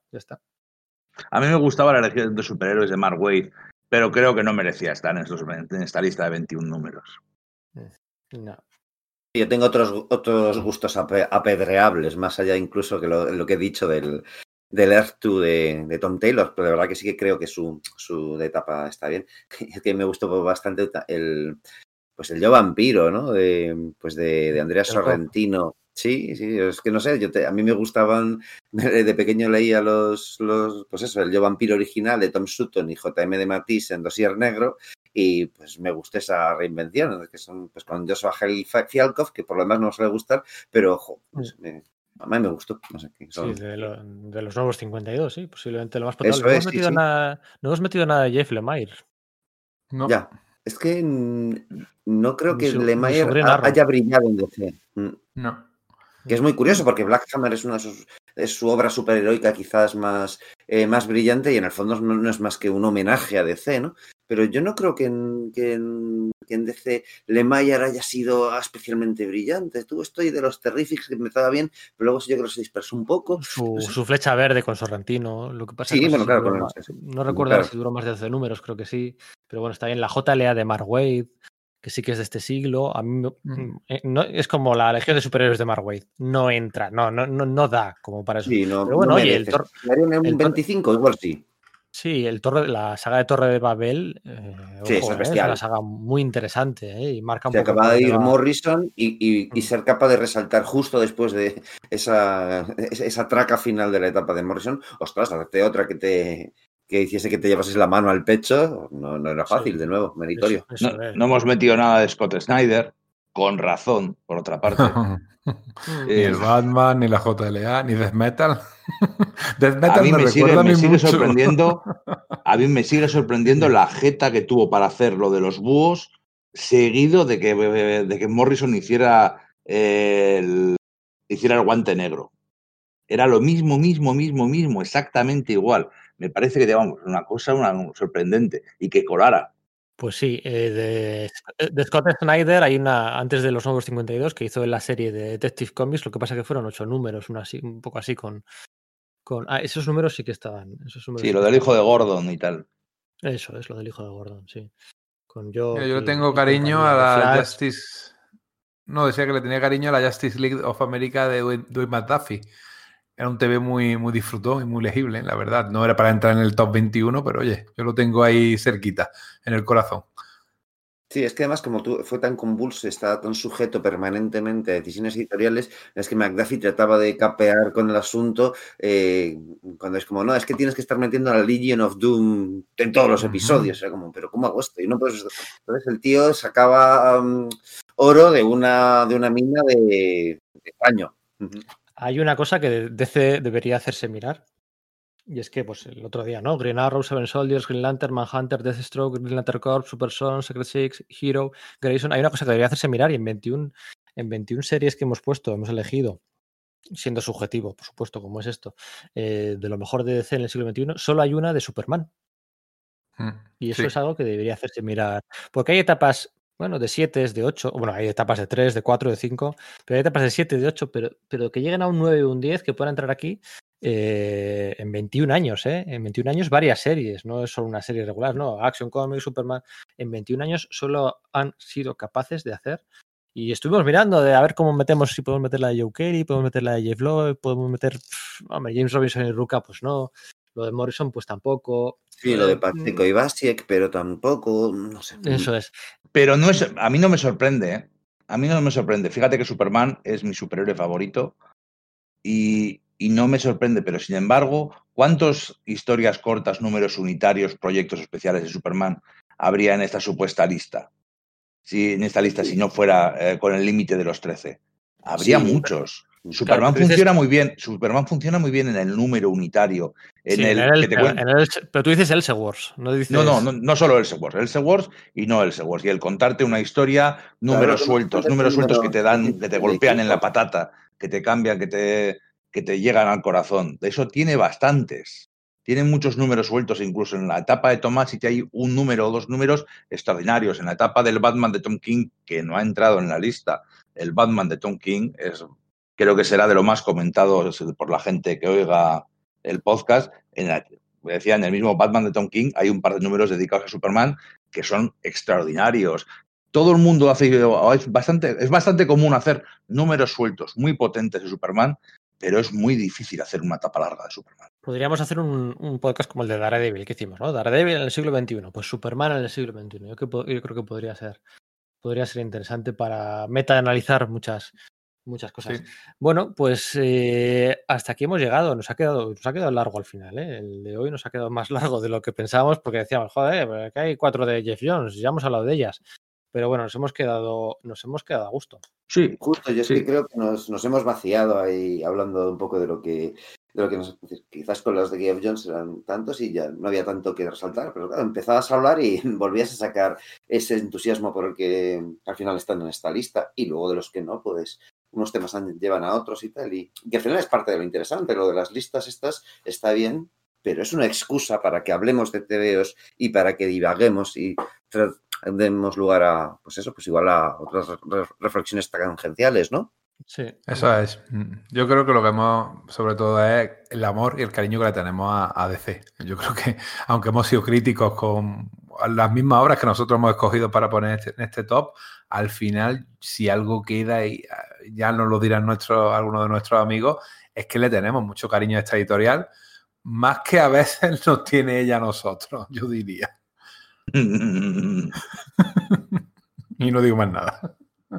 A mí me gustaba la Legión de Superhéroes de Mark Waid, pero creo que no merecía estar en esta lista de 21 números. No. Yo tengo otros gustos apedreables, más allá incluso que lo que he dicho del Earth 2 de Tom Taylor, pero de verdad que sí que creo que su de etapa está bien. Es que me gustó bastante el Yo Vampiro, ¿no? De Andrea Sorrentino. Sí, es que no sé, a mí me gustaban, de pequeño leía el Yo Vampiro original de Tom Sutton y J.M. de Matisse en Dossier Negro, y pues me gustó esa reinvención, que son pues con Joshua Fialkov, que por lo demás no me suele gustar, pero ojo, pues, a mí me gustó. No sé, sí, de los nuevos 52, sí, posiblemente lo más potable. No hemos metido nada de Jeff Lemire. No. Ya. Es que no creo que Lemire haya brillado en DC. No. Que es muy curioso porque Black Hammer es su obra superheroica quizás más brillante y en el fondo no es más que un homenaje a DC, ¿no? Pero yo no creo que en DC Lemire haya sido especialmente brillante. Estoy de los Terrifics que empezaba bien, pero luego yo creo que se dispersó un poco. Su flecha verde con Sorrentino. Lo que pasa sí, es que bueno, claro. No recuerdo si duró más de 12 números, creo que sí. Pero bueno, está bien. La JLA de Mark Waid, que sí que es de este siglo. A mí no, es como la Legión de Superhéroes de Mark Waid. No entra, no da como para eso. Sí, no, pero bueno, oye, el 25 igual sí. Sí, la saga de Torre de Babel sí, es una saga muy interesante y marca un poco. Se acaba de ir Morrison y Mm. ser capaz de resaltar justo después de esa traca final de la etapa de Morrison. Ostras, hacerte otra que hiciese que te llevases la mano al pecho, no era fácil, de nuevo, meritorio. No hemos metido nada de Scott Snyder, con razón, por otra parte. Ni el Batman, ni la JLA, ni Death Metal. Death Metal a mí me sigue sorprendiendo. A mí me sigue sorprendiendo la jeta que tuvo para hacer lo de los búhos, seguido de que Morrison hiciera el guante negro. Era lo mismo, exactamente igual. Me parece que digamos una cosa sorprendente y que colara. Pues sí, de Scott Snyder hay una antes de los nuevos 52 que hizo en la serie de Detective Comics, lo que pasa que fueron 8 números, un poco así con esos números sí que estaban. Sí, lo del hijo de Gordon y tal. Eso es, lo del hijo de Gordon, sí. Yo le tengo cariño a la Justice. No, decía que le tenía cariño a la Justice League of America de Dwayne McDuffie. Era un TV muy, muy disfrutón y muy legible, la verdad. No era para entrar en el top 21, pero oye, yo lo tengo ahí cerquita, en el corazón. Sí, es que además como tú fue tan convulso, estaba tan sujeto permanentemente a decisiones editoriales, es que McDuffie trataba de capear con el asunto cuando es como, no, es que tienes que estar metiendo a la Legion of Doom en todos los episodios. Era como, pero ¿cómo hago esto? Y no, pues, entonces el tío sacaba oro de una mina de paño. Hay una cosa que DC debería hacerse mirar. Y es que, pues, el otro día, ¿no? Green Arrow, Seven Soldiers, Green Lantern, Manhunter, Deathstroke, Green Lantern Corps, Super Son, Secret Six, Hero, Grayson. Hay una cosa que debería hacerse mirar y en 21 series que hemos elegido, siendo subjetivo, por supuesto, como es esto, de lo mejor de DC en el siglo XXI, solo hay una de Superman. Y eso es algo que debería hacerse mirar. Porque hay etapas, bueno, de 7, de 8, bueno, hay etapas de 3, de 4, de 5, pero hay etapas de 7, de 8, pero que lleguen a un 9 o un 10, que puedan entrar aquí en 21 años, ¿eh? En 21 años varias series, no es solo una serie regular, no, Action Comics, Superman, en 21 años solo han sido capaces de hacer, y estuvimos mirando de a ver cómo metemos, si podemos meter la de Joe Kelly, podemos meter la de Jeff Loeb, podemos meter, hombre, James Robinson y Rucka, pues no, lo de Morrison, pues tampoco. Sí, lo de Pacheco y Basiek, pero tampoco, no sé. Eso es. Pero no es, a mí no me sorprende, ¿eh? A mí no me sorprende. Fíjate que Superman es mi superhéroe favorito y no me sorprende, pero sin embargo, ¿cuántas historias cortas, números unitarios, proyectos especiales de Superman habría en esta supuesta lista? Si en esta lista, si no fuera con el límite de los 13. Habría muchos. Superman funciona muy bien. Superman funciona muy bien en el número unitario. Pero tú dices Elseworlds, no dices. No solo Elseworlds y no Elseworlds. Y el contarte una historia, números sueltos que te dan, que te golpean en la patata, que te cambian, que te llegan al corazón. De eso tiene bastantes. Tiene muchos números sueltos, incluso en la etapa de Thomas sí que hay un número o dos números extraordinarios. En la etapa del Batman de Tom King, que no ha entrado en la lista, el Batman de Tom King creo que será de lo más comentado por la gente que oiga el podcast. Decía, en el mismo Batman de Tom King hay un par de números dedicados a Superman que son extraordinarios. Todo el mundo es bastante común hacer números sueltos muy potentes de Superman, pero es muy difícil hacer una tapa larga de Superman. Podríamos hacer un podcast como el de Daredevil que hicimos, ¿no? Daredevil en el siglo XXI, pues Superman en el siglo XXI. Yo creo que podría ser interesante para meta-analizar muchas cosas. Sí. Bueno, pues hasta aquí hemos llegado. Nos ha quedado largo al final, ¿eh? El de hoy nos ha quedado más largo de lo que pensábamos porque decíamos, joder, aquí hay 4 de Jeff Jones, ya hemos hablado de ellas. Pero bueno, nos hemos quedado a gusto. Sí, justo, yo es que creo que nos hemos vaciado ahí hablando un poco de lo que quizás con las de Jeff Jones eran tantos y ya no había tanto que resaltar, pero claro, empezabas a hablar y volvías a sacar ese entusiasmo por el que al final están en esta lista y luego de los que no, pues unos temas llevan a otros y tal, y que al final es parte de lo interesante. Lo de las listas estas está bien, pero es una excusa para que hablemos de TVOs y para que divaguemos y demos lugar a, pues eso, pues igual a otras reflexiones tangenciales, ¿no? Sí. Eso es. Yo creo que lo que hemos, sobre todo, es el amor y el cariño que le tenemos a DC. Yo creo que, aunque hemos sido críticos con las mismas obras que nosotros hemos escogido para poner en este top, al final, si algo queda, y ya nos lo dirán algunos de nuestros amigos, es que le tenemos mucho cariño a esta editorial, más que a veces nos tiene ella a nosotros, yo diría. Y no digo más nada.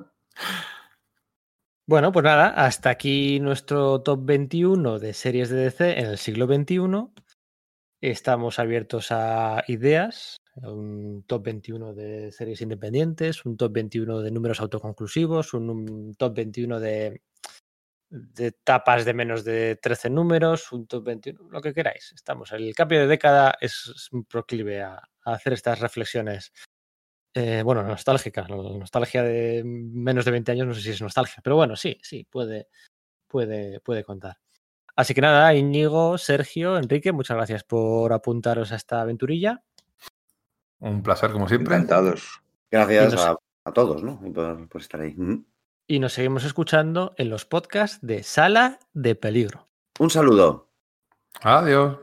Bueno, pues nada, hasta aquí nuestro top 21 de series de DC en el siglo XXI. Estamos abiertos a ideas, un top 21 de series independientes, un top 21 de números autoconclusivos, un top 21 de tapas de menos de 13 números, un top 21, lo que queráis. El cambio de década es un proclive a hacer estas reflexiones. Bueno, nostálgica. La nostalgia de menos de 20 años no sé si es nostalgia, pero bueno, sí, puede contar. Así que nada, Íñigo, Sergio, Enrique, muchas gracias por apuntaros a esta aventurilla. Un placer, como siempre. Encantados. Gracias a todos, ¿no? Por estar ahí. Y nos seguimos escuchando en los podcasts de Sala de Peligro. Un saludo. Adiós.